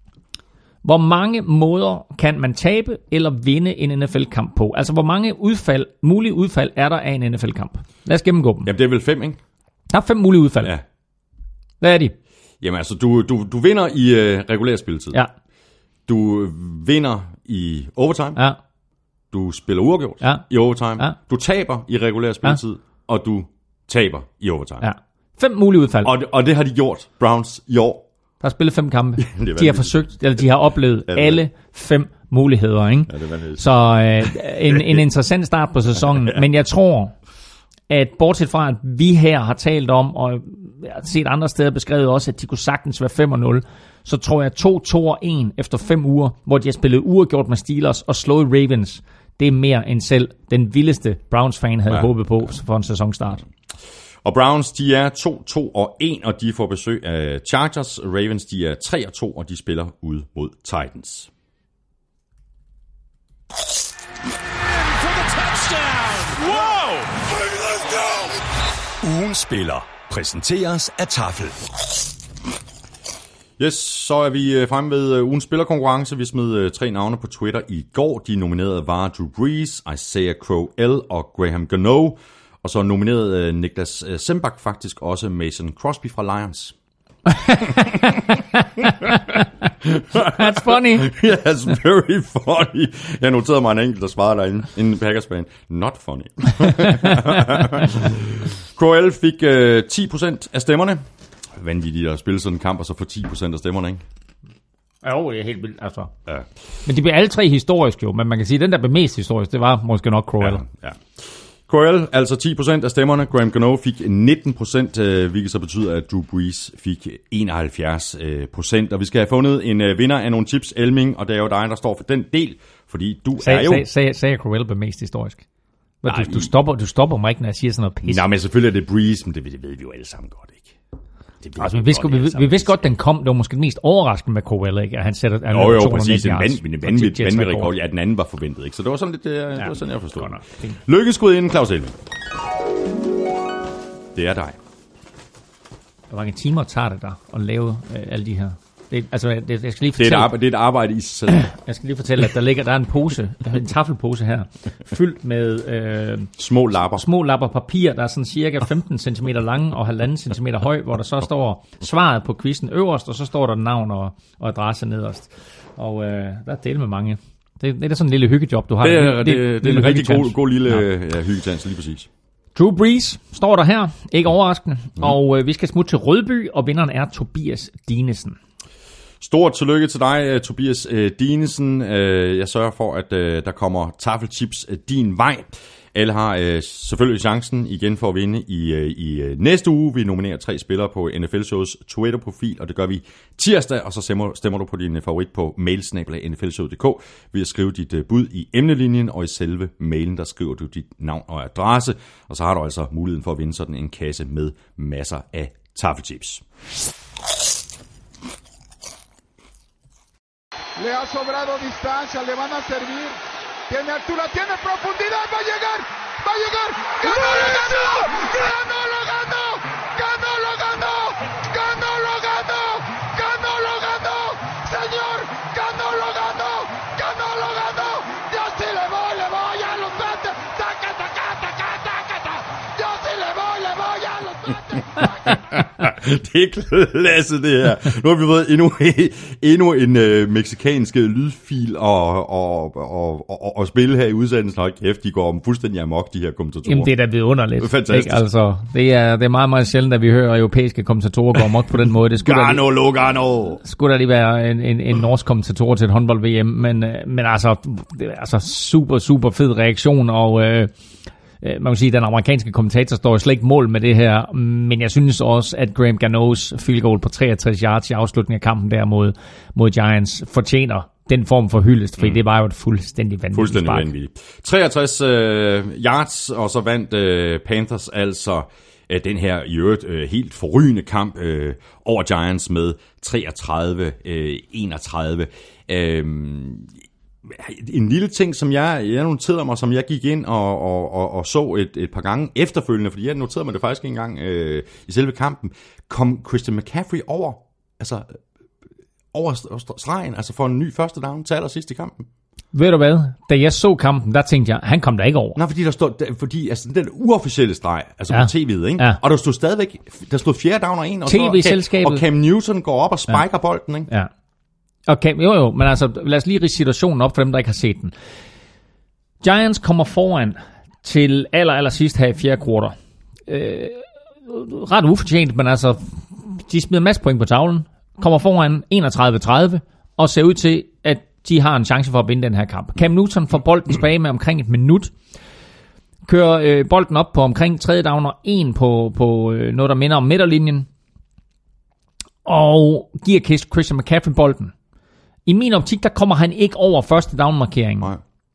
C: Hvor mange måder kan man tabe eller vinde en N F L-kamp på? Altså, hvor mange udfald, mulige udfald er der af en N F L-kamp? Lad os gennemgå dem.
B: Jamen, det er vel fem, ikke?
C: Der er fem mulige udfald.
B: Ja.
C: Hvad er de?
B: Jamen, altså, du, du, du vinder i øh, regulær spilletid.
C: Ja.
B: Du vinder i overtime.
C: Ja.
B: Du spiller uafgjort
C: ja.
B: i overtime.
C: Ja.
B: Du taber i regulær spilletid, ja. og du taber i overtime.
C: Ja. Fem mulige udfald.
B: Og det, og det har de gjort, Browns, i år.
C: Der har spillet fem kampe. De har forsøgt, eller de har oplevet ja, alle fem muligheder, ikke?
B: Ja, det
C: så øh, en, en interessant start på sæsonen. ja. Men jeg tror, at bortset fra, at vi her har talt om, og jeg har set andre steder beskrevet også, at de kunne sagtens være fem nul, så tror jeg to to og en efter fem uger, hvor de har spillet uafgjort med Steelers og slået Ravens. Det er mere end selv den vildeste Browns-fan havde ja. håbet på for en sæsonstart.
B: Og Browns, de er to to og en, og de får besøg af Chargers. Ravens, de er tre og to, og de spiller ude mod Titans.
H: Ugen spiller præsenteres af Tafel.
B: Yes, så er vi fremme ved ugens spillerkonkurrence. Vi smed tre navne på Twitter i går. De nominerede var Drew Brees, Isaiah Crowell og Graham Gano. Og så nominerede Niklas Sembach faktisk også Mason Crosby fra Lions.
C: That's funny.
B: Yes, very funny. Jeg noterede mig en enkelt, der svarede derinde. En Packers-fan. Not funny. Crowell fik øh, ti procent af stemmerne. Vanvittigt at spille sådan en kamp, og så få ti procent af stemmerne, ikke?
C: Jo, det er helt vildt, altså.
B: Ja.
C: Men de blev alle tre historisk jo, men man kan sige, at den der blev mest historisk, det var måske nok Crowell.
B: Ja, ja. Crowell, altså ti procent af stemmerne. Graham Gano fik nitten procent, øh, hvilket så betyder, at Drew Brees fik enoghalvfjerds procent. Og vi skal have fundet en øh, vinder af nogle chips, Elming, og det er jo dig, der står for den del, fordi du
C: sag,
B: er jo...
C: Sagde sag, sag Crowell blev mest historisk? Nej, du, du, stopper, du stopper mig ikke, når jeg siger sådan noget pis.
B: Nej, men selvfølgelig er det Brees, men det, det ved vi jo alle sammen godt, ikke?
C: Altså, vi vidste, vi, vi, vi vidste godt, den kom. Det var måske det mest overraskende med Crowell, ikke? At han sætter... Han
B: jo, jo, præcis. En vanvittig vanvittig vanvittig rekord. Ja, den anden var forventet, ikke? Så det var sådan lidt... Det, ja, det var sådan, jeg forstod. Lykkeskud inden, Claus Elming. Det er dig.
C: Hvor mange timer tager det der at lave øh, alle de her... Det, altså, det, jeg skal lige fortælle,
B: det, er et arbejde, det er et arbejde i sig selv.
C: Jeg skal lige fortælle, at der ligger der er en pose, en taffelpose her, fyldt med øh,
B: små lapper.
C: Små lapper papir, der er sådan cirka femten centimeter lange og halvanden centimeter høj, hvor der så står svaret på quizzen øverst, og så står der navn og, og adresse nederst. Og øh, der er del med mange. Det, det er sådan en lille hyggejob, du har.
B: Det er, det, det, det, det er en rigtig god, god lille ja. Ja, hyggetans, lige præcis.
C: Drew Brees står der her, ikke overraskende. Mm. Og øh, vi skal smutte til Rødby, og vinderen er Tobias Dinesen.
B: Stort tillykke til dig, Tobias Dinesen. Jeg sørger for, at der kommer taffelchips din vej. Alle har selvfølgelig chancen igen for at vinde i, i næste uge. Vi nominerer tre spillere på N F L-shows Twitter-profil, og det gør vi tirsdag, og så stemmer, stemmer du på din favorit på mailsnabel-a n f l show punktum d k ved at skrive dit bud i emnelinjen, og i selve mailen, der skriver du dit navn og adresse, og så har du altså muligheden for at vinde sådan en kasse med masser af taffelchips.
I: Le ha sobrado distancia, le van a servir. Tiene altura, tiene profundidad, va a llegar, va a llegar. ¡Ganó, lo ganó! ¡Ganó, lo ganó! ¡Ganó, lo ganó! ¡Ganó, lo ganó! ¡Ganó, lo ganó! Señor, ganó, lo ganó! ¡Ganó, lo ganó! Yo sí le voy, le voy a los Santos. ¡Taca, taca, taca, taca, taca! Yo sí le voy, le voy a los Santos.
B: Det er klasse, det her. Nu har vi fået endnu, endnu en øh, mexikansk lydfil og, og, og, og, og spille her i udsendelsen. Hold kæft, de går om fuldstændig amok, de her kommentatorer.
C: Jamen, det er da vidunderligt.
B: Det er fantastisk.
C: Ikke? Altså, det er, det er meget, meget sjældent, at vi hører europæiske kommentatorer gå amok på den måde. Det skulle
B: Gano, lige, Logano.
C: Skulle der lige være en, en, en norsk kommentator til et håndbold-V M, men, men altså, det er altså super, super fed reaktion, og... Øh, man kan sige, at den amerikanske kommentator står slet ikke mål med det her, men jeg synes også, at Graham Ganos field goal på treogtres yards i afslutningen af kampen der mod, mod Giants fortjener den form for hyldest, fordi mm. det var jo et fuldstændig vanvittigt
B: fuldstændig
C: spark.
B: Vanvittigt. treogtres øh, yards, og så vandt øh, Panthers altså øh, den her i øvrigt øh, helt forrygende kamp øh, over Giants med treogtredive enogtredive. Øh, En lille ting, som jeg, jeg noterede mig, som jeg gik ind og, og, og, og så et, et par gange efterfølgende, fordi jeg noterede mig det faktisk en gang øh, i selve kampen, kom Christian McCaffrey over, altså over stregen, altså for en ny første down til allersidst i kampen.
C: Ved du hvad? Da jeg så kampen, der tænkte jeg, han kom der ikke over.
B: Nej, fordi der stod, fordi altså den uofficielle streg, altså
C: ja.
B: på T V'et, ikke?
C: Ja.
B: Og der stod stadigvæk, der stod fjerde down og en, og,
C: T V-selskabet.
B: og Cam Newton går op og spiker ja. bolden, ikke?
C: Ja. Okay, jo jo, men altså, lad os lige ridse situationen op for dem, der ikke har set den. Giants kommer foran til aller, aller sidst her i fjerde kvartal. Øh, ret ufortjent, men altså, de smider en masse point på tavlen, kommer foran enogtredive tredive, og ser ud til, at de har en chance for at vinde den her kamp. Cam Newton får bolden tilbage med omkring et minut, kører øh, bolden op på omkring tredje down og en på, på øh, noget, der minder om midterlinjen, og giver Christian McCaffrey bolden. I min optik, der kommer han ikke over første down-markeringen.
B: Nej.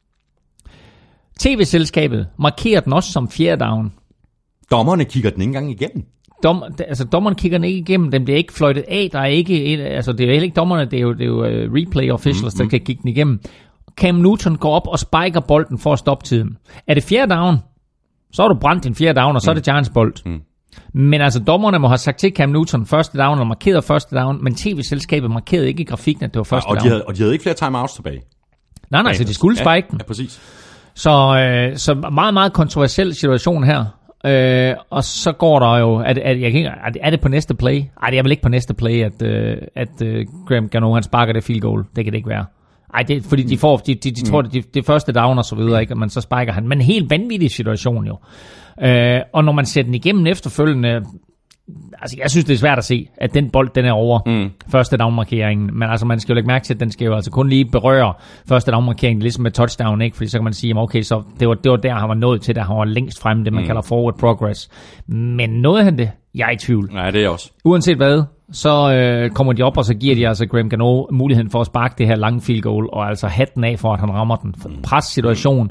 C: T V-selskabet markerer den også som fjerde down.
B: Dommerne kigger den ikke engang igennem.
C: Dom, altså, dommerne kigger den ikke igennem. Den bliver ikke fløjtet af. Der er ikke, et, altså, det er heller ikke dommerne, det er jo, det er jo uh, replay officials, mm-hmm. der kan kigge den igennem. Cam Newton går op og spiker bolden for at stoppe tiden. Er det fjerde down, så har du brændt en fjerde down, og så mm. er det Giants bold. Mm. Men altså, dommerne må have sagt til Cam Newton første down, og markeret første down, men T V-selskabet markerede ikke i grafikken, at det var første
B: ja, og
C: down.
B: De havde, og de havde ikke flere timeouts tilbage.
C: Nej, nej, så de skulle spike
B: ja,
C: den.
B: Ja, præcis.
C: Så, øh, så meget, meget kontroversiel situation her. Øh, og så går der jo, er det, er, jeg kan ikke, er, det, er det på næste play? Nej, det er vel ikke på næste play, at, øh, at øh, Graham Gano, han sparker det field goal. Det kan det ikke være. Nej, det er fordi de får, de, de, de tror, det de, de første down og så videre, ikke? Og man så sparker han. Men en helt vanvittig situation jo. Øh, og når man ser den igennem efterfølgende, altså jeg synes det er svært at se, at den bold den er over mm. første down-markeringen. Men altså man skal jo lægge mærke til, at den skal jo altså kun lige berøre første down-markeringen, ligesom med touchdown, ikke? Fordi så kan man sige, okay, så det var, det var der, han var nået til, da han var længst fremme, det man mm. kalder forward progress. Men nåede han det? Jeg er i tvivl.
B: Nej, det er også.
C: Uanset hvad, så øh, kommer de op, og så giver de altså Graham Gano muligheden for at sparke det her lange field goal, og altså hatten af for, at han rammer den. Pres-situation.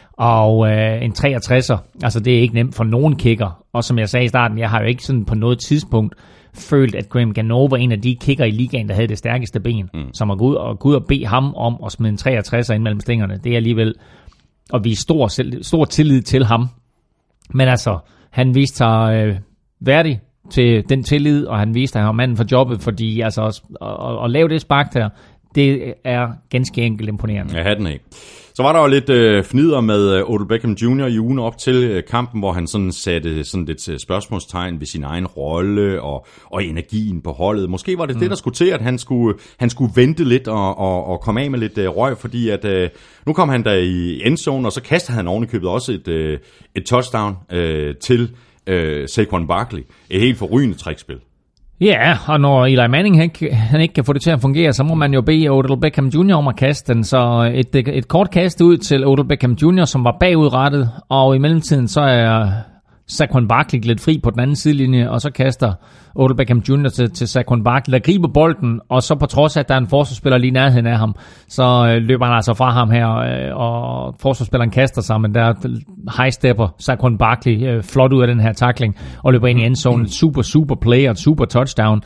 C: Og øh, en treogtredser, altså det er ikke nemt for nogen kicker. Og som jeg sagde i starten, jeg har jo ikke sådan på noget tidspunkt følt, at Graham Gano var en af de kicker i ligaen, der havde det stærkeste ben. Mm. Som at gå ud og, gå ud og bede ham om at smide en treogtredser ind mellem stængerne. Det er alligevel at vise stor, stor tillid til ham. Men altså, han viste sig øh, værdig til den tillid, og han viste, at han var manden for jobbet, fordi altså at, at, at lave det spark der, det er ganske enkelt imponerende.
B: Ja, hatten af. Så var der jo lidt øh, fnider med øh, Odell Beckham junior i ugen op til øh, kampen, hvor han sådan satte sådan lidt øh, spørgsmålstegn ved sin egen rolle og, og energien på holdet. Måske var det mm. det, der skulle til, at han skulle, han skulle vente lidt og, og, og komme af med lidt øh, røg, fordi at øh, nu kom han der i endzone, og så kastede han ovenikøbet også et, øh, et touchdown øh, til øh, Saquon Barkley. Et helt forrygende trickspil.
C: Ja, og når Eli Manning han, han ikke kan få det til at fungere, så må man jo bede Odell Beckham junior om at kaste den. Så et, et kort kast ud til Odell Beckham junior, som var bagudrettet, og i mellemtiden så er Saquon Barkley lidt fri på den anden sidelinje, og så kaster Odell Beckham junior til, til Saquon Barkley, der griber bolden, og så på trods af, at der er en forsvarsspiller lige nærheden af ham, så øh, løber han altså fra ham her, øh, og forsvarsspilleren kaster sig, men der high-stepper Saquon Barkley øh, flot ud af den her tackling, og løber ind i endzone. Et super, super play og et super touchdown,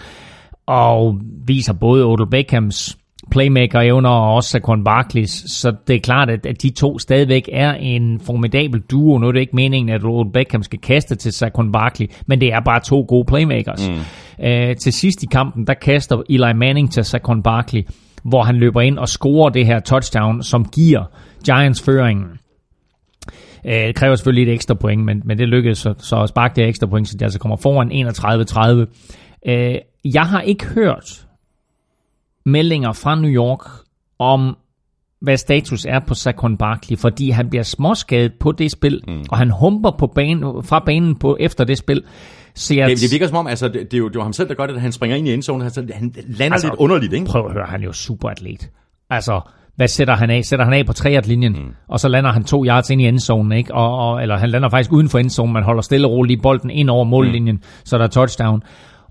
C: og viser både Odell Beckhams playmaker-evner og også Saquon Barkleys, så det er klart, at, at de to stadigvæk er en formidabel duo. Nu er det ikke meningen, at Odell Beckham skal kaste til Saquon Barkley, men det er bare to gode playmakers. Mm. Øh, til sidst i kampen, der kaster Eli Manning til Saquon Barkley, hvor han løber ind og scorer det her touchdown, som giver Giants føringen. Øh, det kræver selvfølgelig et ekstra point, men, men det lykkedes så, så at sparke det ekstra point, så de altså kommer foran enogtredive tredive. Øh, jeg har ikke hørt meldinger fra New York om, hvad status er på Saquon Barkley, fordi han bliver småskadet på det spil, mm. og han humper på banen, fra banen på efter det spil. Så jeg
B: det, det virker som om, altså, det, det, er jo, det var ham selv, der gør det, at han springer ind i endzone, han, han lander altså, lidt underligt, ikke?
C: Prøv at høre, han er jo superatlet. Altså, hvad sætter han af? Sætter han af på tre-yard-linjen, mm. og så lander han to yards ind i endzonen, ikke? Og, og, eller han lander faktisk uden for endzonen, man holder stille og roligt bolden ind over mållinjen, mm. så der er touchdown.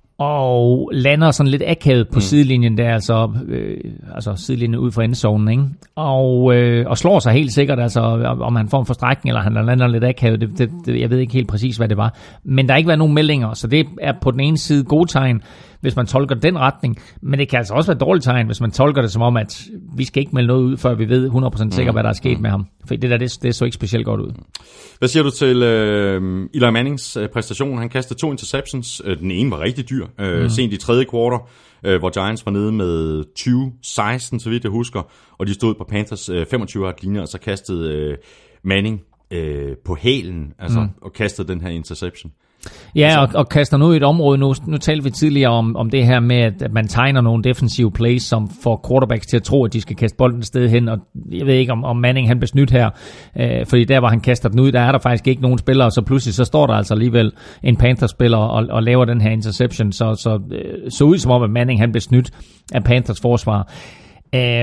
C: Og lander sådan lidt akavet på mm. sidelinjen der, altså, øh, altså sidelinjen ud for endzonen, ikke? Og, øh, og slår sig helt sikkert, altså om han får en forstrækning, eller han lander lidt akavet, det, det, det, jeg ved ikke helt præcis, hvad det var. Men der har ikke været nogen meldinger, så det er på den ene side gode tegn, hvis man tolker den retning, men det kan altså også være dårligt tegn, hvis man tolker det som om, at vi skal ikke melde noget ud, før vi ved hundrede procent sikkert, hvad der er sket med ham. For det der, det, det så ikke specielt godt ud.
B: Hvad siger du til øh, Eli Mannings øh, præstation? Han kastede to interceptions. Øh, den ene var rigtig dyr. Øh, mm. Sent i tredje kvartal, øh, hvor Giants var nede med tyve seksten, så vidt jeg husker, og de stod på Panthers øh, femogtyve yard linje, og så kastede øh, Manning øh, på hælen, altså, mm. og kastede den her interception.
C: Ja, og, og kaster nu i et område, nu, nu talte vi tidligere om, om det her med, at man tegner nogle defensive plays, som får quarterbacks til at tro, at de skal kaste bolden et sted hen, og jeg ved ikke, om, om Manning han blev snydt her, øh, fordi der, hvor han kaster den ud, der er der faktisk ikke nogen spillere, så pludselig så står der altså alligevel en Panthers-spiller og, og laver den her interception, så, så, øh, så ud som om, at Manning han blev snydt af Panthers forsvar. Øh,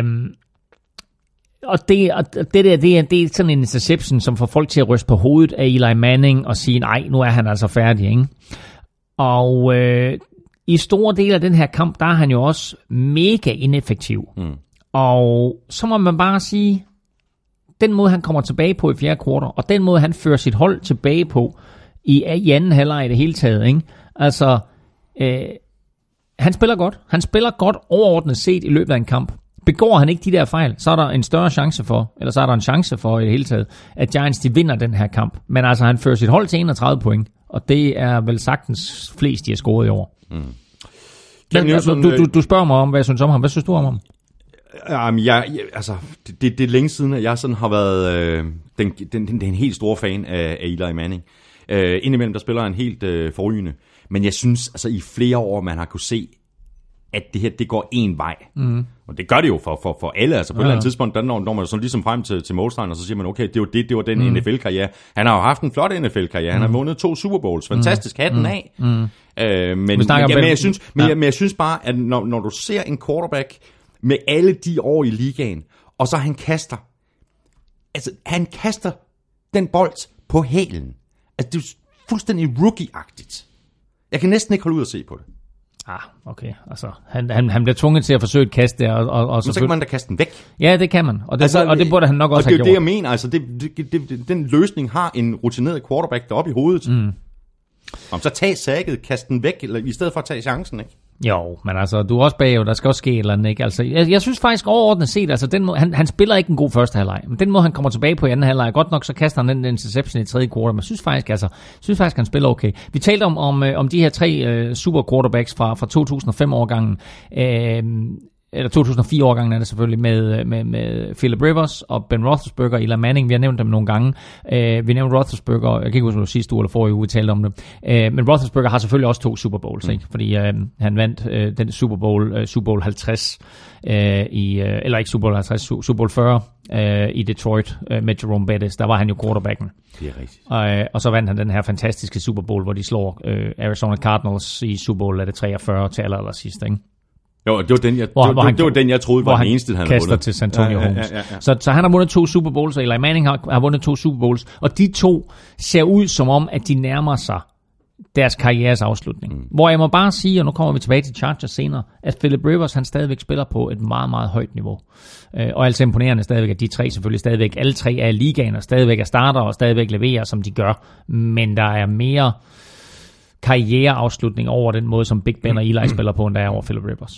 C: Og det, og det der, det er, det er sådan en interception, som får folk til at ryste på hovedet af Eli Manning og sige, nej, nu er han altså færdig, ikke? Og øh, i store dele af den her kamp, der er han jo også mega ineffektiv. Mm. Og så må man bare sige, den måde, han kommer tilbage på i fjerde kvartal, og den måde, han fører sit hold tilbage på i, i anden halvleg i det hele taget, ikke? Altså, øh, han spiller godt. Han spiller godt overordnet set i løbet af en kamp. Begår han ikke de der fejl, så er der en større chance for, eller så er der en chance for i det hele taget, at Giants de vinder den her kamp. Men altså, han fører sit hold til enogtredive point, og det er vel sagtens flest, de har scoret i år. Mm. Men, altså, du, du, du spørger mig om, hvad jeg synes om ham. Hvad synes du om ham?
B: Um, jeg, jeg, altså, det, det, det er længe siden, at jeg sådan har været øh, den, den, den, den helt store fan af, af Eli Manning. Øh, indimellem, der spiller han helt øh, forrygende. Men jeg synes, altså i flere år, man har kunne se, at det her, det går en vej. Mm. Og det gør det jo for, for, for alle. Altså på ja, et eller andet tidspunkt, der når, når man så ligesom frem til, til målstregen, og så siger man, okay, det var det, det var den mm. N F L-karriere. Han har jo haft en flot N F L-karriere. Han mm. har vundet to Super Bowls. Fantastisk, hatten mm. af. Mm. Øh, men, men, ja, men, jeg synes, men, ja. jeg, men jeg synes bare, at når, når du ser en quarterback med alle de år i ligaen, og så han kaster, altså han kaster den bold på hælen. Altså det er fuldstændig rookie-agtigt. Jeg kan næsten ikke holde ud at se på det.
C: Ah, okay. Altså, han, han, han bliver tvunget til at forsøge et kast der. Og, og, og
B: så kan man da kaste den væk.
C: Ja, det kan man. Og det, altså, og det burde han nok også have gjort.
B: Og det er det, jeg mener. Altså, det, det, det, det, den løsning har en rutineret quarterback deroppe i hovedet. Mm. Om så tag sækket, kast den væk, eller, i stedet for at tage chancen, ikke?
C: Jo, men altså, du er også bagud, der skal også ske et eller andet, ikke? Altså, jeg, jeg synes faktisk overordnet set, altså, den måde, han, han spiller ikke en god første halvleg, men den måde, han kommer tilbage på i anden halvleg, godt nok, så kaster han den interception i tredje quarter, men jeg synes faktisk, altså, synes faktisk, han spiller okay. Vi talte om, om, om de her tre uh, super quarterbacks fra, fra to tusind og fem-årgangen, uh, eller to tusind og fire-årgangen er det selvfølgelig, med, med, med Philip Rivers og Ben Roethlisberger, Eli Manning. Vi har nævnt dem nogle gange. Uh, vi nævnte Roethlisberger, jeg kan ikke huske, om det var sidste uge eller forrige uge, vi talte om det. Uh, men Roethlisberger har selvfølgelig også to Super Bowls, mm. ikke? Fordi uh, han vandt uh, den Super Bowl, uh, Super Bowl halvtreds, uh, i, uh, eller ikke Super Bowl halvtreds, Super Bowl fyrre uh, i Detroit uh, med Jerome Bettis. Der var han jo quarterbacken.
B: Det er rigtigt.
C: Uh, og så vandt han den her fantastiske Super Bowl, hvor de slår uh, Arizona Cardinals i Super Bowl af det treogfyrre til aller, aller sidst, ikke?
B: Jo, det var den, jeg, hvor, det, det, det var den, jeg troede var den eneste, han havde vundet.
C: Til San Antonio ja, ja, ja, ja, ja. Så, så han har vundet to Super Bowls, og Eli Manning har, har vundet to Super Bowls, og de to ser ud som om, at de nærmer sig deres karrieres afslutning. Mm. Hvor jeg må bare sige, og nu kommer vi tilbage til Chargers senere, at Philip Rivers, han stadigvæk spiller på et meget, meget højt niveau. Øh, og altså imponerende stadigvæk, at de tre selvfølgelig stadigvæk, alle tre er i ligaen, og stadigvæk er starter, og stadigvæk leverer, som de gør. Men der er mere karriereafslutning over den måde, som Big Ben og Eli spiller på, end der er over Philip Rivers.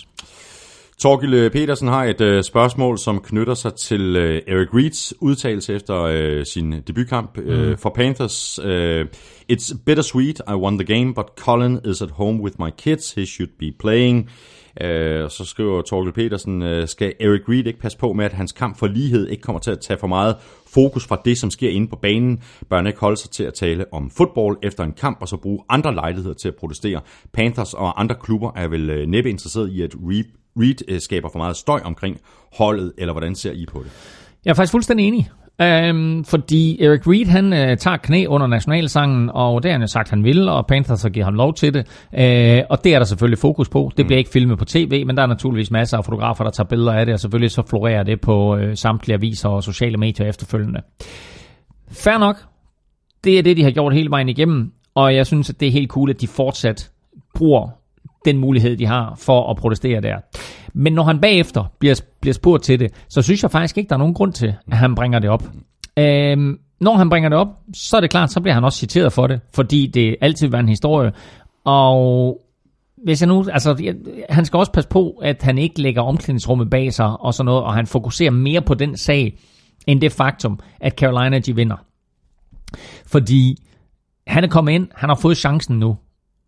B: Torgild Petersen har et uh, spørgsmål, som knytter sig til uh, Eric Reeds udtalelse efter uh, sin debutkamp uh, mm. for Panthers. Uh, It's bittersweet, I won the game, but Colin is at home with my kids. He should be playing. Uh, så skriver Torgild Petersen, uh, skal Eric Reed ikke passe på med, at hans kamp for lighed ikke kommer til at tage for meget fokus fra det, som sker inde på banen? Bør han ikke holde sig til at tale om fodbold efter en kamp, og så bruge andre lejligheder til at protestere? Panthers og andre klubber er vel uh, næppe interesseret i, at Reed, Reed uh, skaber for meget støj omkring holdet, eller hvordan ser I på det?
C: Jeg er faktisk fuldstændig enig. Øhm, fordi Eric Reed, han øh, tager knæ under nationalsangen, og det har han jo sagt, han vil, og Panthers har givet ham lov til det. Øh, og det er der selvfølgelig fokus på. Det bliver ikke filmet på tv, men der er naturligvis masser af fotografer, der tager billeder af det, og selvfølgelig så florerer det på øh, samtlige aviser og sociale medier efterfølgende. Fair nok. Det er det, de har gjort hele vejen igennem, og jeg synes, at det er helt cool, at de fortsat bruger den mulighed, de har for at protestere der. Men når han bagefter bliver, bliver spurgt til det, så synes jeg faktisk ikke, der er nogen grund til, at han bringer det op. Øhm, når han bringer det op, så er det klart, så bliver han også citeret for det, fordi det altid var en historie. Og hvis jeg nu, altså, han skal også passe på, at han ikke lægger omklædningsrummet bag sig og sådan noget, og han fokuserer mere på den sag, end det faktum, at Carolina de vinder. Fordi han er kommet ind, han har fået chancen nu,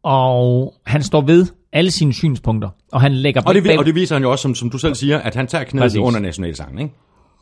C: og han står ved alle sine synspunkter, og han lægger
B: og det, bag... og det viser han jo også, som, som du selv siger, at han tager knæet under nationalsangen, ikke?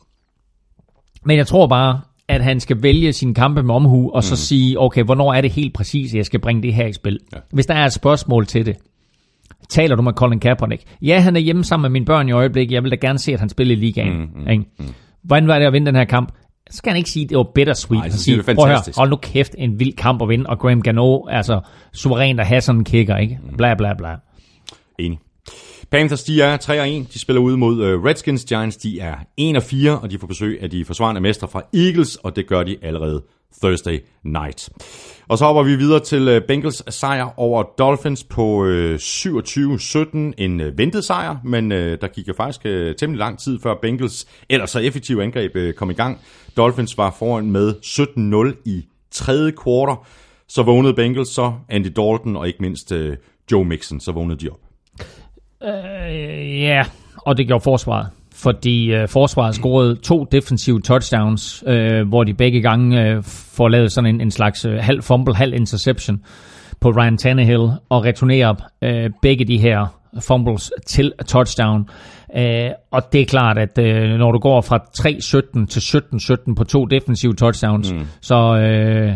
C: Men jeg tror bare, at han skal vælge sine kampe med omhu, og så mm. sige, okay, hvornår er det helt præcis, at jeg skal bringe det her i spil? Ja. Hvis der er et spørgsmål til det, taler du med Colin Kaepernick? Ja, han er hjemme sammen med mine børn i øjeblikket, jeg vil da gerne se, at han spiller i ligaen. Mm, mm, ikke? Mm. Hvordan var det at vinde den her kamp? Så skal han ikke sige, at det var bittersweet. Nej, sige, prøv at høre, hold nu kæft, en vild kamp at vinde, og Graham Gano, altså suverænt at have sådan en kicker, ikke? Bla bla bla.
B: Enig. Panthers, de er tre og en. De spiller ude mod uh, Redskins. Giants, de er en og fire, og de får besøg af de forsvarende mestre fra Eagles, og det gør de allerede Thursday night. Og så hopper vi videre til uh, Bengals sejr over Dolphins på uh, syvogtyve sytten. En uh, ventet sejr, men uh, der gik jo faktisk uh, temmelig lang tid, før Bengals ellers så effektive angreb uh, kom i gang. Dolphins var foran med sytten nul i tredje kvartal. Så vågnede Bengals, så Andy Dalton og ikke mindst uh, Joe Mixon, så vågnede de op.
C: Ja, uh, yeah. Og det gjorde forsvaret. Fordi uh, forsvaret scorede to defensive touchdowns, uh, hvor de begge gange uh, får lavet sådan en, en slags uh, halv fumble, halv interception på Ryan Tannehill, og returnerer uh, begge de her fumbles til touchdown. Uh, og det er klart, at uh, når du går fra tre sytten til sytten sytten på to defensive touchdowns, mm. så... Uh,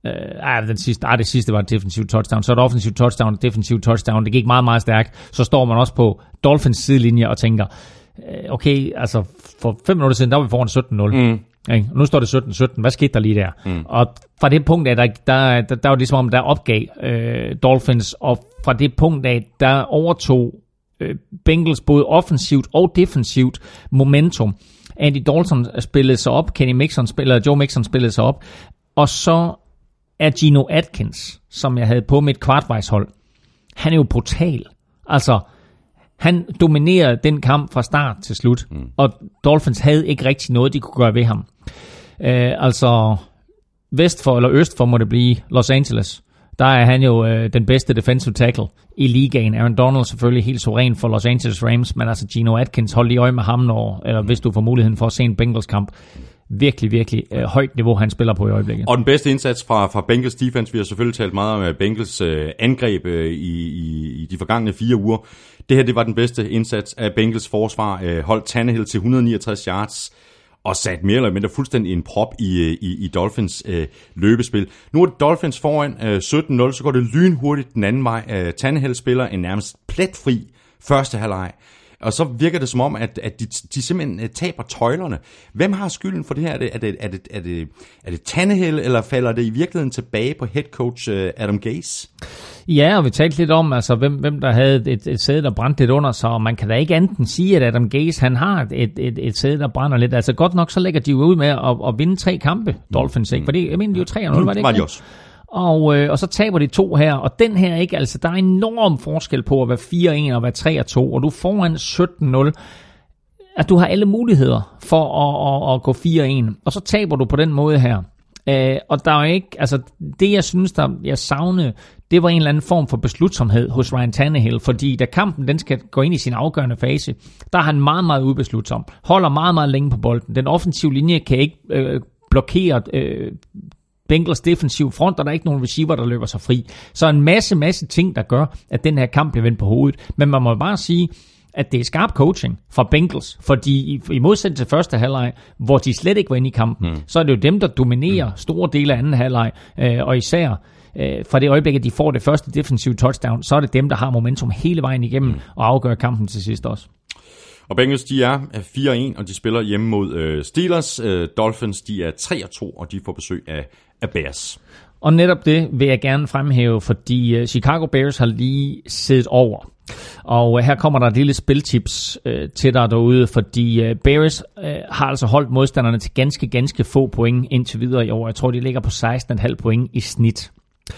C: Øh, ej, den sidste, ej, det sidste var et defensivt touchdown. Så er det offensivt touchdown, et defensivt touchdown. Det gik meget, meget stærkt. Så står man også på Dolphins sidelinje og tænker, øh, okay, altså for fem minutter siden, der var vi foran sytten nul. Mm. Okay, nu står det sytten sytten. Hvad skete der lige der? Mm. Og fra det punkt af, der, der, der, der var det som om, der opgav øh, Dolphins. Og fra det punkt af, der overtog øh, Bengals både offensivt og defensivt momentum. Andy Dalton spillede sig op, Kenny Mixon spillede, Joe Mixon spillede sig op. Og så er Geno Atkins, som jeg havde på mit kvartvejshold, han er jo brutal. Altså, han dominerede den kamp fra start til slut, mm. og Dolphins havde ikke rigtig noget, de kunne gøre ved ham. Øh, altså, vest for, eller øst for må det blive Los Angeles. Der er han jo øh, den bedste defensive tackle i ligaen. Aaron Donald selvfølgelig helt suveræn for Los Angeles Rams, men altså Geno Atkins, hold lige øje med ham, når, eller hvis du får muligheden for at se en Bengals kamp. Virkelig, virkelig øh, højt niveau, han spiller på i øjeblikket.
B: Og den bedste indsats fra, fra Bengals defense, vi har selvfølgelig talt meget om Bengals øh, angreb øh, i, i, i de forgangne fire uger. Det her, det var den bedste indsats af Bengals forsvar. Øh, holdt Tannehill til et hundrede og niogtres yards og sat mere eller mindre fuldstændig en prop i, i, i Dolphins øh, løbespil. Nu er det Dolphins foran øh, sytten nul, så går det lynhurtigt den anden vej. Øh, Tannehill spiller en nærmest pletfri første halvleg. Og så virker det som om, at, at de, de simpelthen taber tøjlerne. Hvem har skylden for det her? Er det, er det, er det, er det, er det Tannehill, eller falder det i virkeligheden tilbage på head coach Adam Gase?
C: Ja, og vi talte lidt om, altså, hvem, hvem der havde et, et sæde, der brændte lidt under sig, og man kan da ikke enten sige, at Adam Gase, han har et, et, et sæde, der brænder lidt. Altså godt nok, så lægger de jo ud med at, at vinde tre kampe, Dolphins, ikke? For det, jeg mener, de jo tre nul, var det ikke?
B: Var de også.
C: Og, øh, og så taber de to her, og den her ikke, altså der er enorm forskel på at være fire en og være tre to, og du får en sytten nul, at du har alle muligheder for at, at, at gå fire en, og så taber du på den måde her. Øh, og der er ikke, altså det jeg synes, der jeg savnede, det var en eller anden form for beslutsomhed hos Ryan Tannehill, fordi da kampen den skal gå ind i sin afgørende fase, der er han meget, meget ubeslutsom, holder meget, meget længe på bolden. Den offensive linje kan ikke øh, blokere øh, Bengals defensiv front, og der er ikke nogen receiver, der løber sig fri. Så en masse, masse ting, der gør, at den her kamp bliver vendt på hovedet. Men man må bare sige, at det er skarp coaching fra Bengals, fordi i, i modsætning til første halvleg, hvor de slet ikke var inde i kampen, mm. så er det jo dem, der dominerer store dele af anden halvleg, øh, og især øh, fra det øjeblik, at de får det første defensive touchdown, så er det dem, der har momentum hele vejen igennem, mm. og afgør kampen til sidst også.
B: Og Bengals, de er fire en, og de spiller hjemme mod øh, Steelers. Øh, Dolphins, de er tre to, og de får besøg af, af Bears.
C: Og netop det vil jeg gerne fremhæve, fordi uh, Chicago Bears har lige siddet over. Og uh, her kommer der et lille spiltips uh, til dig derude, fordi uh, Bears uh, har altså holdt modstanderne til ganske, ganske få point indtil videre i år. Jeg tror, de ligger på seksten komma fem point i snit.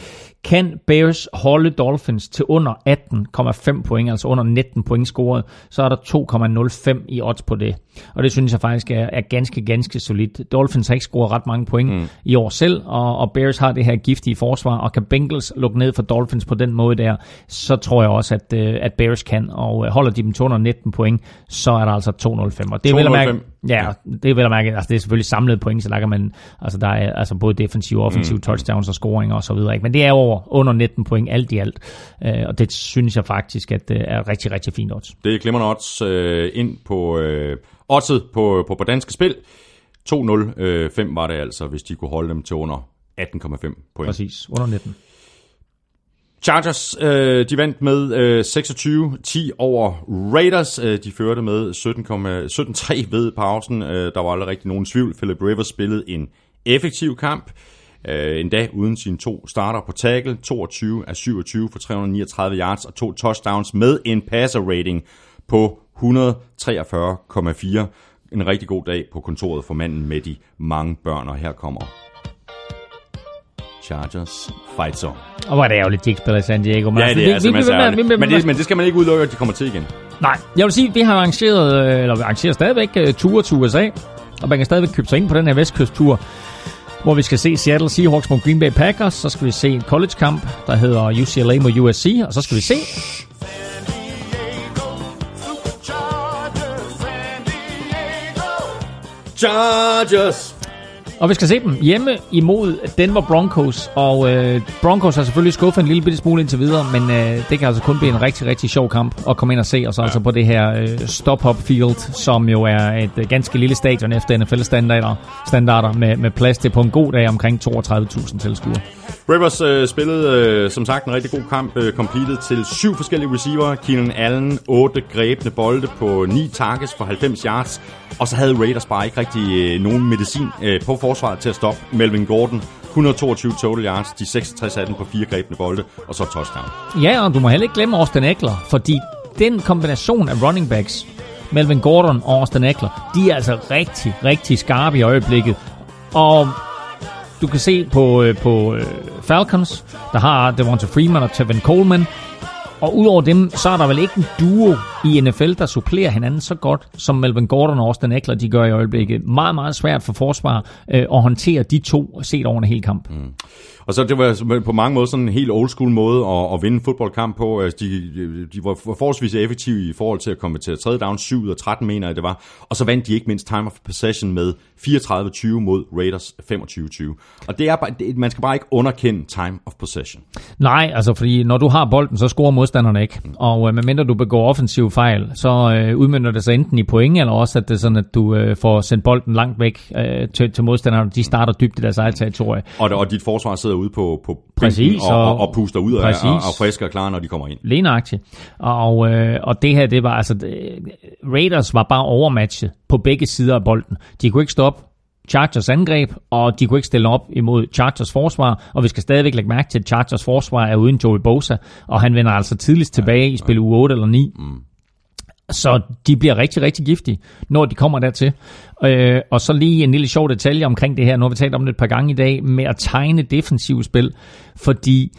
C: Kan Bears holde Dolphins til under atten komma fem point, altså under nitten point scoret, så er der to komma nul fem i odds på det. Og det synes jeg faktisk er, er ganske, ganske solidt. Dolphins har ikke scoret ret mange point mm. i år selv, og, og Bears har det her giftige forsvar, og kan Bengals lukke ned for Dolphins på den måde der, så tror jeg også, at, at Bears kan, og holder de dem til under nitten point, så er der altså to komma nul fem. Og det er vel at mærke, ja, det er vel at mærke, altså det er selvfølgelig samlet point, så der kan man, altså der er altså både defensive og offensive mm. touchdowns og scoringer og så videre, ikke? Men det er over under nitten point alt i alt, øh, og det synes jeg faktisk, at det er rigtig, rigtig fint odds.
B: Det er glimrende odds øh, ind på øh, oddset på, på, på danske spil. to komma nul fem var det altså, hvis de kunne holde dem til under atten komma fem point.
C: Præcis, under nitten.
B: Chargers, øh, de vandt med øh, seksogtyve ti over Raiders. Øh, de førte med sytten tre ved pausen. Øh, der var aldrig rigtig nogen tvivl. Philip Rivers spillede en effektiv kamp. Øh, endda uden sine to starter på tackle. toogtyve af syvogtyve for tre hundrede og niogtredive yards og to touchdowns med en passer rating på et hundrede og treogfyrre komma fire. En rigtig god dag på kontoret for manden med de mange børn, og her kommer Chargers Fight Song.
C: Og hvor er det ærgerligt, de ikke spiller i San Diego.
B: Men ja, det er altså masser ærgerligt. Men, det, men det skal man ikke udelukke, at de kommer til igen.
C: Nej, jeg vil sige, at vi har arrangeret, eller vi arrangerer stadigvæk ture til U S A, og man kan stadigvæk købe sig ind på den her vestkysttur, hvor vi skal se Seattle Seahawks mod Green Bay Packers. Så skal vi se en college-kamp, der hedder U C L A mod U S C, og så skal vi se
B: Chargers.
C: Og vi skal se dem hjemme imod Denver Broncos, og øh, Broncos har selvfølgelig skuffet en lille bitte smule indtil videre, men øh, det kan altså kun blive en rigtig, rigtig sjov kamp at komme ind og se, og så ja. altså på det her øh, Stop-Up Field, som jo er et øh, ganske lille stadion efter N F L-standarder standarder med, med plads til på en god dag omkring toogtredive tusind tilskuere.
B: Rivers øh, spillede øh, som sagt en rigtig god kamp, øh, completed til syv forskellige receiver. Keenan Allen, otte grebne bolde på ni targets for halvfems yards. Og så havde Raiders bare ikke rigtig øh, nogen medicin øh, på forsvaret til at stoppe Melvin Gordon. et hundrede og toogtyve total yards, de seksogtres af dem på fire grebne bolde, og så touchdown.
C: Ja, og du må heller ikke glemme Austin Eckler, fordi den kombination af running backs, Melvin Gordon og Austin Eckler, de er altså rigtig, rigtig skarpe i øjeblikket. Og du kan se på, øh, på øh, Falcons, der har Devonta Freeman og Tevin Coleman. Og udover dem, så er der vel ikke en duo i N F L, der supplerer hinanden så godt, som Melvin Gordon og Austin Eckler, de gør i øjeblikket. Meget, meget svært for forsvar øh, at håndtere de to set over en hel kamp. Mm.
B: Og så det var på mange måder sådan en helt old school måde at, at vinde en fodboldkamp på. Altså, de, de var forholdsvis effektive i forhold til at komme til tredje down, syv ud af tretten mener jeg det var. Og så vandt de ikke mindst time of possession med fireogtredive tyve mod Raiders femogtyve tyve. Og det er bare, det, man skal bare ikke underkende time of possession.
C: Nej, altså fordi når du har bolden, så scorer modstanderne ikke. Mm. Og øh, medmindre du begår offensiv fejl, så øh, udmønter det sig enten i point, eller også at det er sådan, at du øh, får sendt bolden langt væk øh, til, til modstanderne. De starter dybt i deres eget territorie.
B: Og, og dit forsvar sidder ude på, på
C: præcis,
B: og, og, og puster ud
C: præcis.
B: og, og friske og klar, når de kommer ind.
C: Lenagtigt. Og, øh, og det her, det var altså... Det, Raiders var bare overmatchet på begge sider af bolden. De kunne ikke stoppe Chargers angreb, og de kunne ikke stille op imod Chargers forsvar, og vi skal stadigvæk lægge mærke til, at Chargers forsvar er uden Joey Bosa, og han vender altså tidligst tilbage ja, i spil uge otte eller ni. Mm. Så de bliver rigtig, rigtig giftige, når de kommer dertil. Øh, og så lige en lille sjov detalje omkring det her, nu har vi talt om det et par gange i dag, med at tegne defensive spil, fordi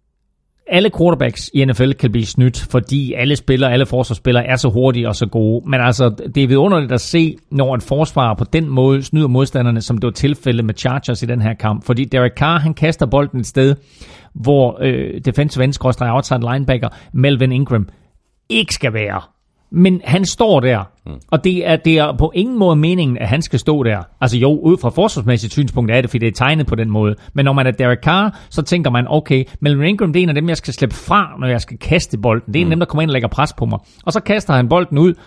C: alle quarterbacks i N F L kan blive snydt, fordi alle spillere, alle forsvarsspillere er så hurtige og så gode. Men altså, det er vidunderligt at se, når en forsvarer på den måde snyder modstanderne, som det var tilfældet med Chargers i den her kamp. Fordi Derek Carr, han kaster bolden et sted, hvor øh, defensive end skråstreg outside linebacker Melvin Ingram ikke skal være. Men han står der, mm. og det er, det er på ingen måde meningen, at han skal stå der. Altså jo, ud fra forsvarsmæssigt synspunkt er det, fordi det er tegnet på den måde. Men når man er Derek Carr, så tænker man, okay, Melvin Ingram, det er en af dem, jeg skal slippe fra, når jeg skal kaste bolden. Det er en af dem, der kommer ind og lægger pres på mig. Og så kaster han bolden ud,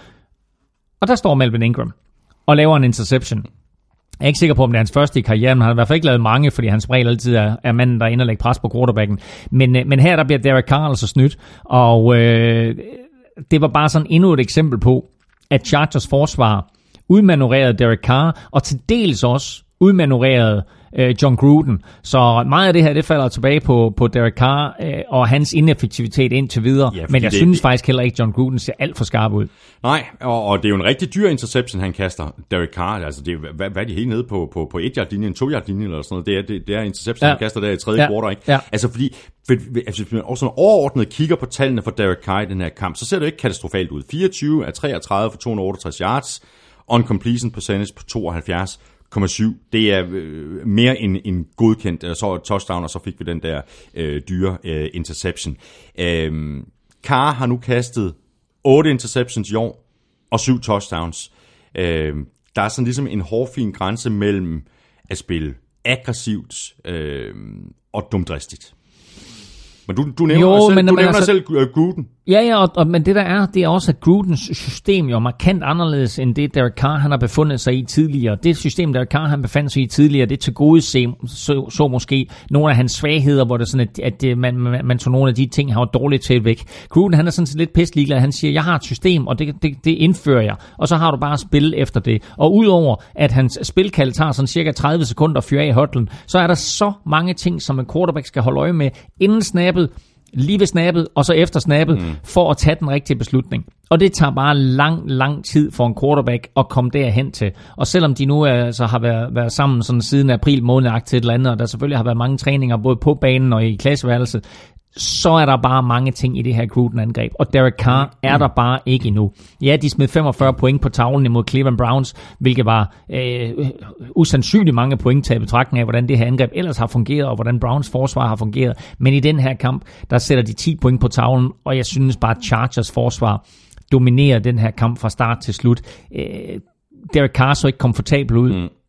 C: og der står Melvin Ingram og laver en interception. Jeg er ikke sikker på, om det er hans første i karrieren, men han har i hvert fald ikke lavet mange, fordi hans regel altid er, er manden, der er inde og lægger pres på quarterbacken. Men, men her der bliver Derek Carr altså snydt, og øh, det var bare sådan endnu et eksempel på, at Chargers forsvar udmanøvrerede Derek Carr, og til dels også udmanøvrerede øh, John Gruden. Så meget af det her, det falder tilbage på, på Derek Carr øh, og hans ineffektivitet indtil videre. Ja, men jeg det, synes det, faktisk heller ikke, John Gruden ser alt for skarp ud.
B: Nej, og, og det er jo en rigtig dyr interception, han kaster, Derek Carr. Altså, det er, hvad, hvad er de helt nede på, på, på et-yard-linjen, en to-yard-linje eller sådan noget. Det er, det, det er interception, ja. Han kaster der i tredje ja. Quarter, ikke? Ja. Altså, fordi for, altså, hvis man også overordnet kigger på tallene for Derek Carr i den her kamp, så ser det ikke katastrofalt ud. fireogtyve af treogtredive for to hundrede og otteogtres yards, on completion percentage på tooghalvfjerds komma syv. Det er øh, mere end, end godkendt. Så touchdown, og så fik vi den der øh, dyre øh, interception. Øh, Carr har nu kastet otte interceptions i år, og syv touchdowns. Øh, der er sådan ligesom en hårfin grænse mellem at spille aggressivt øh, og dumdristigt. Men du, du nævner jo, selv, men, du nævner altså, selv uh, Gruden.
C: Ja, ja, og, og, men det der er, det er også, at Grudens system jo er markant anderledes, end det Derek Carr, han har befundet sig i tidligere. Det system, Derek Carr, han befandt sig i tidligere, det til gode se, så, så måske nogle af hans svagheder, hvor det er sådan, at, at man, man, man tog nogle af de ting, han var dårligt til væk. Gruden, han er sådan set lidt pisseliglad. Han siger, jeg har et system, og det, det, det indfører jeg. Og så har du bare spil efter det. Og udover, at hans spilkald tager sådan cirka tredive sekunder at fyre af i hotlen, så er der så mange ting, som en quarterback skal holde øje med, inden snappet, lige ved snappet, og så efter snappet, mm. for at tage den rigtige beslutning. Og det tager bare lang, lang tid for en quarterback at komme derhen til. Og selvom de nu altså har været, været sammen sådan siden april måned til et eller andet, og der selvfølgelig har været mange træninger, både på banen og i klasseværelset, så er der bare mange ting i det her Gruden-angreb. Og Derek Carr mm. er der bare ikke endnu. Ja, de smed femogfyrre point på tavlen imod Cleveland Browns, hvilket var øh, usandsynligt mange point taget i betragtning af, hvordan det her angreb ellers har fungeret, og hvordan Browns forsvar har fungeret. Men i den her kamp, der sætter de ti point på tavlen, og jeg synes bare, at Chargers forsvar dominerer den her kamp fra start til slut. Øh, Derek Carr så ikke komfortabel ud. Mm.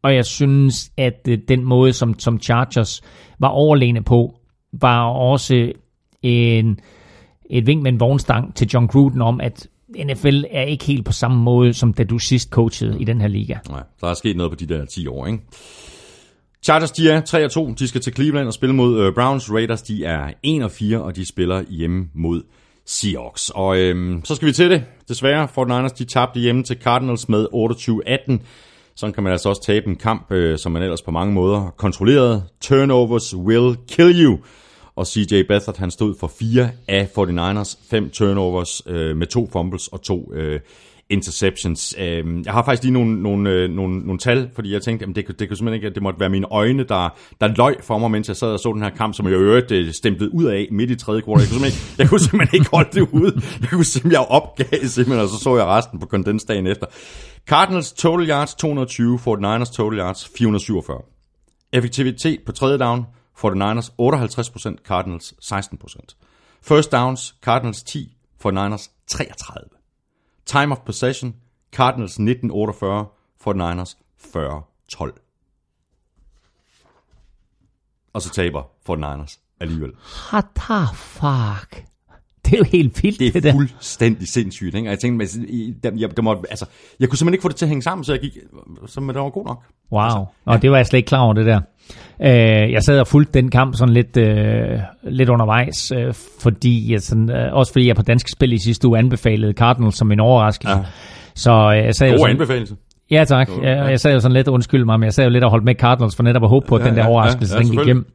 C: og jeg synes, at øh, den måde, som, som Chargers var overlegne på, var også en, et vink med en vognstang til John Gruden om, at N F L er ikke helt på samme måde, som da du sidst coachede i den her liga.
B: Nej, der er sket noget på de der ti år, ikke? Chargers, de er tre og to. De skal til Cleveland og spille mod uh, Browns. Raiders, de er en og fire, og de spiller hjemme mod Seahawks. Og øhm, så skal vi til det. Desværre, forty-niners, de tabte hjemme til Cardinals med otteogtyve atten. Sådan kan man altså også tabe en kamp, øh, som man ellers på mange måder kontrollerede. Turnovers will kill you. Og C J Beathard, han stod for fire af forty-niners, fem turnovers øh, med to fumbles og to øh, interceptions. Øh, jeg har faktisk lige nogle, nogle, øh, nogle, nogle tal, fordi jeg tænkte, at det, det kunne simpelthen ikke, at det måtte være mine øjne, der, der løg for mig, mens jeg sad og så den her kamp, som jeg i øvrigt øh, stemplede ud af midt i tredje kvartal. Jeg kunne simpelthen, jeg kunne simpelthen ikke holde det ud. Jeg kunne simpelthen, jeg opgav simpelthen, og så så jeg resten på kondensdagen efter. Cardinals total yards to hundrede og tyve, forty-niners total yards fire hundrede og syvogfyrre. Effektivitet på tredje down, forty-niners otteoghalvtreds procent, Cardinals seksten procent. First downs, Cardinals ti, forty-niners treogtredive. Time of possession, Cardinals nitten otteogfyrre, forty-niners fyrre tolv. Og så taber forty-niners alligevel.
C: What the fuck? Det er jo helt vildt,
B: det,
C: det
B: er
C: der.
B: fuldstændig sindssygt, ikke? Og jeg tænkte, jeg, jeg, jeg, måtte, altså, jeg kunne simpelthen ikke få det til at hænge sammen, så jeg gik, så det var god nok.
C: Wow,
B: altså,
C: ja. Og det var jeg slet ikke klar over, det der. Uh, jeg sad og fulgte den kamp sådan lidt, uh, lidt undervejs, uh, fordi jeg sådan, uh, også fordi jeg på Dansk Spil i sidste uge anbefalede Cardinals som en overraskelse. Ja. Så uh, jeg sad
B: god
C: jo sådan,
B: anbefalelse.
C: Ja tak,
B: God,
C: jeg,
B: ja.
C: jeg sad jo sådan lidt, undskyld mig, men jeg sad jo lidt og holdt med Cardinals for netop at håbe på, at ja, den der overraskelse, ja, ja, den gik hjem.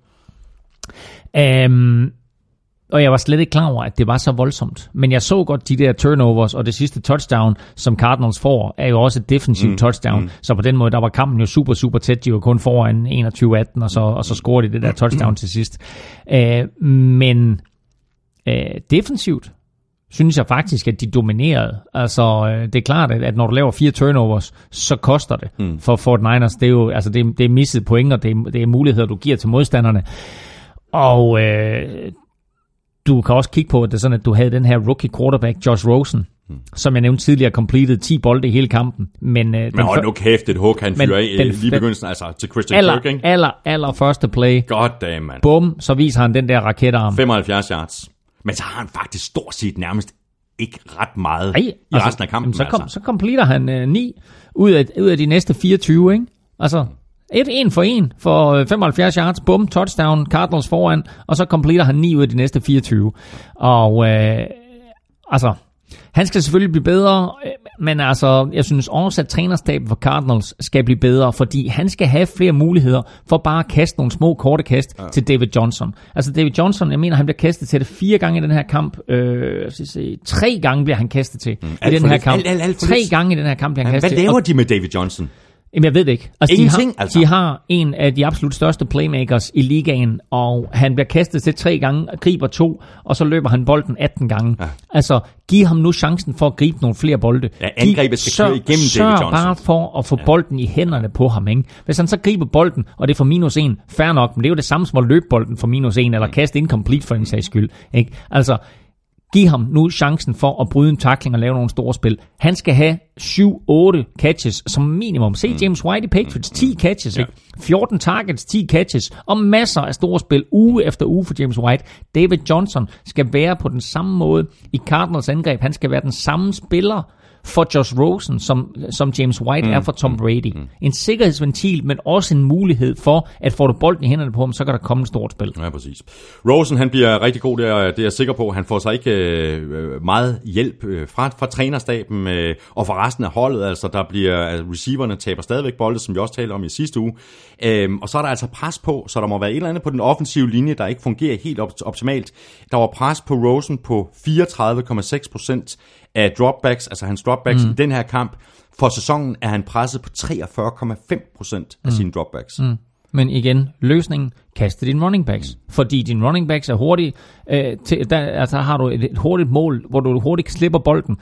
C: Um, Og jeg var slet ikke klar over, at det var så voldsomt. Men jeg så godt de der turnovers, og det sidste touchdown, som Cardinals får, er jo også et defensivt mm, touchdown. Mm. Så på den måde, der var kampen jo super, super tæt. De var kun foran enogtyve atten, og så, og så scorede de det der touchdown til sidst. Uh, men uh, defensivt synes jeg faktisk, at de dominerede. Altså, uh, det er klart, at, at når du laver fire turnovers, så koster det mm. for forty-niners. Det er jo altså, det er, det er misset point, og det er, det er muligheder, du giver til modstanderne. Og Uh, du kan også kigge på, at det er sådan, at du havde den her rookie quarterback, Josh Rosen, hmm. som jeg nævnte tidligere, completed ti bolde i hele kampen. Men, uh,
B: men hold nu kæft, et hug, han fyrer af den, lige begyndelsen, altså til Christian
C: aller,
B: Kirk, ikke?
C: Aller, aller første play.
B: God damn, man.
C: Bum, så viser han den der raketarm.
B: femoghalvfjerds yards. Men så har han faktisk stort set nærmest ikke ret meget
C: Ej,
B: i
C: altså,
B: resten af kampen.
C: Så, kom,
B: altså.
C: så completer han uh, ni ud af, ud af de næste fireogtyve, ikke? Altså... Et en for en for femoghalvfjerds yards, bum, touchdown, Cardinals foran, og så completer han ni ud af de næste fireogtyve. Og øh, altså, han skal selvfølgelig blive bedre, men altså, jeg synes også, at trænerstaben for Cardinals skal blive bedre, fordi han skal have flere muligheder for bare at kaste nogle små korte kast ja. til David Johnson. Altså David Johnson, jeg mener, han bliver kastet til det fire gange i den her kamp. Øh, se, tre gange bliver han kastet til mm, i den her lidt, kamp. Alt, alt, alt tre lidt. gange i den her kamp bliver han ja, kastet
B: til.
C: Hvad
B: laver de med David Johnson?
C: Jamen, jeg ved det ikke. Altså,
B: Ingenting,
C: de har,
B: altså.
C: De har en af de absolut største playmakers i ligaen, og han bliver kastet til tre gange, griber to, og så løber han bolden atten gange. Ja. Altså, giv ham nu chancen for at gribe nogle flere bolde.
B: Ja, angrebet skal køre igennem David Johnson.
C: Sørg bare for at få ja. bolden i hænderne på ham, ikke? Hvis han så griber bolden, og det er for minus en, fair nok, men det er jo det samme som at løbe bolden for minus en, eller kaste incomplete for en sags skyld, ikke? Altså, giv ham nu chancen for at bryde en tackling og lave nogle store spil. Han skal have syv otte catches som minimum. Se James White i Patriots, ti catches, ikke? fjorten targets, ti catches, og masser af store spil uge efter uge for James White. David Johnson skal være på den samme måde i Cardinals angreb. Han skal være den samme spiller for Josh Rosen, som, som James White mm. er for Tom Brady. Mm. En sikkerhedsventil, men også en mulighed for, at får du bolden i hænderne på ham, så kan der komme et stort spil.
B: Ja, præcis. Rosen, han bliver rigtig god, det er, det er jeg sikker på. Han får sig ikke øh, meget hjælp øh, fra, fra trænerstaben øh, og fra resten af holdet. Altså, der bliver, altså, receiverne taber stadigvæk bolde, som vi også talte om i sidste uge. Øhm, og så er der altså pres på, så der må være et eller andet på den offensive linje, der ikke fungerer helt op- optimalt. Der var pres på Rosen på fireogtredive komma seks procent af dropbacks, altså hans dropbacks mm. i den her kamp. For sæsonen er han presset på treogfyrre komma fem procent af mm. sine dropbacks. Mm.
C: Men igen, løsningen, kaste dine running backs. Mm. Fordi dine running backs er hurtige. Øh, til, der, altså har du et, et hurtigt mål, hvor du hurtigt slipper bolden.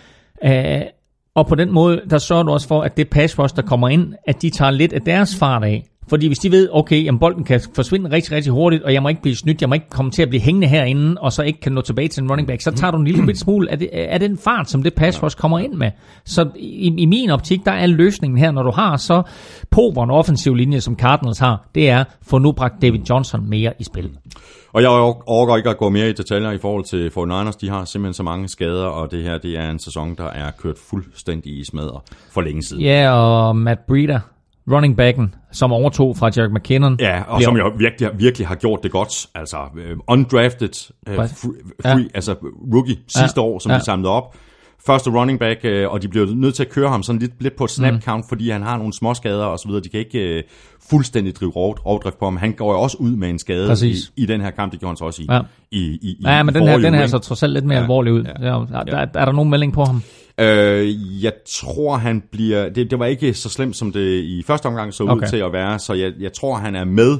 C: Øh, og på den måde, der sørger du også for, at det pass rush, der kommer ind, at de tager lidt af deres fart af. Fordi hvis de ved, okay, jamen bolden kan forsvinde rigtig, rigtig hurtigt, og jeg må ikke blive snydt, jeg må ikke komme til at blive hængende herinde, og så ikke kan nå tilbage til en running back, så tager du en lille bit smule af, det, af den fart, som det pass rush kommer ind med. Så i, i min optik, der er løsningen her, når du har så på en offensiv linje, som Cardinals har, det er, få nu bragt David Johnson mere i spil.
B: Og jeg overgår ikke at gå mere i detaljer i forhold til forty-niners. De har simpelthen så mange skader, og det her, det er en sæson, der er kørt fuldstændig i smadder for længe siden.
C: Ja, og Matt Breida, running backen, som overtog fra Jerick McKinnon.
B: Ja, og bliver... som jo virkelig, virkelig har gjort det godt. Altså, uh, undrafted, uh, free, free, ja. altså rookie sidste ja. år, som ja. de samlede op. Første running back, uh, og de bliver nødt til at køre ham sådan lidt, lidt på et snap count, mm. fordi han har nogle små skader og så videre. De kan ikke uh, fuldstændig drive rovdrift på ham. Han går jo også ud med en skade i, i den her kamp. Det gjorde han så også i
C: ja.
B: i, i, i
C: Ja, men
B: i
C: den her, den her så trods alt lidt mere ja. alvorlig ud.
B: Ja.
C: Ja. Er, er, er der nogen melding på ham?
B: Øh, jeg tror, han bliver... Det, det var ikke så slemt, som det i første omgang så okay. ud til at være, så jeg, jeg tror, han er med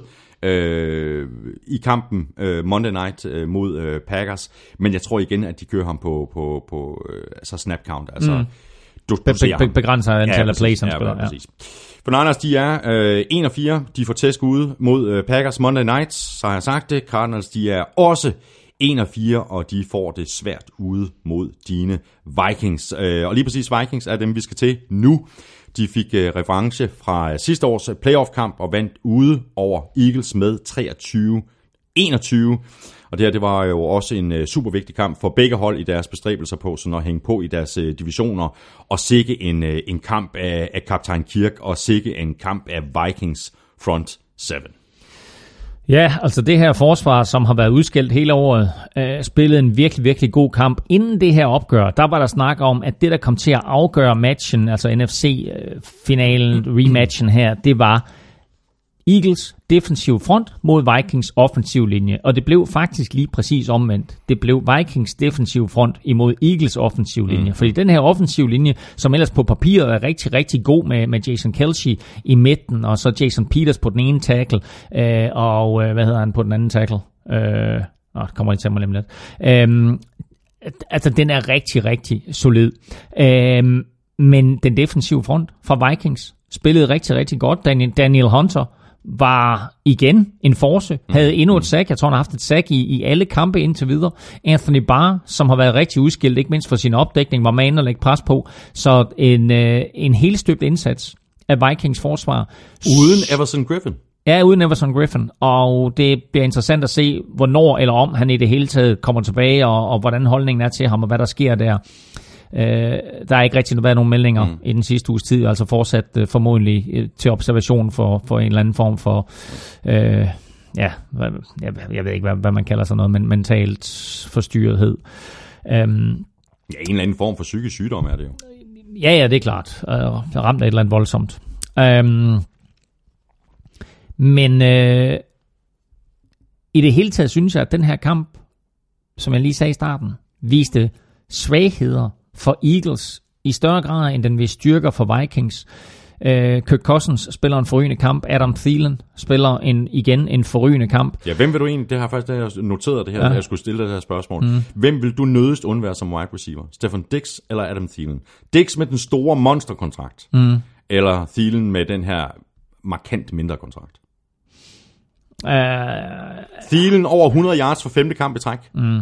B: øh, i kampen øh, Monday Night øh, mod øh, Packers, men jeg tror igen, at de kører ham på, på, på øh, altså snap count, altså
C: mm.
B: du, du
C: be, be, be, begrænser antallet
B: ja,
C: af plays, han
B: ja,
C: spiller.
B: Ja, præcis. For Niners, de er øh, en og fire, de får tæsk ude mod øh, Packers Monday Night, så har jeg sagt det. Cardinals, de er også en og fire, og de får det svært ude mod dine Vikings. Og lige præcis Vikings er dem, vi skal til nu. De fik revanche fra sidste års playoff-kamp og vandt ude over Eagles med treogtyve enogtyve. Og det her, det var jo også en super vigtig kamp for begge hold i deres bestræbelser på sådan at hænge på i deres divisioner. Og sikke en, en kamp af, af kaptajn Kirk, og sikke en kamp af Vikings front seven.
C: Ja, altså det her forsvar, som har været udskilt hele året, øh, spillede en virkelig, virkelig god kamp. Inden det her opgør, der var der snak om, at det, der kom til at afgøre matchen, altså N F C-finalen, rematchen her, det var Eagles defensiv front mod Vikings offensiv linje. Og det blev faktisk lige præcis omvendt. Det blev Vikings defensiv front imod Eagles offensiv linje. Mm. Fordi den her offensiv linje, som ellers på papiret er rigtig, rigtig god med, med Jason Kelce i midten, og så Jason Peters på den ene tackle, øh, og øh, hvad hedder han på den anden tackle? Øh, åh, det kommer lige til mig lidt. Øh, altså, den er rigtig, rigtig solid. Øh, men den defensive front fra Vikings spillede rigtig, rigtig godt. Daniel, Daniel Hunter var igen en force, havde endnu et sack. Jeg tror, han har haft et sack i, i alle kampe indtil videre. Anthony Barr, som har været rigtig udskilt, ikke mindst for sin opdækning, var man at lægge pres på. Så en, øh, en helstøbt indsats af Vikings forsvar.
B: Uden Everson Griffin.
C: Ja, uden Everson Griffin. Og det bliver interessant at se, hvornår eller om han i det hele taget kommer tilbage, og, og hvordan holdningen er til ham, og hvad der sker der. Uh, der er ikke rigtig været nogen meldinger mm. i den sidste uges tid, altså fortsat uh, formodentlig uh, til observation for, for en eller anden form for, uh, ja, jeg, jeg ved ikke, hvad, hvad man kalder sådan noget, men mentalt forstyrrethed. Um,
B: ja, en eller anden form for psykisk sygdom er det jo.
C: Ja, ja, det er klart. Uh, ramt af et eller andet voldsomt. Um, men uh, i det hele taget synes jeg, at den her kamp, som jeg lige sagde i starten, viste svagheder for Eagles i større grad, end den vil styrker for Vikings. Uh, Kirk Cousins spiller en forrygende kamp. Adam Thielen spiller en, igen en forrygende kamp.
B: Ja, hvem vil du egentlig, det har faktisk det, jeg noteret det her, ja. Jeg skulle stille dig det her spørgsmål. Mm. Hvem vil du nødigst undvære som wide receiver? Stefan Diggs eller Adam Thielen? Diggs med den store monsterkontrakt, mm. eller Thielen med den her markant mindre kontrakt? Uh, Thielen over hundrede yards for femte kamp i træk. Mm.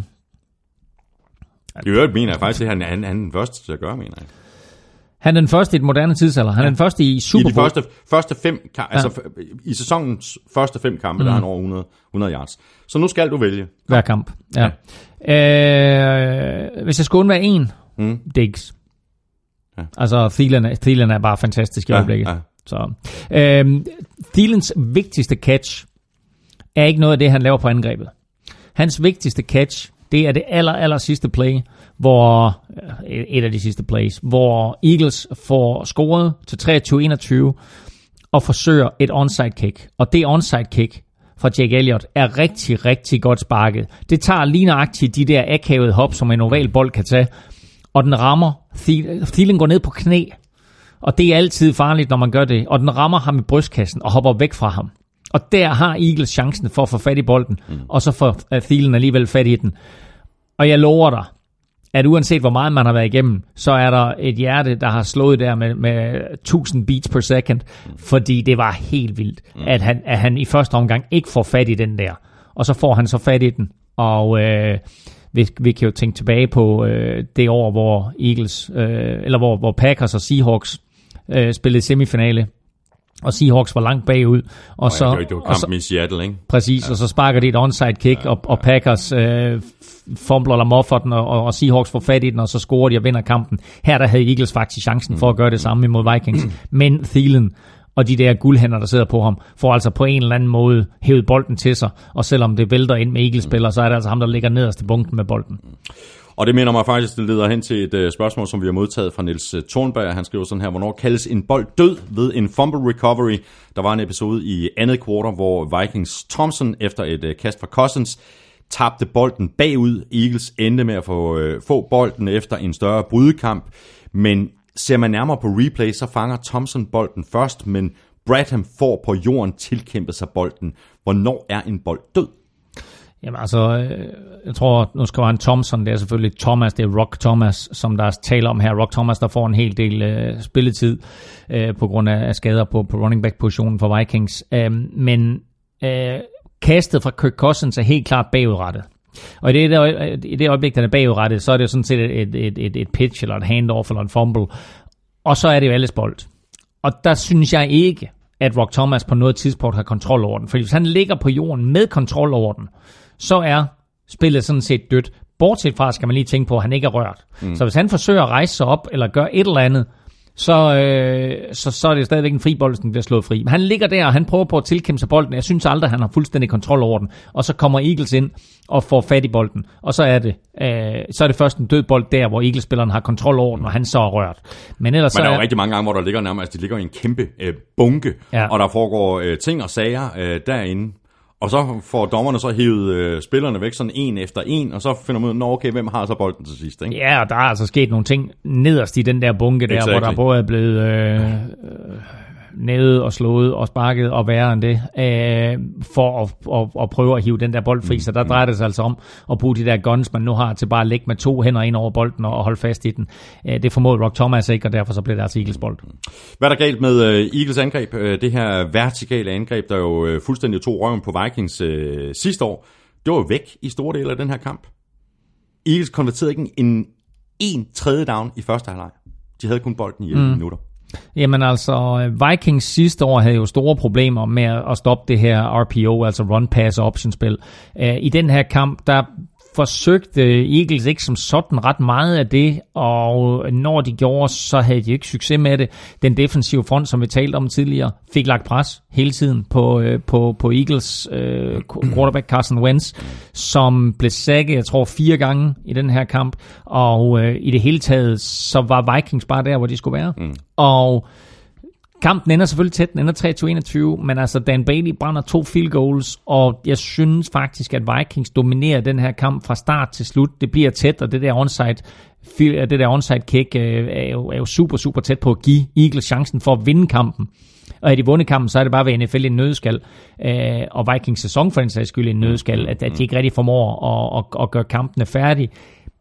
B: I øvrigt mener jeg faktisk, at han, han, han er den første til at gøre, mener jeg.
C: Han er den første i den moderne tidsalder. Han ja. er den første i Super Bowl.
B: I de første, første fem kampe, ja. altså i sæsonens første fem kampe, mm. der er han over hundrede, hundrede yards. Så nu skal du vælge. Kom.
C: Hver kamp, ja. ja. Øh, hvis jeg skulle undvære en, mm. Diggs. Ja. Altså, Thielen, Thielen er bare fantastisk i ja, øjeblikket. Ja. Så, øh, Thielens vigtigste catch er ikke noget af det, han laver på angrebet. Hans vigtigste catch, det er det aller, aller sidste play, hvor et af de sidste plays, hvor Eagles får scoret til treogtyve enogtyve og forsøger et onside kick. Og det onside kick fra Jake Elliott er rigtig, rigtig godt sparket. Det tager lige nøjagtigt de der akavede hop, som en oval bold kan tage, og den rammer. Thielen går ned på knæ, og det er altid farligt, når man gør det, og den rammer ham i brystkassen og hopper væk fra ham. Og der har Eagles chancen for at få fat i bolden, mm. og så får Thielen alligevel fat i den. Og jeg lover dig, at uanset hvor meget man har været igennem, så er der et hjerte, der har slået der med, med tusind beats per second, fordi det var helt vildt, mm. at, han, at han i første omgang ikke får fat i den der. Og så får han så fat i den, og øh, vi, vi kan jo tænke tilbage på øh, det år, hvor Eagles, øh, eller hvor, hvor Packers og Seahawks øh, spillede semifinale, og Seahawks var langt bagud. Og, og så,
B: ja, det var kampen i Seattle, ikke?
C: Præcis, ja. Og så sparker de et onside kick, ja, og, og Packers øh, fumbler eller moffer den, og, og Seahawks får fat i den, og så scorer de og vinder kampen. Her der havde Eagles faktisk chancen for at gøre det samme imod Vikings. Men Thielen og de der guldhænder, der sidder på ham, får altså på en eller anden måde hævet bolden til sig, og selvom det vælter ind med Eagles-spillere, så er det altså ham, der ligger nederst i bunken med bolden.
B: Og det minder mig faktisk, det leder hen til et uh, spørgsmål, som vi har modtaget fra Niels Thornberg. Han skriver sådan her: hvornår kaldes en bold død ved en fumble recovery? Der var en episode i andet kvartal, hvor Vikings Thompson efter et uh, kast fra Cousins tabte bolden bagud. Eagles endte med at få, uh, få bolden efter en større brydekamp, men ser man nærmere på replay, så fanger Thompson bolden først, men Bradham får på jorden tilkæmpet sig bolden. Hvornår er en bold død?
C: Jamen altså, jeg tror, nu skal han Thompson, det er selvfølgelig Thomas, det er Rock Thomas, som der taler om her. Rock Thomas, der får en hel del uh, spilletid uh, på grund af skader på, på running back-positionen for Vikings. Uh, men uh, kastet fra Kirk Cousins er helt klart bagudrettet. Og i det, i det øjeblik, der er bagudrettet, så er det jo sådan set et, et, et, et pitch, eller et handoff, eller en fumble. Og så er det jo alles bold. Og der synes jeg ikke, at Rock Thomas på noget tidspunkt har kontrol over den. Fordi hvis han ligger på jorden med kontrol over den, så er spillet sådan set dødt. Bortset fra skal man lige tænke på, at han ikke er rørt. Mm. Så hvis han forsøger at rejse sig op, eller gøre et eller andet, så, øh, så, så er det stadigvæk en fri bold, der bliver slået fri. Men han ligger der, og han prøver på at tilkæmpe sig bolden. Jeg synes aldrig, han har fuldstændig kontrol over den. Og så kommer Eagles ind og får fat i bolden. Og så er det, øh, så er det først en død bold der, hvor Eagles-spilleren har kontrol over den, og han så er rørt. Men ellers
B: Men der
C: så
B: er
C: er
B: jo rigtig mange gange, hvor der ligger nærmest, de ligger i en kæmpe øh, bunke, ja. Og der foregår øh, ting og sager øh, derinde. Og så får dommerne så hævet øh, spillerne væk sådan en efter en, og så finder man ud af, okay, hvem har så bolden til sidst, ikke?
C: Ja, og der er altså sket nogle ting nederst i den der bunke der, exactly. Hvor der både er blevet øh, øh, nævet og slået og sparket og værre end det, øh, for at, at, at prøve at hive den der bold fri. Mm. Så der drejer det sig altså om at bruge de der guns, man nu har til bare at lægge med to hænder ind over bolden og holde fast i den. Øh, det formåede Rock Thomas ikke, og derfor så blev det altså Eagles bold.
B: Hvad er der galt med uh, Eagles angreb? Uh, det her vertikale angreb, der jo uh, fuldstændig tog røven på Vikings uh, sidste år, det var væk i store dele af den her kamp. Eagles konverterede ikke en, en tredje down i første halvleg. De havde kun bolden i elleve mm. minutter.
C: Jamen altså, Vikings sidste år havde jo store problemer med at stoppe det her R P O, altså Run Pass Option spil. I den her kamp, der forsøgte Eagles ikke som sådan ret meget af det, og når de gjorde, så havde de ikke succes med det. Den defensive front, som vi talte om tidligere, fik lagt pres hele tiden på, på, på Eagles øh, quarterback Carson Wentz, som blev sacket, jeg tror, fire gange i den her kamp, og øh, i det hele taget, så var Vikings bare der, hvor de skulle være. Mm. Og kampen ender selvfølgelig tæt, den ender treogtyve enogtyve, men altså Dan Bailey brænder to field goals, og jeg synes faktisk, at Vikings dominerer den her kamp fra start til slut. Det bliver tæt, og det der onside, det der onside kick er jo, er jo super, super tæt på at give Eagles chancen for at vinde kampen. Og at de vundet kampen, så er det bare ved N F L en nødskal, og Vikings sæson for en sags skyld en nødskal, at, at de ikke rigtig formår at, at, at gøre kampene færdige.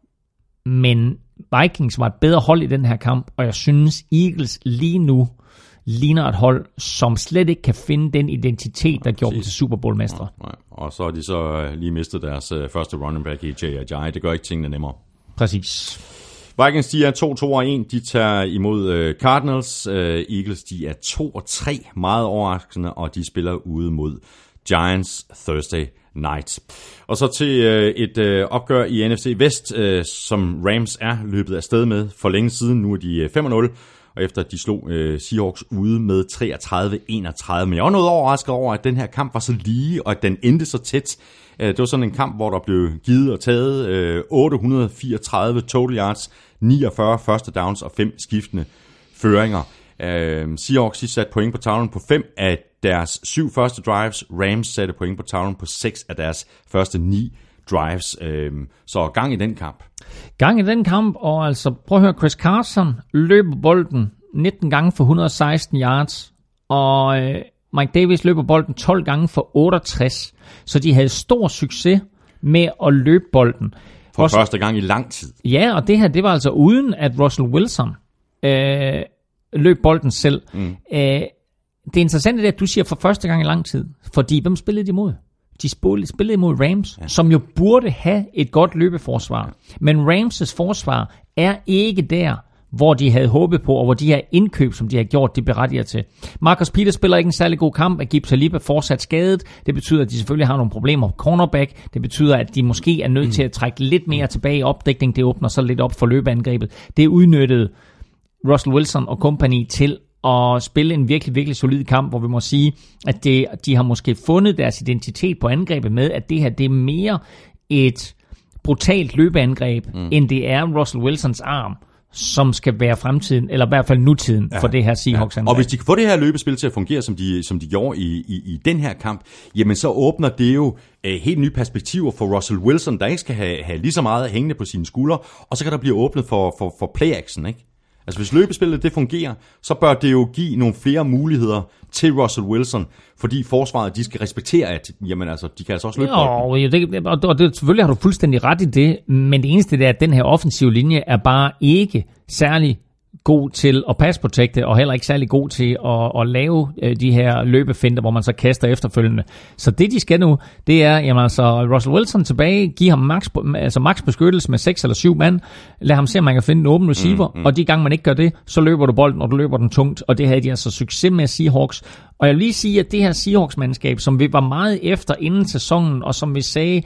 C: Men Vikings var et bedre hold i den her kamp, og jeg synes, Eagles lige nu ligner et hold, som slet ikke kan finde den identitet, der gjorde dem til Super Bowl-mestre.
B: Nej, og så har de så lige mistet deres uh, første running back i Jay Ajayi. Det gør ikke tingene nemmere.
C: Præcis.
B: Vikings, de er to to og en. De tager imod uh, Cardinals. Uh, Eagles, de er to og tre. Meget overraskende, og de spiller ude mod Giants Thursday night. Og så til uh, et uh, opgør i N F C Vest, uh, som Rams er løbet af sted med for længe siden. Nu er de fem og nul. Og efter at de slog øh, Seahawks ude med treogtredive enogtredive. Men jeg var noget overrasket over, at den her kamp var så lige, og at den endte så tæt. Øh, det var sådan en kamp, hvor der blev givet og taget øh, otte hundrede og fireogtredive total yards, niogfyrre første downs og fem skiftende føringer. Øh, Seahawks de satte point på tavlen på fem af deres syv første drives. Rams satte point på tavlen på seks af deres første ni drives. Øh, så gang i den kamp.
C: Gang i den kamp, og altså prøv at høre, Chris Carson løber bolden nitten gange for et hundrede og seksten yards, og øh, Mike Davis løber bolden tolv gange for otteogtres, så de havde stor succes med at løbe bolden.
B: For Russell, første gang i lang tid.
C: Ja, og det her, det var altså uden, at Russell Wilson øh, løb bolden selv. Mm. Øh, det interessante er, at du siger for første gang i lang tid. Fordi, hvem spillede de imod? De spillede imod Rams, ja. Som jo burde have et godt løbeforsvar. Ja. Men Rams' forsvar er ikke der, hvor de havde håbet på, og hvor de her indkøb, som de har gjort, de berettiger til. Marcus Peters spiller ikke en særlig god kamp, Aqib Talib er fortsat skadet. Det betyder, at de selvfølgelig har nogle problemer på cornerback. Det betyder, at de måske er nødt mm. til at trække lidt mere tilbage i opdækning. Det åbner så lidt op for løbeangrebet. Det udnyttede Russell Wilson og company til at spille en virkelig, virkelig solid kamp, hvor vi må sige, at det, de har måske fundet deres identitet på angrebet med, at det her, det er mere et brutalt løbeangreb, mm. end det er Russell Wilsons arm, som skal være fremtiden, eller i hvert fald nutiden ja, for det her Seahawks angreb.
B: Og hvis de kan få det her løbespil til at fungere, som de, som de gjorde i, i, i den her kamp, jamen så åbner det jo uh, helt nye perspektiver for Russell Wilson, der ikke skal have, have lige så meget hængende på sine skuldre, og så kan der blive åbnet for, for, for play-action, ikke? Altså hvis løbespillet det fungerer, så bør det jo give nogle flere muligheder til Russell Wilson, fordi forsvaret de skal respektere, at jamen, altså, de kan altså også løbe bolden.
C: Jo, det, og, og det, selvfølgelig har du fuldstændig ret i det, men det eneste det er, at den her offensive linje er bare ikke særlig god til at pass protecte, og heller ikke særlig god til at, at lave de her løbefinder, hvor man så kaster efterfølgende. Så det, de skal nu, det er, jamen altså, Russell Wilson tilbage, give ham max, altså max beskyttelse med seks eller syv mand, lad ham se, om man kan finde en åben receiver, mm, mm. og de gange man ikke gør det, så løber du bolden, og du løber den tungt, og det havde de altså succes med Seahawks. Og jeg vil lige sige, at det her Seahawks-mandskab, som vi var meget efter inden sæsonen, og som vi sagde,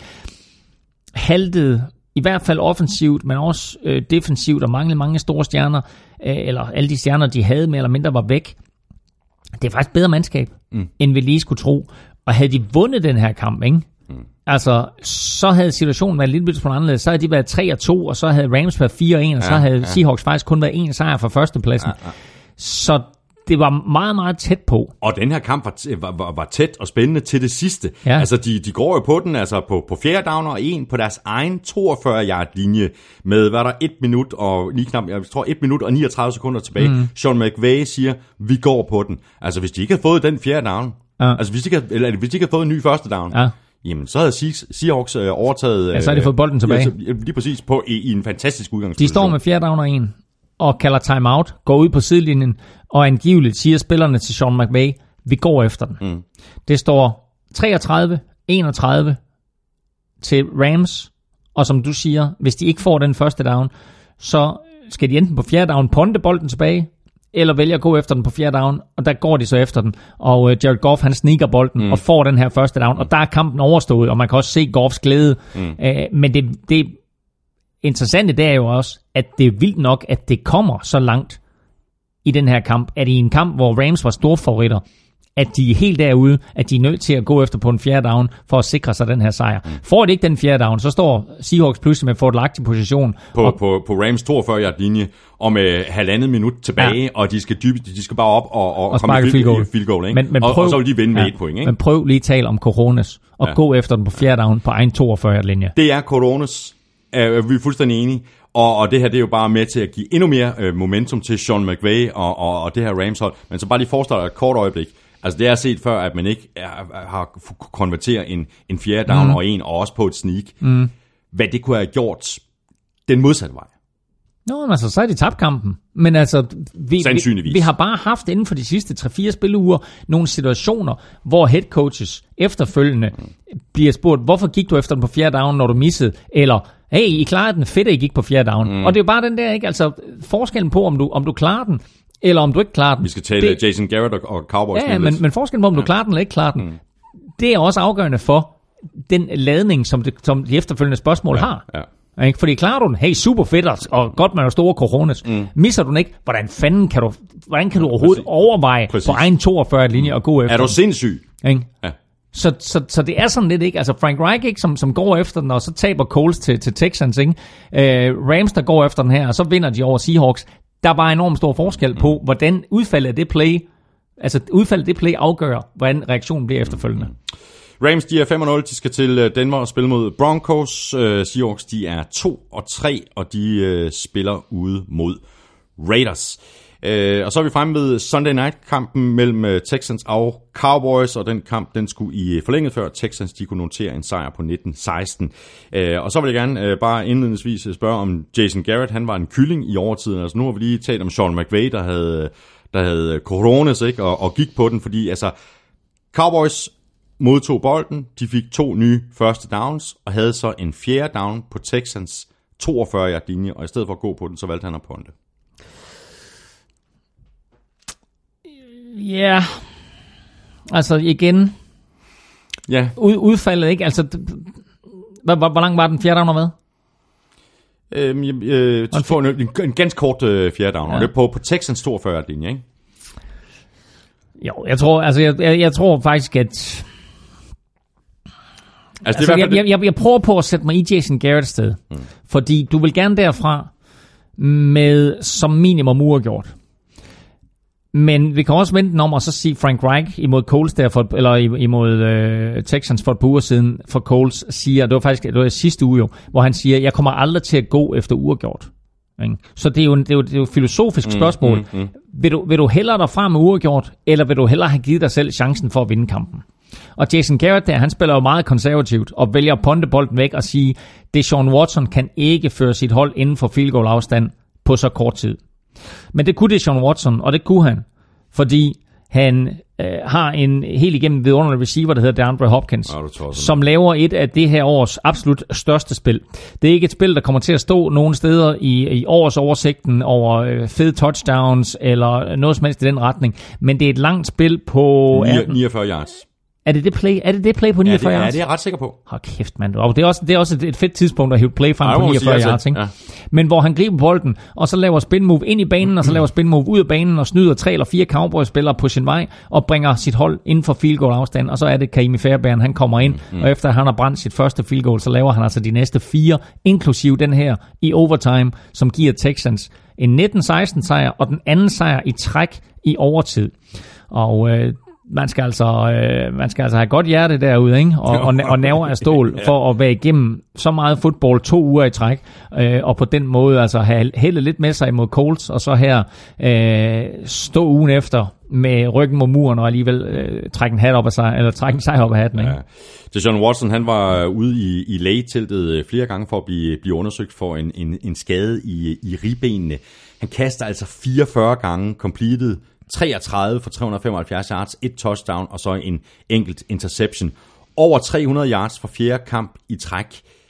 C: haltede i hvert fald offensivt, men også øh, defensivt, og manglede mange store stjerner, øh, eller alle de stjerner, de havde mere eller mindre var væk. Det er faktisk bedre mandskab, mm. end vi lige skulle tro. Og havde de vundet den her kamp, ikke? Mm. Altså, så havde situationen været lidt lidt anderledes. Så havde de været tre og to, og så havde Rams været fire og en, og ja, så havde ja. Seahawks faktisk kun været en sejr for førstepladsen. Ja, ja. Så det var meget, meget tæt på.
B: Og den her kamp var, var, var tæt og spændende til det sidste. Ja. Altså, de, de går jo på den, altså på, på fjerde down og en på deres egen toogfyrre yard linje med, hvad der, et minut og lige knap, jeg tror, et minut og niogtredive sekunder tilbage. Mm. Sean McVay siger, vi går på den. Altså, hvis de ikke havde fået den fjerde down, ja. altså hvis de, ikke, eller, hvis de ikke havde fået en ny første down, ja. jamen, så havde Seahawks øh, overtaget...
C: Ja, så har de fået bolden tilbage.
B: Ja, lige præcis på, i, i en fantastisk udgangsposition.
C: De står med fjerde down og en, og kalder timeout, går ud på sidelinjen, og angiveligt siger spillerne til Sean McVay, vi går efter den. Mm. Det står treogtredive enogtredive til Rams, og som du siger, hvis de ikke får den første down, så skal de enten på fjerde down ponte bolden tilbage, eller vælge at gå efter den på fjerde down, og der går de så efter den, og uh, Jared Goff, han sneaker bolden, mm. og får den her første down, og der er kampen overstået, og man kan også se Goffs glæde, mm. uh, men det, det interessante, det er jo også, at det er vildt nok, at det kommer så langt i den her kamp, at i en kamp, hvor Rams var store favoritter, at de er helt derude, at de er nødt til at gå efter på en fjerde down, for at sikre sig den her sejr. Mm. Får de ikke den fjerde down, så står Seahawks pludselig med fordelagtig position.
B: På, og, på, på Rams toogfyrre yard linje, og med halvandet minut tilbage, ja. og de skal, dybe, de skal bare op og, og,
C: og komme i field goal.
B: Field goal, ikke? Men, men prøv, og, og så vil de vinde med ja, et point. Ikke?
C: Men prøv lige at tale om Coronas, og ja. gå efter den på fjerde down på egen toogfyrre yard linje.
B: Det er Coronas, er vi er fuldstændig enige. Og, og det her, det er jo bare med til at give endnu mere øh, momentum til Sean McVay og, og, og det her Rams-hold. Men så bare lige forestille et kort øjeblik. Altså det er set før, at man ikke er, har konverteret en, en fjerde down mm. og en, og også på et sneak. Mm. Hvad det kunne have gjort den modsatte vej.
C: Nå, altså så er de tabt kampen. Men altså, vi, vi, vi har bare haft inden for de sidste tre fire spilleuger nogle situationer, hvor head coaches efterfølgende mm. bliver spurgt, hvorfor gik du efter den på fjerde down, når du missede? Eller, hey, I klarede den, fedt, at I gik på fjerde down. Mm. Og det er jo bare den der, ikke? Altså, forskellen på, om du, om du klarer den, eller om du ikke klarer den.
B: Vi skal tale det, Jason Garrett og, og Cowboys.
C: Ja, men, men forskellen på, om du ja. klarer den eller ikke klarer den, mm. det er også afgørende for den ladning, som, det, som de efterfølgende spørgsmål
B: ja.
C: har.
B: Ja.
C: Ikke? Fordi klarer du den, hey, super fedt, og godt man har store coronas. Mm. Misser du den ikke, hvordan fanden kan du, hvordan kan du overhovedet Præcis. overveje Præcis. på egen toogfyrre linje og gå efter
B: den? Er du
C: den?
B: sindssyg?
C: Ikke? Ja. Så, så, så det er sådan lidt, ikke? Altså Frank Reich, ikke, som, som går efter den, og så taber Coles til, til Texans, ikke? Øh, Rams, der går efter den her, og så vinder de over Seahawks. Der var enormt stor forskel på, mm. hvordan udfaldet af det play, altså udfaldet af det play afgør, hvordan reaktionen bliver efterfølgende.
B: Mm. Rams, de er fem og nul, de skal til Denver og spille mod Broncos. Uh, Seahawks, de er to og tre, og de uh, spiller ude mod Raiders. Øh, og så er vi fremme ved Sunday Night-kampen mellem uh, Texans og Cowboys, og den kamp, den skulle i forlænget før Texans, de kunne notere en sejr på nitten seksten. Øh, og så vil jeg gerne uh, bare indledningsvis spørge om Jason Garrett, han var en kylling i overtiden. Altså nu har vi lige talt om Sean McVay, der havde, der havde coronas, ikke, og, og gik på den, fordi altså Cowboys modtog bolden, de fik to nye første downs, og havde så en fjerde down på Texans toogfyrre yard linje, og i stedet for at gå på den, så valgte han at punte.
C: Ja, yeah. Altså igen,
B: ja.
C: Ud, udfaldet, ikke? Altså, hvor, hvor, hvor lang var den fjerde down og hvad?
B: Øhm, øh, en, en, en ganske kort øh, fjerde down, ja. Og det er på, på Texans toogfyrre yard linje, ikke?
C: Jo, jeg tror, altså, jeg, jeg, jeg tror faktisk, at Altså, altså jeg, jeg, jeg, jeg prøver på at sætte mig i Jason Garretts sted, mm. fordi du vil gerne derfra med som minimum uafgjort. Men vi kan også vente den om og så sige Frank Reich imod Coles der for, eller imod øh, Texans for et par uger siden for Coles siger, det var faktisk det var sidste uge jo, hvor han siger, jeg kommer aldrig til at gå efter uafgjort. Så det er jo, det er jo, det er jo et filosofisk mm, spørgsmål. Mm, mm. Vil, du, vil du hellere derfra med uafgjort, eller vil du hellere have givet dig selv chancen for at vinde kampen? Og Jason Garrett der, han spiller jo meget konservativt og vælger at ponte bolden væk og sige, Deshaun Watson kan ikke føre sit hold inden for field goal afstand på så kort tid. Men det kunne Deshaun Watson, og det kunne han, fordi han øh, har en helt igennem vidunderlig receiver, der hedder DeAndre Hopkins, ja, som laver et af det her års absolut største spil. Det er ikke et spil, der kommer til at stå nogen steder i, i års oversigten over øh, fede touchdowns eller noget som helst i den retning, men det er et langt spil på
B: niogfyrre yards.
C: Er det det play? Er det det play på niogfyrre yards?
B: Ja, det er jeg ret sikker på.
C: Hold kæft, mand. Og det er også, det er også et, et fedt tidspunkt at hive play frem på niogfyrre yards, ikke? Ja. Men hvor han griber bolden, og så laver spin move ind i banen, og så laver spin move ud af banen, og snyder tre eller fire Cowboys-spillere på sin vej, og bringer sit hold inden for field goal afstand, og så er det Kaimi Fairbairn, han kommer ind, mm. og efter han har brændt sit første field goal, så laver han altså de næste fire, inklusive den her i overtime, som giver Texans en nitten seksten sejr, og den anden sejr i træk i overtid. Og øh, Man skal, altså, øh, man skal altså have godt hjerte derude, ikke? Og, og, og nerver af stål for at være igennem så meget fodbold to uger i træk, øh, og på den måde altså have heldet lidt med sig imod Colts, og så her øh, stå ugen efter med ryggen mod muren og alligevel øh, trække en hat op af sig, eller trække en sejr op af hatten, ikke? Ja.
B: Deshaun Watson, han var ude i, i lægeteltet flere gange for at blive, blive undersøgt for en, en, en skade i, i ribbenene. Han kaster altså fireogfyrre gange completed, treogtredive for tre hundrede og femoghalvfjerds yards, et touchdown og så en enkelt interception. Over tre hundrede yards for fjerde kamp i træk.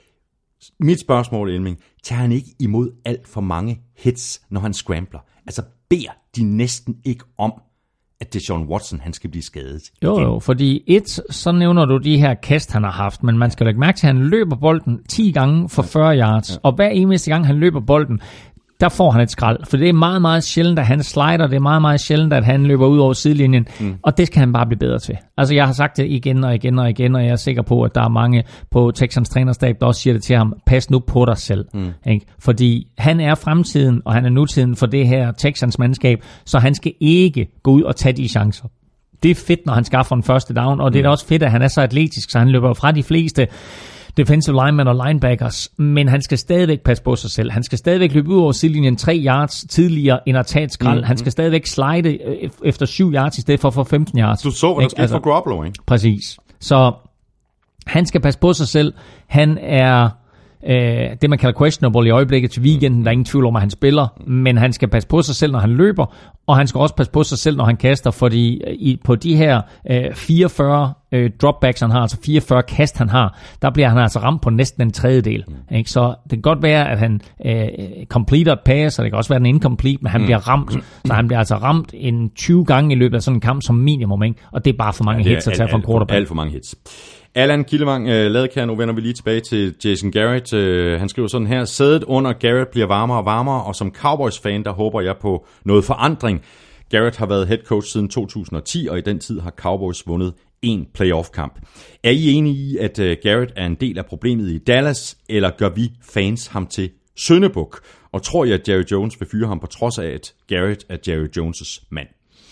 B: Mit spørgsmål, Elming, tager han ikke imod alt for mange hits, når han scrambler? Altså beder de næsten ikke om, at Deshaun Watson, han skal blive skadet?
C: Jo, jo, fordi et, så nævner du de her kast, han har haft, men man skal lægge mærke til, at han løber bolden ti gange for fyrre yards, ja. Og hver eneste gang, han løber bolden, der får han et skrald, for det er meget, meget sjældent, at han slider, det er meget, meget sjældent, at han løber ud over sidelinjen, mm. og det skal han bare blive bedre til. Altså, jeg har sagt det igen og igen og igen, og jeg er sikker på, at der er mange på Texans trænerstab, der også siger det til ham, pas nu på dig selv. Mm. Ikke? Fordi han er fremtiden, og han er nutiden for det her Texans mandskab, så han skal ikke gå ud og tage de chancer. Det er fedt, når han skaffer en første down, og det er da også fedt, at han er så atletisk, så han løber fra de fleste defensive linemen og linebackers, men han skal stadigvæk passe på sig selv. Han skal stadigvæk løbe ud over sidelinjen tre yards tidligere end at tage et skrald. Mm-hmm. Han skal stadigvæk slide efter syv yards i stedet for for femten yards.
B: Du så, hvad der skete altså, for Garoppolo, ikke?
C: Præcis. Så han skal passe på sig selv. Han er øh, det, man kalder questionable i øjeblikket til weekenden. Mm-hmm. Der er ingen tvivl om, at han spiller, men han skal passe på sig selv, når han løber, og han skal også passe på sig selv, når han kaster, fordi i, på de her øh, fireogfyrre øh, dropbacks, han har, altså fireogfyrre kast, han har, der bliver han altså ramt på næsten en tredjedel. Mm. Ikke? Så det kan godt være, at han øh, completer et pass, og det kan også være, at han er incomplete, men han mm. bliver ramt. Så han bliver altså ramt en tyve gange i løbet af sådan en kamp som minimum, ikke? Og det er bare for mange ja, hits at tage fra en quarterback.
B: Alt for mange hits. Allan Kildevang, øh, Ladekær, nu vender vi lige tilbage til Jason Garrett. Øh, han skriver sådan her: sædet under Garrett bliver varmere og varmere, og som Cowboys-fan, der håber jeg på noget forandring. Garrett har været head coach siden to tusind og ti, og i den tid har Cowboys vundet en playoff-kamp. Er I enige i, at uh, Garrett er en del af problemet i Dallas, eller gør vi fans ham til syndebuk? Og tror jeg, at Jerry Jones vil fyre ham, på trods af, at Garrett er Jerry Jones' mand?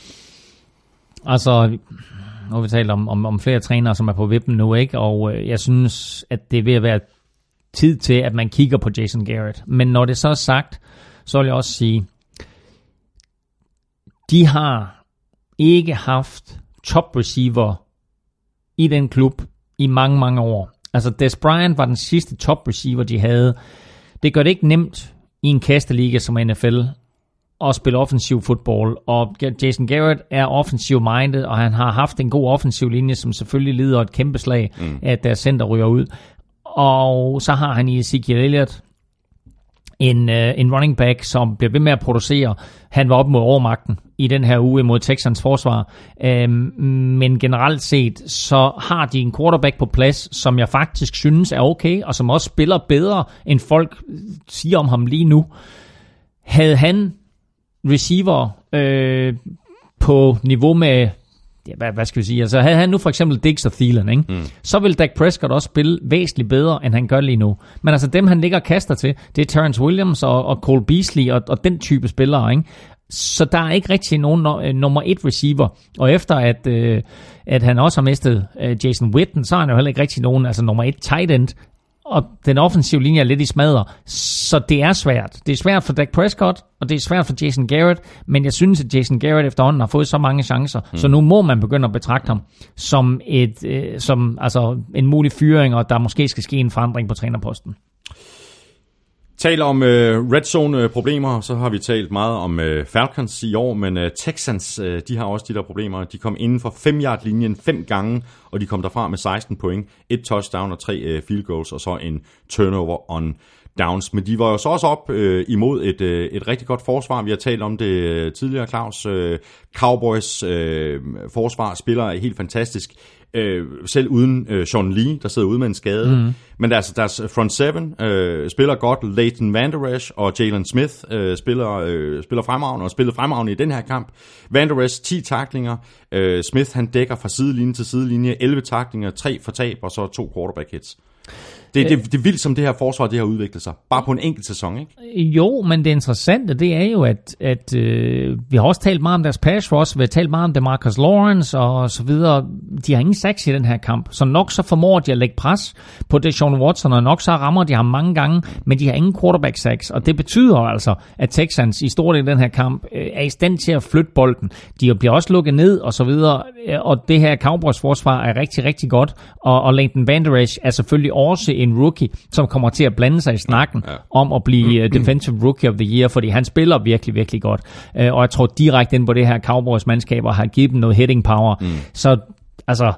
C: Altså, nu har vi talt om, om, om flere trænere, som er på vippen nu, ikke? Og øh, jeg synes, at det er ved at være tid til, at man kigger på Jason Garrett. Men når det så er sagt, så vil jeg også sige, de har ikke haft top receiver i den klub i mange, mange år. Altså, Des Bryant var den sidste top receiver, de havde. Det gør det ikke nemt i en kasteliga som N F L at spille offensiv fodbold, og Jason Garrett er offensiv-minded, og han har haft en god offensiv linje, som selvfølgelig lider et kæmpe slag, mm. at deres center ryger ud. Og så har han i Ezekiel Elliott en, uh, en running back, som bliver ved med at producere. Han var op mod overmagten i den her uge mod Texans forsvar. Um, men generelt set, så har de en quarterback på plads, som jeg faktisk synes er okay, og som også spiller bedre, end folk siger om ham lige nu. Havde han receiver øh, på niveau med, ja, hvad, hvad skal vi sige, altså havde han nu for eksempel Diggs og Thielen, ikke? Mm. Så vil Dak Prescott også spille væsentligt bedre, end han gør lige nu. Men altså dem, han ligger og kaster til, det er Terrence Williams og, og Cole Beasley og, og den type spillere, ikke? Så der er ikke rigtig nogen no, nummer et receiver. Og efter at, øh, at han også har mistet øh, Jason Witten, så er han jo heller ikke rigtig nogen, altså nummer et tight end. Og den offensive linje er lidt i smadder. Så det er svært. Det er svært for Dak Prescott, og det er svært for Jason Garrett. Men jeg synes, at Jason Garrett efterhånden har fået så mange chancer. Mm. Så nu må man begynde at betragte ham som, et, øh, som altså en mulig fyring, og der måske skal ske en forandring på trænerposten.
B: Taler om øh, red zone problemer, så har vi talt meget om øh, Falcons i år, men øh, Texans, øh, de har også de der problemer. De kom inden for fem yard linjen fem gange, og de kom derfra med seksten point, et touchdown og tre øh, field goals, og så en turnover on downs. Men de var jo så også op øh, imod et, øh, et rigtig godt forsvar. Vi har talt om det øh, tidligere, Claus. Øh, Cowboys øh, forsvar spiller helt fantastisk. Øh, selv uden øh, Sean Lee, der sidder ude med en skade. Mm. Men deres, deres front seven øh, spiller godt. Leighton Vander Esch og Jalen Smith øh, spiller, øh, spiller fremragende og spiller fremragende i den her kamp. Vander Esch ti tacklinger. Øh, Smith han dækker fra sidelinje til sidelinje. elleve tacklinger, tre for tab og så to quarterback hits. Det, det, det er vildt, som det her forsvar det har udviklet sig. Bare på en enkelt sæson, ikke?
C: Jo, men det interessante, det er jo, at, at øh, vi har også talt meget om deres pass rush, vi har talt meget om DeMarcus Lawrence og så videre. De har ingen sacks i den her kamp, så nok så formår de at lægge pres på Deshaun Watson, og nok så rammer de ham mange gange, men de har ingen quarterback sacks, og det betyder altså, at Texans i stor del af den her kamp øh, er i stand til at flytte bolden. De bliver også lukket ned og så videre, og det her Cowboys forsvar er rigtig, rigtig godt, og, og Leighton Vander Esch er selvfølgelig også en rookie, som kommer til at blande sig i snakken ja. om at blive uh, Defensive Rookie of the Year, fordi han spiller virkelig, virkelig godt. Uh, og jeg tror direkte ind på det her Cowboys mandskaber har givet dem noget hitting power. Mm. Så altså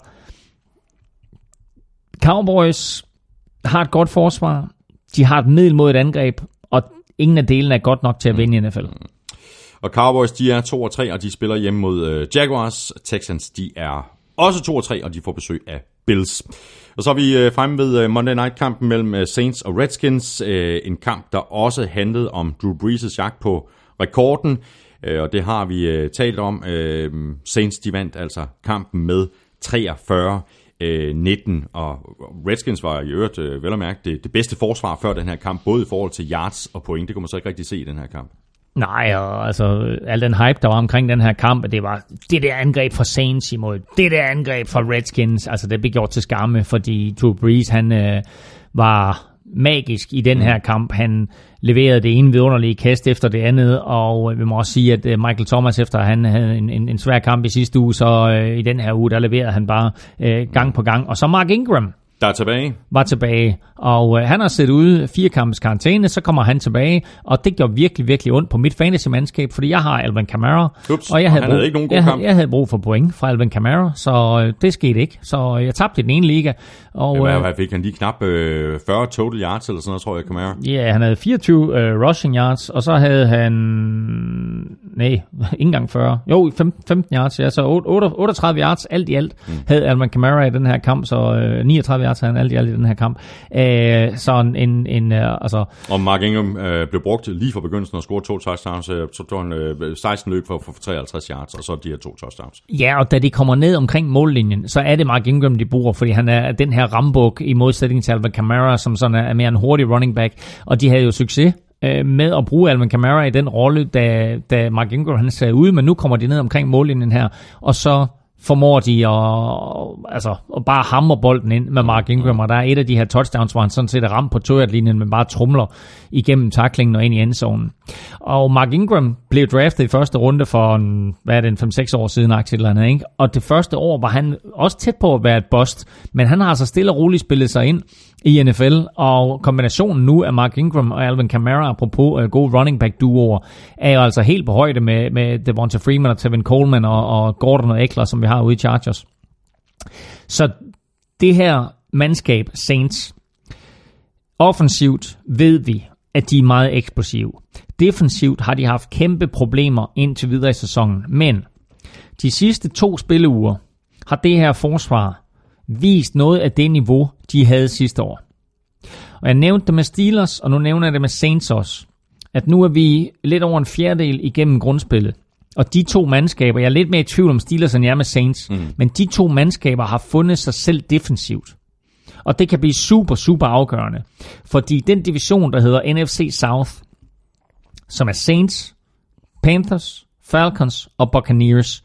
C: Cowboys har et godt forsvar, de har et middel mod et angreb, og ingen af delene er godt nok til at vinde mm. i N F L.
B: Og Cowboys, de er to og tre, og de spiller hjemme mod uh, Jaguars. Texans, de er også to og tre, og de får besøg af Bills. Og så er vi øh, fremme ved øh, Monday Night-kampen mellem øh, Saints og Redskins. Øh, en kamp, der også handlede om Drew Brees' jagt på rekorden. Øh, og det har vi øh, talt om. Øh, Saints, de vandt altså kampen med treogfyrre nitten. Og Redskins var i øvrigt, øh, vel at mærke, det, det bedste forsvar før den her kamp. Både i forhold til yards og point. Det kunne man så ikke rigtig se i den her kamp.
C: Nej, og altså al den hype, der var omkring den her kamp, det var det der angreb fra Saints imod det der angreb fra Redskins, altså det blev gjort til skamme, fordi Drew Brees, han øh, var magisk i den her kamp. Han leverede det ene vidunderlige kast efter det andet, og vi må også sige, at Michael Thomas, efter han havde en, en, en svær kamp i sidste uge, så øh, i den her uge, der leverede han bare øh, gang på gang. Og så Mark Ingram,
B: der er tilbage.
C: Var tilbage, og øh, han har set ude fire kampes karantæne, så kommer han tilbage, og det gjorde virkelig, virkelig ondt på mit fantasy-mandskab, fordi jeg har Alvin Kamara,
B: Ups,
C: og jeg havde,
B: og
C: brug,
B: havde ikke nogen god
C: jeg,
B: kamp.
C: jeg havde brug for point fra Alvin Kamara, så øh, det skete ikke, så jeg tabte i den ene liga. Og,
B: ja, hvad fik han lige knap øh, fyrre total yards, eller sådan noget, tror jeg, Kamara?
C: Ja, han havde fireogtyve øh, rushing yards, og så havde han, nej, ikke engang fyrre, jo, femten yards, ja, så otteogtredive yards, alt i alt, mm. havde Alvin Kamara i den her kamp, så øh, niogtredive yards havde han alt i alt i den her kamp. Æh, sådan en, en øh, altså...
B: Og Mark Ingram øh, blev brugt lige fra begyndelsen og scorede to touchdowns, øh, så tog han øh, seksten løb for, for treoghalvtreds yards, og så de her to touchdowns.
C: Ja, og da de kommer ned omkring mållinjen, så er det Mark Ingram, de bruger, fordi han er den her rambuk i modsætning til Alvin Kamara, som sådan er mere en hurtig running back, og de havde jo succes øh, med at bruge Alvin Kamara i den rolle, da, da Mark Ingram han sagde ude, men nu kommer de ned omkring mållinjen her, og så formår de at, altså, at bare hamre bolden ind med Mark Ingram, og der er et af de her touchdowns, hvor han sådan set er ramt på to-yard-linjen, men bare trumler igennem tacklingen og ind i endzonen. Og Mark Ingram blev draftet i første runde for en, hvad er det, en fem seks år siden, aktie eller andet, ikke? Og det første år var han også tæt på at være et bust, men han har altså stille og roligt spillet sig ind i N F L, og kombinationen nu af Mark Ingram og Alvin Kamara, apropos uh, gode running back duoer, er jo altså helt på højde med, med Devonta Freeman og Tevin Coleman og, og Gordon og Eckler, som vi har ude i Chargers. Så det her mandskab, Saints, offensivt ved vi, at de er meget eksplosive. Defensivt har de haft kæmpe problemer indtil videre i sæsonen, men de sidste to spilleuger har det her forsvar vist noget af det niveau, de havde sidste år. Og jeg nævnte det med Steelers, og nu nævner jeg det med Saints også, at nu er vi lidt over en fjerdedel igennem grundspillet. Og de to mandskaber, jeg er lidt mere i tvivl om Steelers, end jeg er med Saints, mm. men de to mandskaber har fundet sig selv defensivt. Og det kan blive super, super afgørende. Fordi den division, der hedder N F C South, som er Saints, Panthers, Falcons og Buccaneers.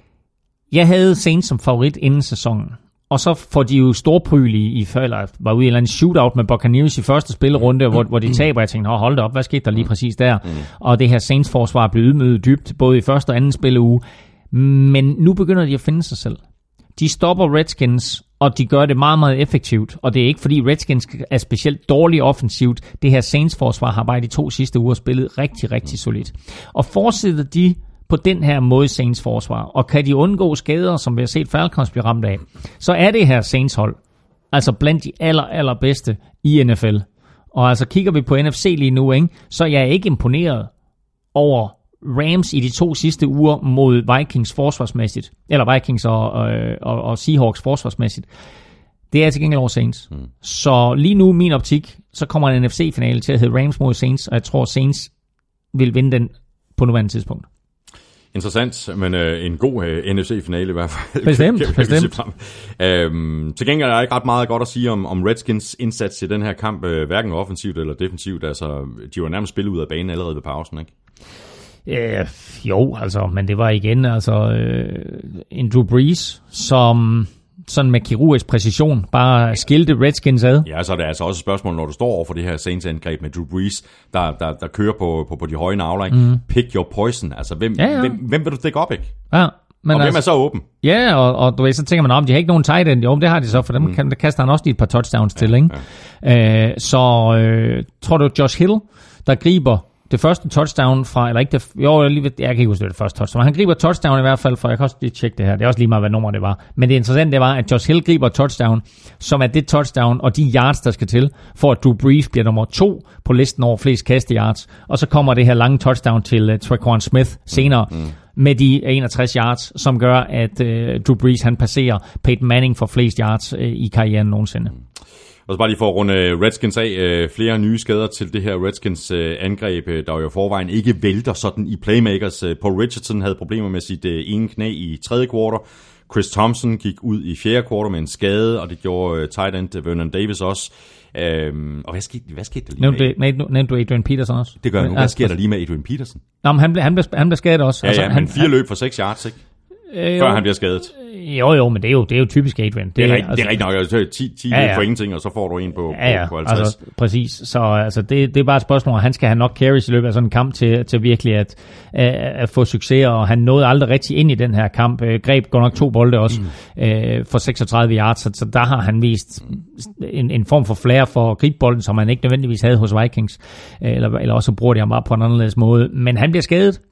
C: Jeg havde Saints som favorit inden sæsonen. Og så får de jo storpryl i, i eller var ude i en eller anden shootout med Buccaneers i første spillerunde, hvor, hvor de taber. Jeg tænkte, hold da op, hvad skete der lige præcis der? Mm. Og det her Saints-forsvar blev ydmyget dybt, både i første og anden spilleuge. Men nu begynder de at finde sig selv. De stopper Redskins, og de gør det meget, meget effektivt. Og det er ikke, fordi Redskins er specielt dårligt offensivt. Det her Saints-forsvar har bare i de to sidste uger spillet rigtig, rigtig solidt. Og fortsætter de på den her måde Saints forsvar, og kan de undgå skader, som vi har set Falcons blive ramt af, så er det her Saints hold altså blandt de aller, allerbedste i N F L. Og altså kigger vi på N F C lige nu, ikke, så jeg er ikke imponeret over Rams i de to sidste uger mod Vikings forsvarsmæssigt, eller Vikings og, og, og Seahawks forsvarsmæssigt. Det er til gengæld over Saints. Mm. Så lige nu, min optik, så kommer en N F C-finale til at hedde Rams mod Saints, og jeg tror, Saints vil vinde den på nuværende tidspunkt.
B: Interessant, men øh, en god øh, N F C-finale i hvert fald.
C: Bestemt, kan, kan bestemt.
B: Øhm, til gengæld er der ikke ret meget godt at sige om, om Redskins indsats i den her kamp, øh, hverken offensivt eller defensivt. Altså, de var nærmest spillet ud af banen allerede ved pausen, ikke?
C: Øh, jo, altså, men det var igen altså øh, en Drew Brees, som sådan med kirurgisk præcision bare skilte Redskins ad.
B: Ja, så er det altså også et spørgsmål, når du står over for det her Saints-angreb med Drew Brees, der, der, der kører på, på, på de høje navler, ikke? Mm. Pick your poison. Altså, hvem,
C: ja, ja.
B: hvem, hvem vil du stikke op, ikke?
C: Ja. Men
B: og
C: altså,
B: hvem er så åben?
C: Ja, og, og du ved, så tænker man om, de har ikke nogen tight end. Jo, det har de så, for dem mm. kan, der kaster han også lige et par touchdowns ja, til, ikke? Ja. Øh, så øh, tror du, Josh Hill, der griber det første touchdown fra, eller ikke det, jo, jeg, lige, jeg kan ikke huske det, det første touchdown, han griber touchdown i hvert fald, for jeg kan også lige tjekke det her, det er også lige meget, hvad nummer det var, men det interessante det var, at Josh Hill griber touchdown, som er det touchdown, og de yards, der skal til, for at Drew Brees bliver nummer to på listen over flest kaste yards, og så kommer det her lange touchdown til uh, Tre'Quan Smith senere, mm. med de enogtres yards, som gør, at uh, Drew Brees, han passerer Peyton Manning for flest yards uh, i karrieren nogensinde.
B: Og så bare lige for at runde Redskins af, flere nye skader til det her Redskins angreb, der jo i forvejen ikke vælter sådan i playmakers. Paul Richardson havde problemer med sit ene knæ i tredje kvartal. Chris Thompson gik ud i fjerde kvartal med en skade, og det gjorde tight end Vernon Davis også. Øhm, og hvad skete, hvad skete der lige
C: nævnte, med? Nævnte du Adrian Peterson også?
B: Det gør jeg nu. Hvad sker der lige med Adrian Peterson?
C: Nå, men han blev, han blev, han blev skadet også.
B: Ja, ja, altså, men han, fire løb for seks yards, ikke? Øh, Før han bliver skadet.
C: Jo, jo, men det er jo, det er jo typisk Adrian. Det,
B: det er rigtigt altså, nok. Altså, ti, ti ja, ja. for ingenting, og så får du en på,
C: ja, ja.
B: på halvtreds.
C: Altså, præcis. Så altså, det, det er bare et spørgsmål, at han skal have nok carries i løbet af sådan en kamp til, til virkelig at, at, at få succes, og han nåede aldrig rigtig ind i den her kamp. Greb godt nok to bolde også mm. øh, for seksogtredive yards, så, så der har han vist en, en form for flair for at gribe bolden, som han ikke nødvendigvis havde hos Vikings, eller, eller også bruger de ham bare på en anderledes måde. Men han bliver skadet.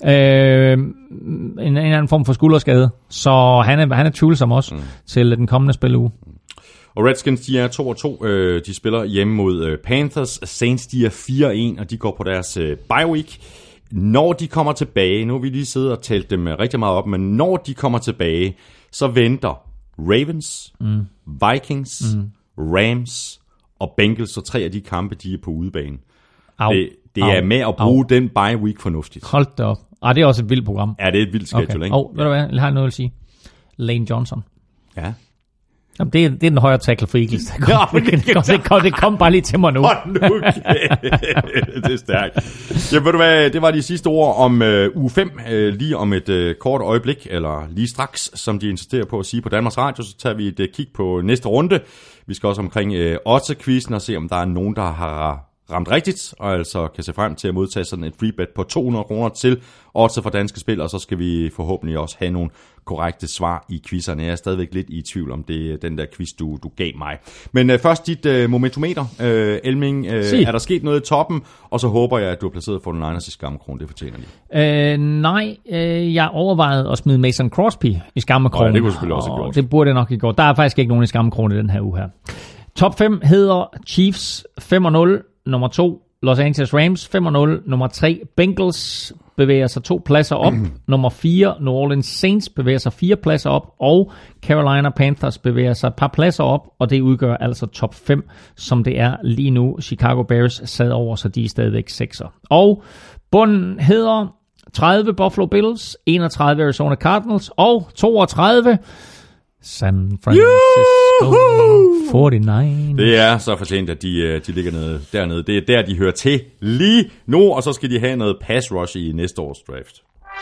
C: Øh, en, en anden form for skulderskade, så han er, han er tvivlsom også mm. til den kommende spilleuge.
B: Og Redskins, de er to og to. Øh, de spiller hjemme mod øh, Panthers. Saints, de er fire og en, og de går på deres øh, bye week. Når de kommer tilbage, nu har vi lige siddet og talt dem rigtig meget op, men når de kommer tilbage, så venter Ravens, mm. Vikings, mm. Rams og Bengals, så tre af de kampe, de er på udebane.
C: Au.
B: Det, det er med at bruge Au. den bye week fornuftigt.
C: Hold da op. Ah, det er også et vildt program.
B: Ja, det er et vildt schedule,
C: okay.
B: ikke?
C: Og oh, ved du hvad, jeg har noget at sige. Lane Johnson.
B: Ja.
C: Jamen, det, er, det er den højre tackle for Eagles. Det kom, ja, det, det, det, kom, det kom bare lige til mig nu.
B: Hold nu, okay. Det er stærkt. Ja, ved du hvad, det var de sidste ord om uh, uge fem. Uh, lige om et uh, kort øjeblik, eller lige straks, som de insisterer på at sige på Danmarks Radio, så tager vi et uh, kig på næste runde. Vi skal også omkring uh, odds-quizzen og se, om der er nogen, der har ramt rigtigt, og altså kan se frem til at modtage sådan et free bet på to hundrede kroner til odds for danske spil, og så skal vi forhåbentlig også have nogle korrekte svar i quizzerne. Jeg er stadigvæk lidt i tvivl om det er den der quiz, du, du gav mig. Men uh, først dit uh, momentometer, uh, Elming. Uh, er der sket noget i toppen? Og så håber jeg, at du har placeret forty-niners i skammekrone. Det fortjener de.
C: Uh, nej, uh, jeg overvejede at smide Mason Crosby i skammekrone.
B: Ja, det kunne selvfølgelig også have gjort.
C: Det burde jeg nok have gjort. Der er faktisk ikke nogen i skammekrone i den her uge her. Top fem hedder Chiefs fem og nul. Nummer to, Los Angeles Rams fem og nul. Nummer tre, Bengals bevæger sig to pladser op. Nummer fire, New Orleans Saints bevæger sig fire pladser op. Og Carolina Panthers bevæger sig et par pladser op. Og det udgør altså top fem, som det er lige nu. Chicago Bears sad over, så de er stadigvæk sekser. Og bunden hedder tredive Buffalo Bills, enogtredive Arizona Cardinals og toogtredive San Francisco forty-nine.
B: Det er så fortjent, at de, de ligger nede, dernede. Det er der, de hører til lige nu, og så skal de have noget pass rush i næste års draft.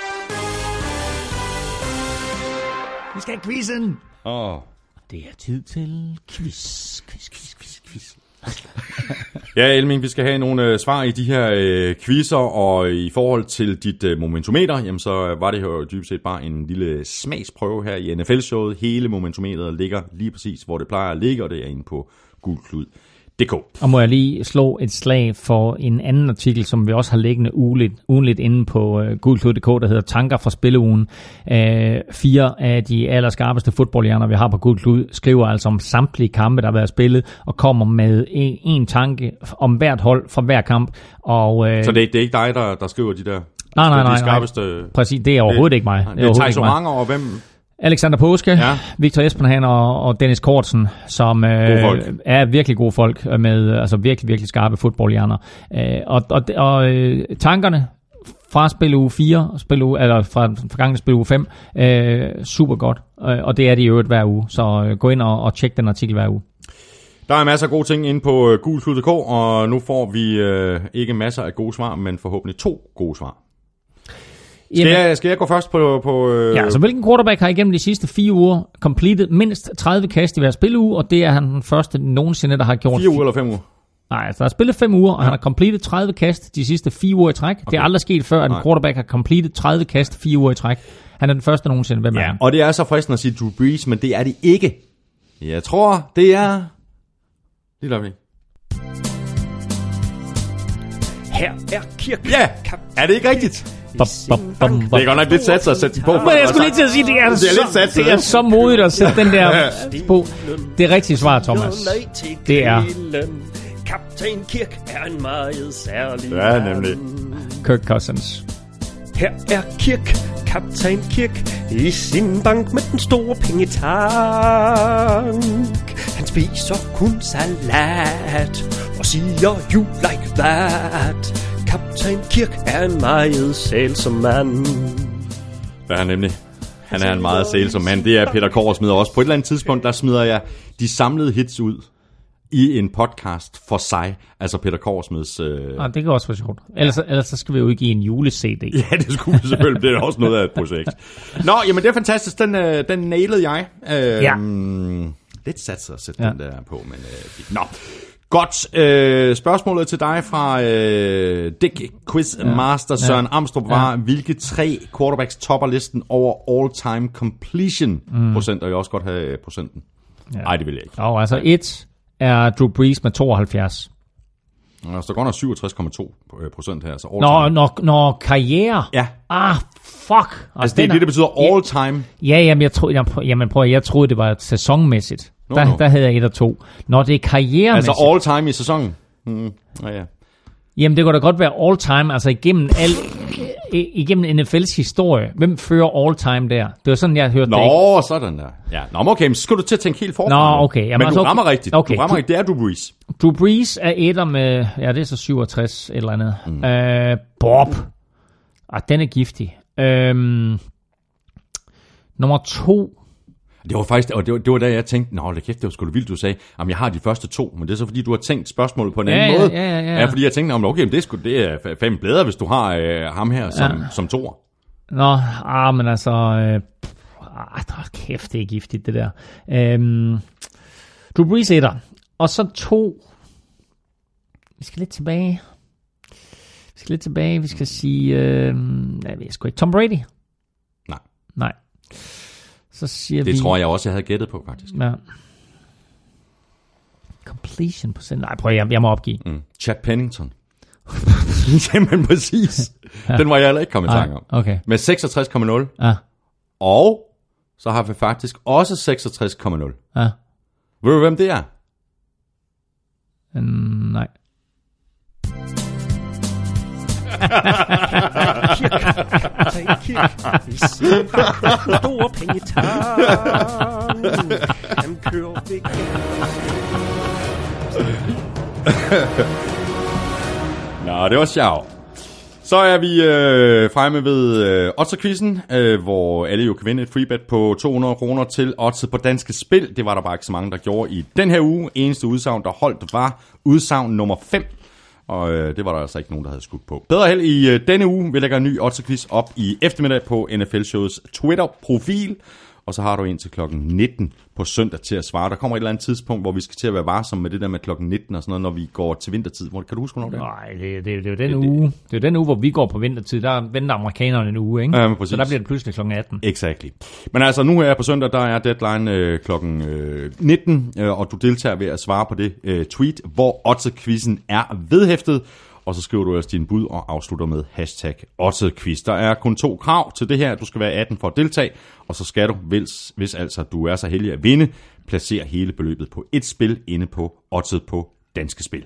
C: Vi skal have quizzen.
B: Åh.
C: Det er tid til quiz, quiz, quiz, quiz, quiz.
B: Ja, Elming, vi skal have nogle øh, svar i de her øh, quizzer, og i forhold til dit øh, momentometer, jamen så var det jo dybest set bare en lille smagsprøve her i N F L-showet. Hele momentometeret ligger lige præcis, hvor det plejer at ligge, og det er inde på gulklud punktum d k.
C: Og må jeg lige slå et slag for en anden artikel, som vi også har liggende ugenligt, ugenligt inde på uh, gulklud punktum d k, der hedder Tanker fra spilleugen. Uh, fire af de allerskarpeste fodboldhjerner, vi har på Gulklud, skriver altså om samtlige kampe, der har været spillet, og kommer med en, en tanke om hvert hold fra hver kamp. Og, uh,
B: så det, det er ikke dig, der, der skriver de der
C: nej, nej, nej,
B: de skarpeste...
C: nej. Præcis, det er overhovedet
B: det,
C: ikke mig.
B: Det, det er Thijs Oranger, og hvem...
C: Alexander Påske, ja. Victor Espenhan og, og Dennis Kortsen, som øh, er virkelig gode folk med altså virkelig, virkelig skarpe fodboldhjerner. Øh, og og, og øh, tankerne fra spil uge fire, spil uge, eller fra forgangne spil uge fem, øh, super godt. Øh, og det er de i øvrigt hver uge, så øh, gå ind og, og tjek den artikel hver uge.
B: Der er masser af gode ting inde på uh, gulklud punktum d k, og nu får vi øh, ikke masser af gode svar, men forhåbentlig to gode svar. Skal jeg, skal jeg gå først på... på øh...
C: Ja, så hvilken quarterback har igennem de sidste fire uger completed mindst tredive kast i hver spilleuge, og det er han den første nogensinde, der har gjort...
B: Fire uger eller fem uger?
C: Nej, altså der er spillet fem uger, og ja. Han har completed tredive kast de sidste fire uger i træk. Okay. Det er aldrig sket før, at en quarterback har completed tredive kast fire uger i træk. Han er den første nogensinde. Hvem
B: ja,
C: er han?
B: Og det er så fristende at sige Drew Brees, men det er det ikke. Jeg tror, det er... Det lader vi.
F: Her er Kirk.
B: Ja, er det ikke rigtigt?
C: Bum, bum, bum, bum.
B: Det er godt nok lidt sat sig at sætte den på.
C: Men jeg skulle lige til at sige, det er, det er, så, lidt sat, det er så modigt at sætte den der på. Det rigtige svar, Thomas, det er...
F: Kaptajn Kirk er en meget særlig
B: ja, nemlig.
C: Kirk Cousins.
F: Her er Kirk, Kaptajn Kirk, i sin bank med den store pengetank. Han spiser kun salat og siger you like that. Kaptajn Kirk er en meget sælsom mand.
B: Det er han nemlig. Han er en meget sælsom mand. Det er Peter Kåre smider også. På et eller andet tidspunkt, der smider jeg de samlede hits ud i en podcast for sig. Altså Peter Kåre smids... Øh...
C: Ah, det kan også være sjovt. Ellers, ellers så skal vi jo udgive en jule-C D.
B: Ja, det skulle vi selvfølgelig. Det er også noget af et projekt. Nå, jamen det er fantastisk. Den, øh, den nailede jeg. Øh,
C: ja.
B: Lidt sat sig at sætte ja. den der på, men... Øh, nå. Godt. Øh, spørgsmålet til dig fra øh, Dick Quizmaster ja. Søren ja. Amstrup var, ja. hvilke tre quarterbacks topper listen over all-time completion mm. procent, og jeg vil også godt have procenten. Nej, ja. det vil jeg ikke.
C: Og altså et er Drew Brees med tooghalvfjerds.
B: Der står godt nok syvogtres komma to procent her. Så
C: når, når, når karriere?
B: Ja.
C: Ah, fuck. Altså,
B: altså det er det, der betyder all time.
C: Ja, jamen, jeg, tro, jeg, jamen, prøv, jeg troede, det var sæsonmæssigt. No, der,
B: no.
C: der havde jeg et og to. Når det er karrieremæssigt.
B: Altså all time i sæsonen? Mm. Ja, ja.
C: Jamen, det kunne da godt være all time, altså igennem, al, igennem N F L's historie. Hvem fører all time der? Det var sådan, jeg hørte
B: Nå,
C: det.
B: Nå, sådan der. Ja. Nå, okay, men så skal du til at tænke helt forfra.
C: Nå, okay. Jamen,
B: men
C: altså,
B: du rammer rigtigt.
C: Okay.
B: Du rammer rigtigt. Det er Drew Brees.
C: Drew Brees er etter med, ja, det er så syvogtres eller andet. Mm. Øh, Bob. Ah, den er giftig. Øhm, nummer to.
B: Det var faktisk, og det var, det var da jeg tænkte, nå, det kæft, det var sgu da vildt, du sagde, jamen jeg har de første to, men det er så fordi, du har tænkt spørgsmålet på en
C: ja,
B: anden
C: ja,
B: måde.
C: Ja, ja, ja.
B: Ja, fordi jeg tænkte, okay, men det er, sgu, det er fandme bedre, hvis du har øh, ham her som, ja. som toer.
C: Nå, ah, men altså, øh, ah, kæft, det er giftigt, det der. Øhm, Drew Brees etter, og så to, vi skal lidt tilbage, vi skal lidt tilbage, vi skal sige, øh, jeg ved sgu ikke, Tom Brady?
B: Nej.
C: Nej. Så siger
B: det
C: vi,
B: tror jeg også, jeg havde gættet på, faktisk.
C: Ja. Completion procent. Nej, prøv, jeg, jeg må opgive.
B: Mm. Chad Pennington. Jamen præcis. Ja. Den var jeg heller ikke kommet i tanke om.
C: Okay.
B: Med seksogtres komma nul.
C: Ja.
B: Og så har vi faktisk også seksogtres komma nul.
C: Ja.
B: Ved du, hvem det er?
C: Mm, nej.
F: Store penge i han kører væk.
B: Nå, det var sjovt. Så er vi øh, fremme ved øh, Oddser-quizzen, øh, hvor alle jo kan vinde et freebet på to hundrede kroner til Oddset på Danske Spil. Det var der bare ikke så mange, der gjorde i den her uge. Eneste udsagn, der holdt, var udsagn nummer fem. Og øh, det var der altså ikke nogen, der havde skudt på. Bedre held i øh, denne uge. Vi lægger en ny Oddser-quiz op i eftermiddag på N F L-showets Twitter-profil. Og så har du indtil klokken nitten på søndag til at svare. Der kommer et eller andet tidspunkt, hvor vi skal til at være varsomme med det der med klokken nitten og sådan noget, når vi går til vintertid. Kan du huske, hvornår det er?
C: Nej, det, det, det er jo den det, uge. Det. det er jo den uge, hvor vi går på vintertid. Der venter amerikanerne en uge, ikke?
B: Ja, men præcis.
C: Så der bliver det pludselig klokken atten.
B: Exactly. Men altså, nu her på søndag, der er deadline øh, klokken øh, nitten, øh, og du deltager ved at svare på det øh, tweet, hvor Oddser-quizzen er vedhæftet. Og så skriver du også din bud og afslutter med hashtag Oddser-quiz. Der er kun to krav til det her. Du skal være atten for at deltage, og så skal du, hvis, hvis altså du er så heldig at vinde, placere hele beløbet på et spil inde på Oddset på Danske Spil.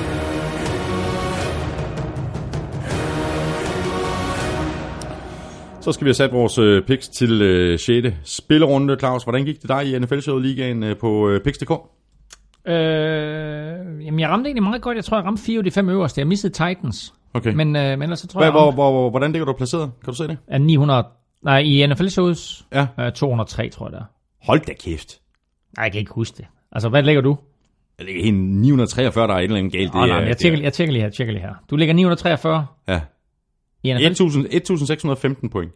B: Så skal vi have sat vores øh, picks til øh, sjette spillerunde. Claus, hvordan gik det dig i N F L-showet-ligaen øh, på øh, picks punktum d k?
C: Øh, jamen, jeg ramte egentlig meget godt. Jeg tror, jeg ramte fire af de fem øverste. Jeg missede Titans.
B: Okay.
C: Men, øh, men ellers så tror
B: Hvad,
C: jeg...
B: hvor, hvor, hvor, hvordan ligger du placeret? Kan du se det?
C: Er ni hundrede... Nej, i N F L-shows
B: ja.
C: øh, to hundrede og tre, tror jeg det er.
B: Hold da kæft.
C: Nej, jeg kan ikke huske det. Altså, hvad ligger du?
B: Jeg ligger helt ni hundrede og treogfyrre, der er et eller andet galt.
C: Oh, det nej, er, jeg, tjekker, jeg tjekker lige her, tjekker lige her. Du ligger ni hundrede og treogfyrre.
B: Ja. et tusind seks hundrede og femten point.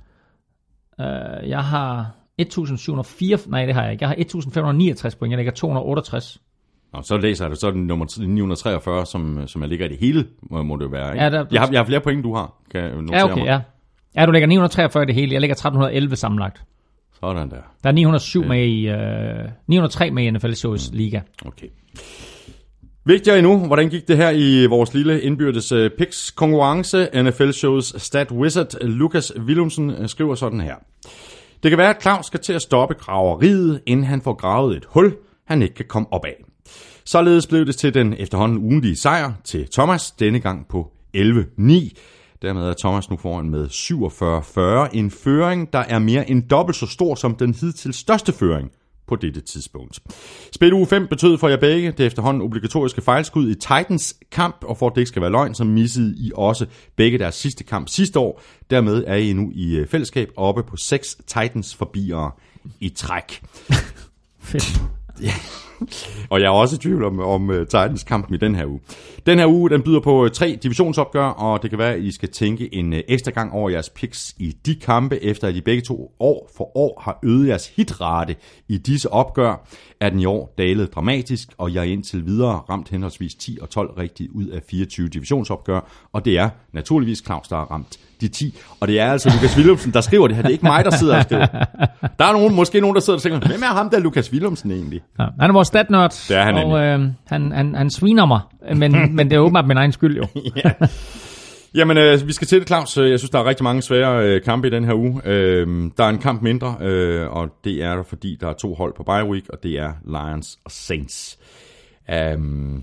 C: Uh, jeg har et tusind syv hundrede og fire... Nej, det har jeg ikke. Jeg har et tusind fem hundrede og niogtres point. Jeg ligger to hundrede og otteogtres.
B: Nå, så læser jeg det. Så er det nummer ni hundrede og treogfyrre, som, som jeg ligger i det hele, må, må det jo være. Ikke?
C: Ja, der,
B: jeg, har, jeg har flere point, du har. Kan jeg
C: ja, okay, mig. ja. Ja, du ligger ni hundrede og treogfyrre i det hele. Jeg ligger tretten elleve sammenlagt.
B: Sådan der.
C: Der er ni hundrede og syv okay. med i... Uh, ni hundrede og tre med i N F L-shows mm. liga.
B: Okay. Vigtigere endnu, hvordan gik det her i vores lille indbyrdes uh, picks konkurrence? N F L-shows stat wizard Lukas Willumsen skriver sådan her. Det kan være, at Claus skal til at stoppe graveriet, inden han får gravet et hul, han ikke kan komme op af. Således blev det til den efterhånden ugentlige sejr til Thomas, denne gang på elleve ni. Dermed er Thomas nu foran med syvogfyrre fyrre, en føring, der er mere end dobbelt så stor som den hidtil største føring på dette tidspunkt. Spil uge fem betød for jer begge det efterhånden obligatoriske fejlskud i Titans kamp, og for at det ikke skal være løgn, så missede I også begge deres sidste kamp sidste år. Dermed er I nu i fællesskab oppe på seks Titans forbiere i træk.
C: Fedt.
B: Ja. Og jeg er også i tvivl om, om uh, Titans kampen i den her uge. Den her uge, den byder på uh, tre divisionsopgør, og det kan være, at I skal tænke en uh, ekstra gang over jeres picks i de kampe, efter at I begge to år for år har øget jeres hitrate i disse opgør. Er den i år dalet dramatisk, og jeg er indtil videre ramt henholdsvis ti og tolv rigtigt ud af fireogtyve divisionsopgør, og det er naturligvis Claus, der har ramt de ti, og det er altså Lukas Willumsen, der skriver det her. Det er ikke mig, der sidder og skriver. Der er nogen, måske nogen, der sidder og tænker, hvem er ham der, Lukas Willumsen egentlig?
C: Ja, han er vores statnørd,
B: det er han
C: og øh, han, han, han sviner mig, men, men det er åbenbart min egen skyld jo.
B: Ja. Jamen, øh, vi skal til det, Claus. Jeg synes, der er rigtig mange svære øh, kampe i den her uge. Øh, der er en kamp mindre, øh, og det er der, fordi der er to hold på bye week, og det er Lions og Saints. Øh,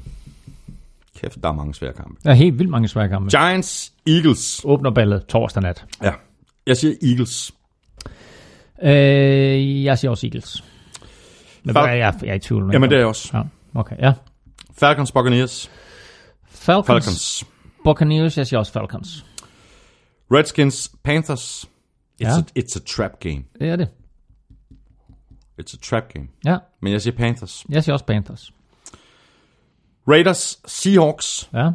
B: Kæft, der er mange svære kampe.
C: Der er helt vildt mange svære kampe.
B: Giants, Eagles.
C: Åbner ballet torsdag nat.
B: Ja, jeg siger Eagles.
C: Øh, jeg siger også Eagles. Men Fal- jeg, jeg, jeg er i tvivl.
B: Jamen, det er jeg også.
C: Ja, okay, ja.
B: Falcons, Buccaneers.
C: Falcons,
B: Falcons.
C: Buccaneers, jeg siger også Falcons.
B: Redskins, Panthers. It's,
C: ja.
B: a, it's a trap game.
C: Det er det.
B: It's a trap game.
C: Ja.
B: Men jeg siger Panthers.
C: Jeg siger også Panthers.
B: Raiders, Seahawks.
C: Ja.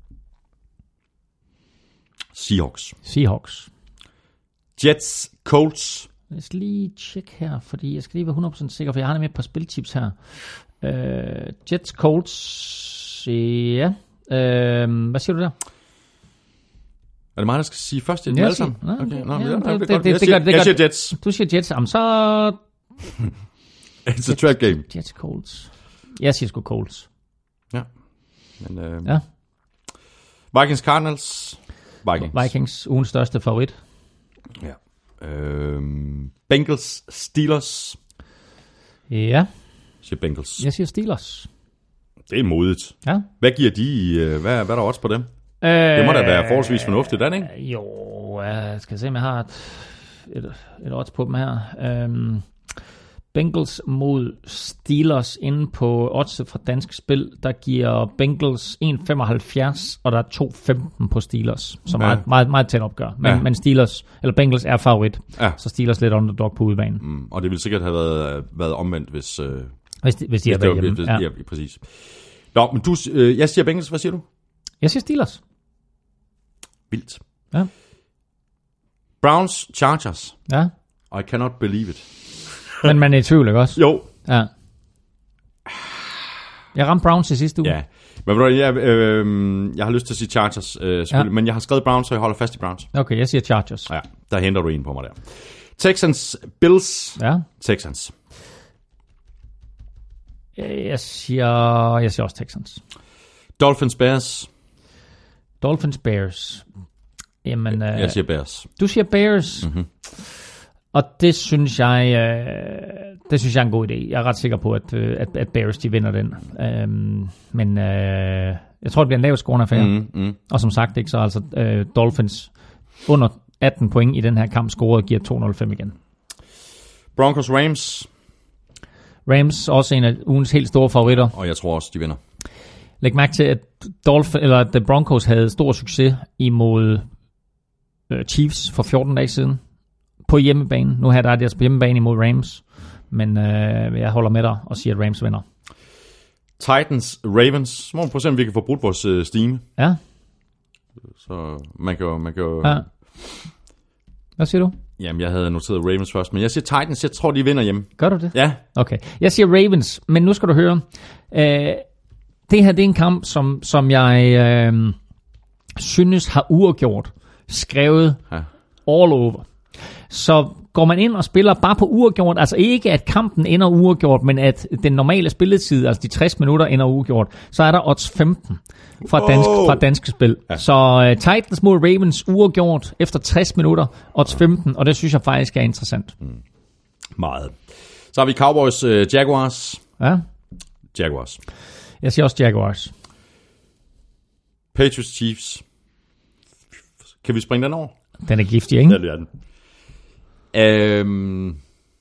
B: Seahawks.
C: Seahawks.
B: Jets, Colts.
C: Jeg skal lige tjekke her, fordi jeg skal lige være hundrede procent sikker, for jeg har nemlig et par spiltips her. Uh, Jets, Colts. Ja. Uh, hvad siger du der?
B: Er det mig, der skal sige først?
C: Jeg siger,
B: jeg siger Jets.
C: Du siger Jets. Jamen så...
B: It's a trap game.
C: Jets, Colts. Jeg siger sgu Colts.
B: Ja. Men, øh,
C: ja.
B: Vikings, Cardinals. Vikings.
C: Vikings, ugens største favorit.
B: Ja. Øh, Bengals, Steelers.
C: Ja.
B: Jeg siger Bengals.
C: Jeg siger Steelers.
B: Det er modigt.
C: Ja.
B: Hvad giver de i, hvad, hvad er der odds på dem? Øh, det må da være forholdsvis fornuftigt, er det ikke?
C: Jo, jeg skal se, om jeg har et, et, et odds på dem her. Um, Bengals mod Steelers inde på oddset fra Dansk Spil, der giver Bengals en komma femoghalvfjerds, og der er to komma femten på Steelers. Så meget, ja. meget, meget tæt opgør. Men, ja. men Steelers, eller Bengals er favorit, ja. Så Steelers lidt underdog på udbanen.
B: Mm, og det ville sikkert have været, været omvendt, hvis, øh,
C: hvis, de, hvis de havde været hjemme.
B: Ja. Ja, præcis. Nå, men du, øh, jeg siger Bengals, hvad siger du?
C: Jeg siger Steelers.
B: Vildt.
C: Ja.
B: Browns, Chargers.
C: Ja.
B: I cannot believe it.
C: Men man er i tvivl, ikke også?
B: Jo.
C: Ja. Jeg ramte Browns i sidste uge.
B: Ja. Men jeg, øh, jeg har lyst til at sige Chargers, øh, ja. Men jeg har skrevet Browns, så jeg holder fast i Browns.
C: Okay, jeg siger Chargers.
B: Ja, der henter du en på mig der. Texans, Bills.
C: Ja.
B: Texans.
C: Jeg siger, jeg siger også Texans.
B: Dolphins, Bears.
C: Dolphins, Bears. Jamen,
B: jeg øh, siger Bears.
C: Du siger Bears.
B: Mm-hmm.
C: Og det synes jeg, øh, det synes jeg er en god idé. Jeg er ret sikker på, at, at, at Bears de vinder den. Øhm, men øh, jeg tror, det bliver en lav scorende affære.
B: Mm, mm.
C: Og som sagt, ikke så altså øh, Dolphins under atten point i den her kamp scoret giver to nul fem igen.
B: Broncos, Rams.
C: Rams også en af ugens helt store favoritter.
B: Og jeg tror også, de vinder.
C: Læg mærke til, at Dolphin, eller The Broncos havde stor succes imod øh, Chiefs for fjorten dage siden. På hjemmebane. Nu her der er det altså på hjemmebane imod Rams. Men øh, jeg holder med dig og siger, at Rams vinder.
B: Titans, Ravens. Så må vi prøve at se, om vi kan få brudt vores øh, stime.
C: Ja.
B: Så man kan jo... Man kan jo
C: ja. Hvad siger du?
B: Jamen, jeg havde noteret Ravens først, men jeg siger Titans. Jeg tror, de vinder hjemme.
C: Gør du det?
B: Ja.
C: Okay. Jeg siger Ravens, men nu skal du høre. Øh, det her, det er en kamp, som, som jeg øh, synes har uafgjort skrevet ja. all over. Så går man ind og spiller bare på uafgjort, altså ikke at kampen ender uafgjort, men at den normale spilletid, altså de tres minutter ender uafgjort, så er der odds femten fra, dansk, oh. fra danske spil. Ja. Så uh, Titans mod Ravens uafgjort efter tres minutter, odds femten, og det synes jeg faktisk er interessant.
B: Mm. Meget. Så har vi Cowboys uh, Jaguars.
C: Ja.
B: Jaguars.
C: Jeg siger også Jaguars.
B: Patriots Chiefs. Kan vi springe den over?
C: Den er giftig, ikke?
B: Ja, det er den. Øhm,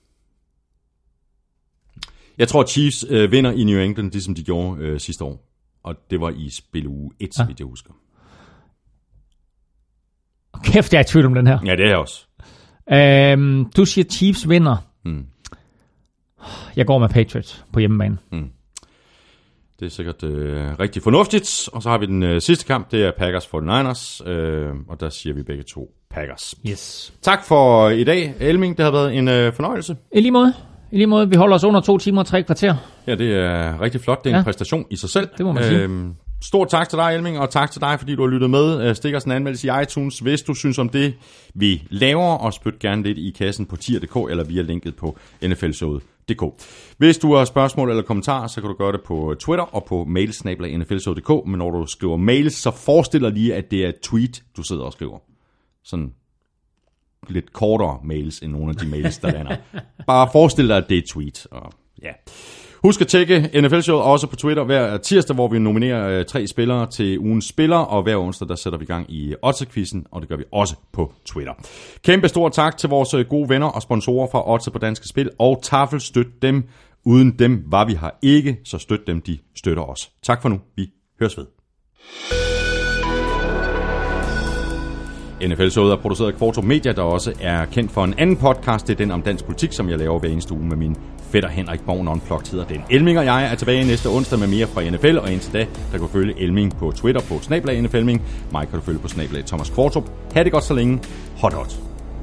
B: jeg tror, Chiefs øh, vinder i New England, ligesom de gjorde øh, sidste år. Og det var i spil uge et, ja. Vidt jeg husker.
C: Kæft, jeg er i tvivl om den her.
B: Ja, det er jeg også.
C: Øhm, du siger, Chiefs vinder.
B: Hmm.
C: Jeg går med Patriots på hjemmebane.
B: Hmm. Det er sikkert øh, rigtig fornuftigt. Og så har vi den øh, sidste kamp, det er Packers forty-niners. Øh, og der siger vi begge to Packers.
C: Yes.
B: Tak for i dag, Elming. Det har været en øh, fornøjelse.
C: I lige måde. I lige måde. Vi holder os under to timer og tre kvarter.
B: Ja, det er rigtig flot. Det er ja. en præstation i sig selv.
C: Det må man sige.
B: Øh, Stort tak til dig, Elming, og tak til dig, fordi du har lyttet med. Stik os en anmeldelse i iTunes, hvis du synes om det, vi laver, og spyt gerne lidt i kassen på tier punktum d k eller via linket på n f l showet punktum d k. Hvis du har spørgsmål eller kommentarer, så kan du gøre det på Twitter og på mail snabel-a n f l showet punktum d k, men når du skriver mails, så forestil dig lige, at det er et tweet, du sidder og skriver. Sådan lidt kortere mails end nogle af de mails, der lander. Bare forestil dig, at det er et tweet, og ja... Husk at tjekke N F L-showet også på Twitter hver tirsdag, hvor vi nominerer tre spillere til ugens spiller, og hver onsdag der sætter vi i gang i Odds-quizzen, og det gør vi også på Twitter. Kæmpe stor tak til vores gode venner og sponsorer fra Odds på Danske Spil, og Tafel, støt dem. Uden dem var vi her ikke, så støt dem, de støtter os. Tak for nu. Vi høres ved. N F L-showet er produceret af Kvartrup Media, der også er kendt for en anden podcast. Det er den om dansk politik, som jeg laver hver eneste uge med min fætter Henrik Born Unplugged hedder den. Elming og jeg er tilbage næste onsdag med mere fra N F L, og indtil da, der kan du følge Elming på Twitter på snabel-a N F L Elming. Mig kan du følge på snabel-a Thomas Kvartrup. Ha' det godt så længe. Hot hot.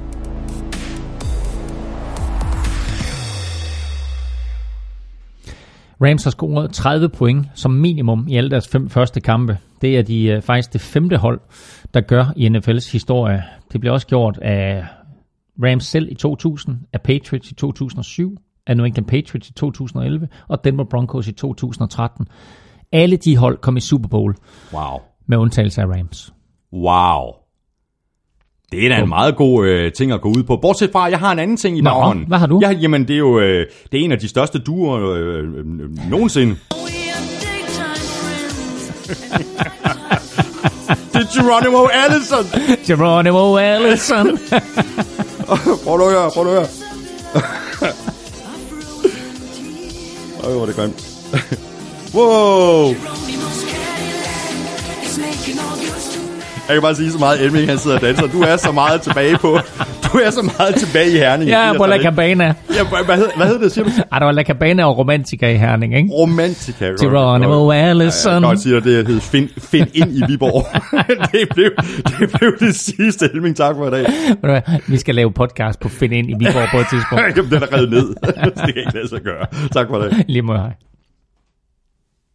C: Rams har scoret tredive point som minimum i alle deres fem første kampe. Det er de faktisk det femte hold, der gør i N F L's historie. Det blev også gjort af Rams selv i to tusind, af Patriots i to tusind og syv, af New England Patriots i to tusind og elleve og Denver Broncos i to tusind og tretten. Alle de hold kom i Super Bowl.
B: Wow.
C: Med undtagelse af Rams.
B: Wow. Det er da en meget god øh, ting at gå ud på. Bortset fra, jeg har en anden ting i baghånden.
C: Hvad har du?
B: Ja, jamen, det er jo øh, det er en af de største duoer øh, øh, nogensinde. Det er Geronimo Allison.
C: Geronimo Allison.
B: Prøv nu at høre, prøv nu at høre. Øj, hvor er det grimt. Wow. Jeg kan bare sige så meget, Elming han sidder og danser. Du er så meget tilbage på. Du er så meget tilbage i Herning.
C: Ja, på La Cabana.
B: Ja, hvad, hed, hvad hed det, siger du?
C: Ej, der var La Cabana og Romantica i Herning, ikke?
B: Romantica.
C: Geronimo Allison.
B: Jeg kan godt sige, at det hed Find, find ind i Viborg. det, blev, det blev det sidste, Elming. Tak for i dag.
C: Vi skal lave podcast på Find ind i Viborg på et tidspunkt.
B: Jamen, den er revet ned. Det kan ikke lade sig gøre. Tak for i dag.
C: Lige måde, hej.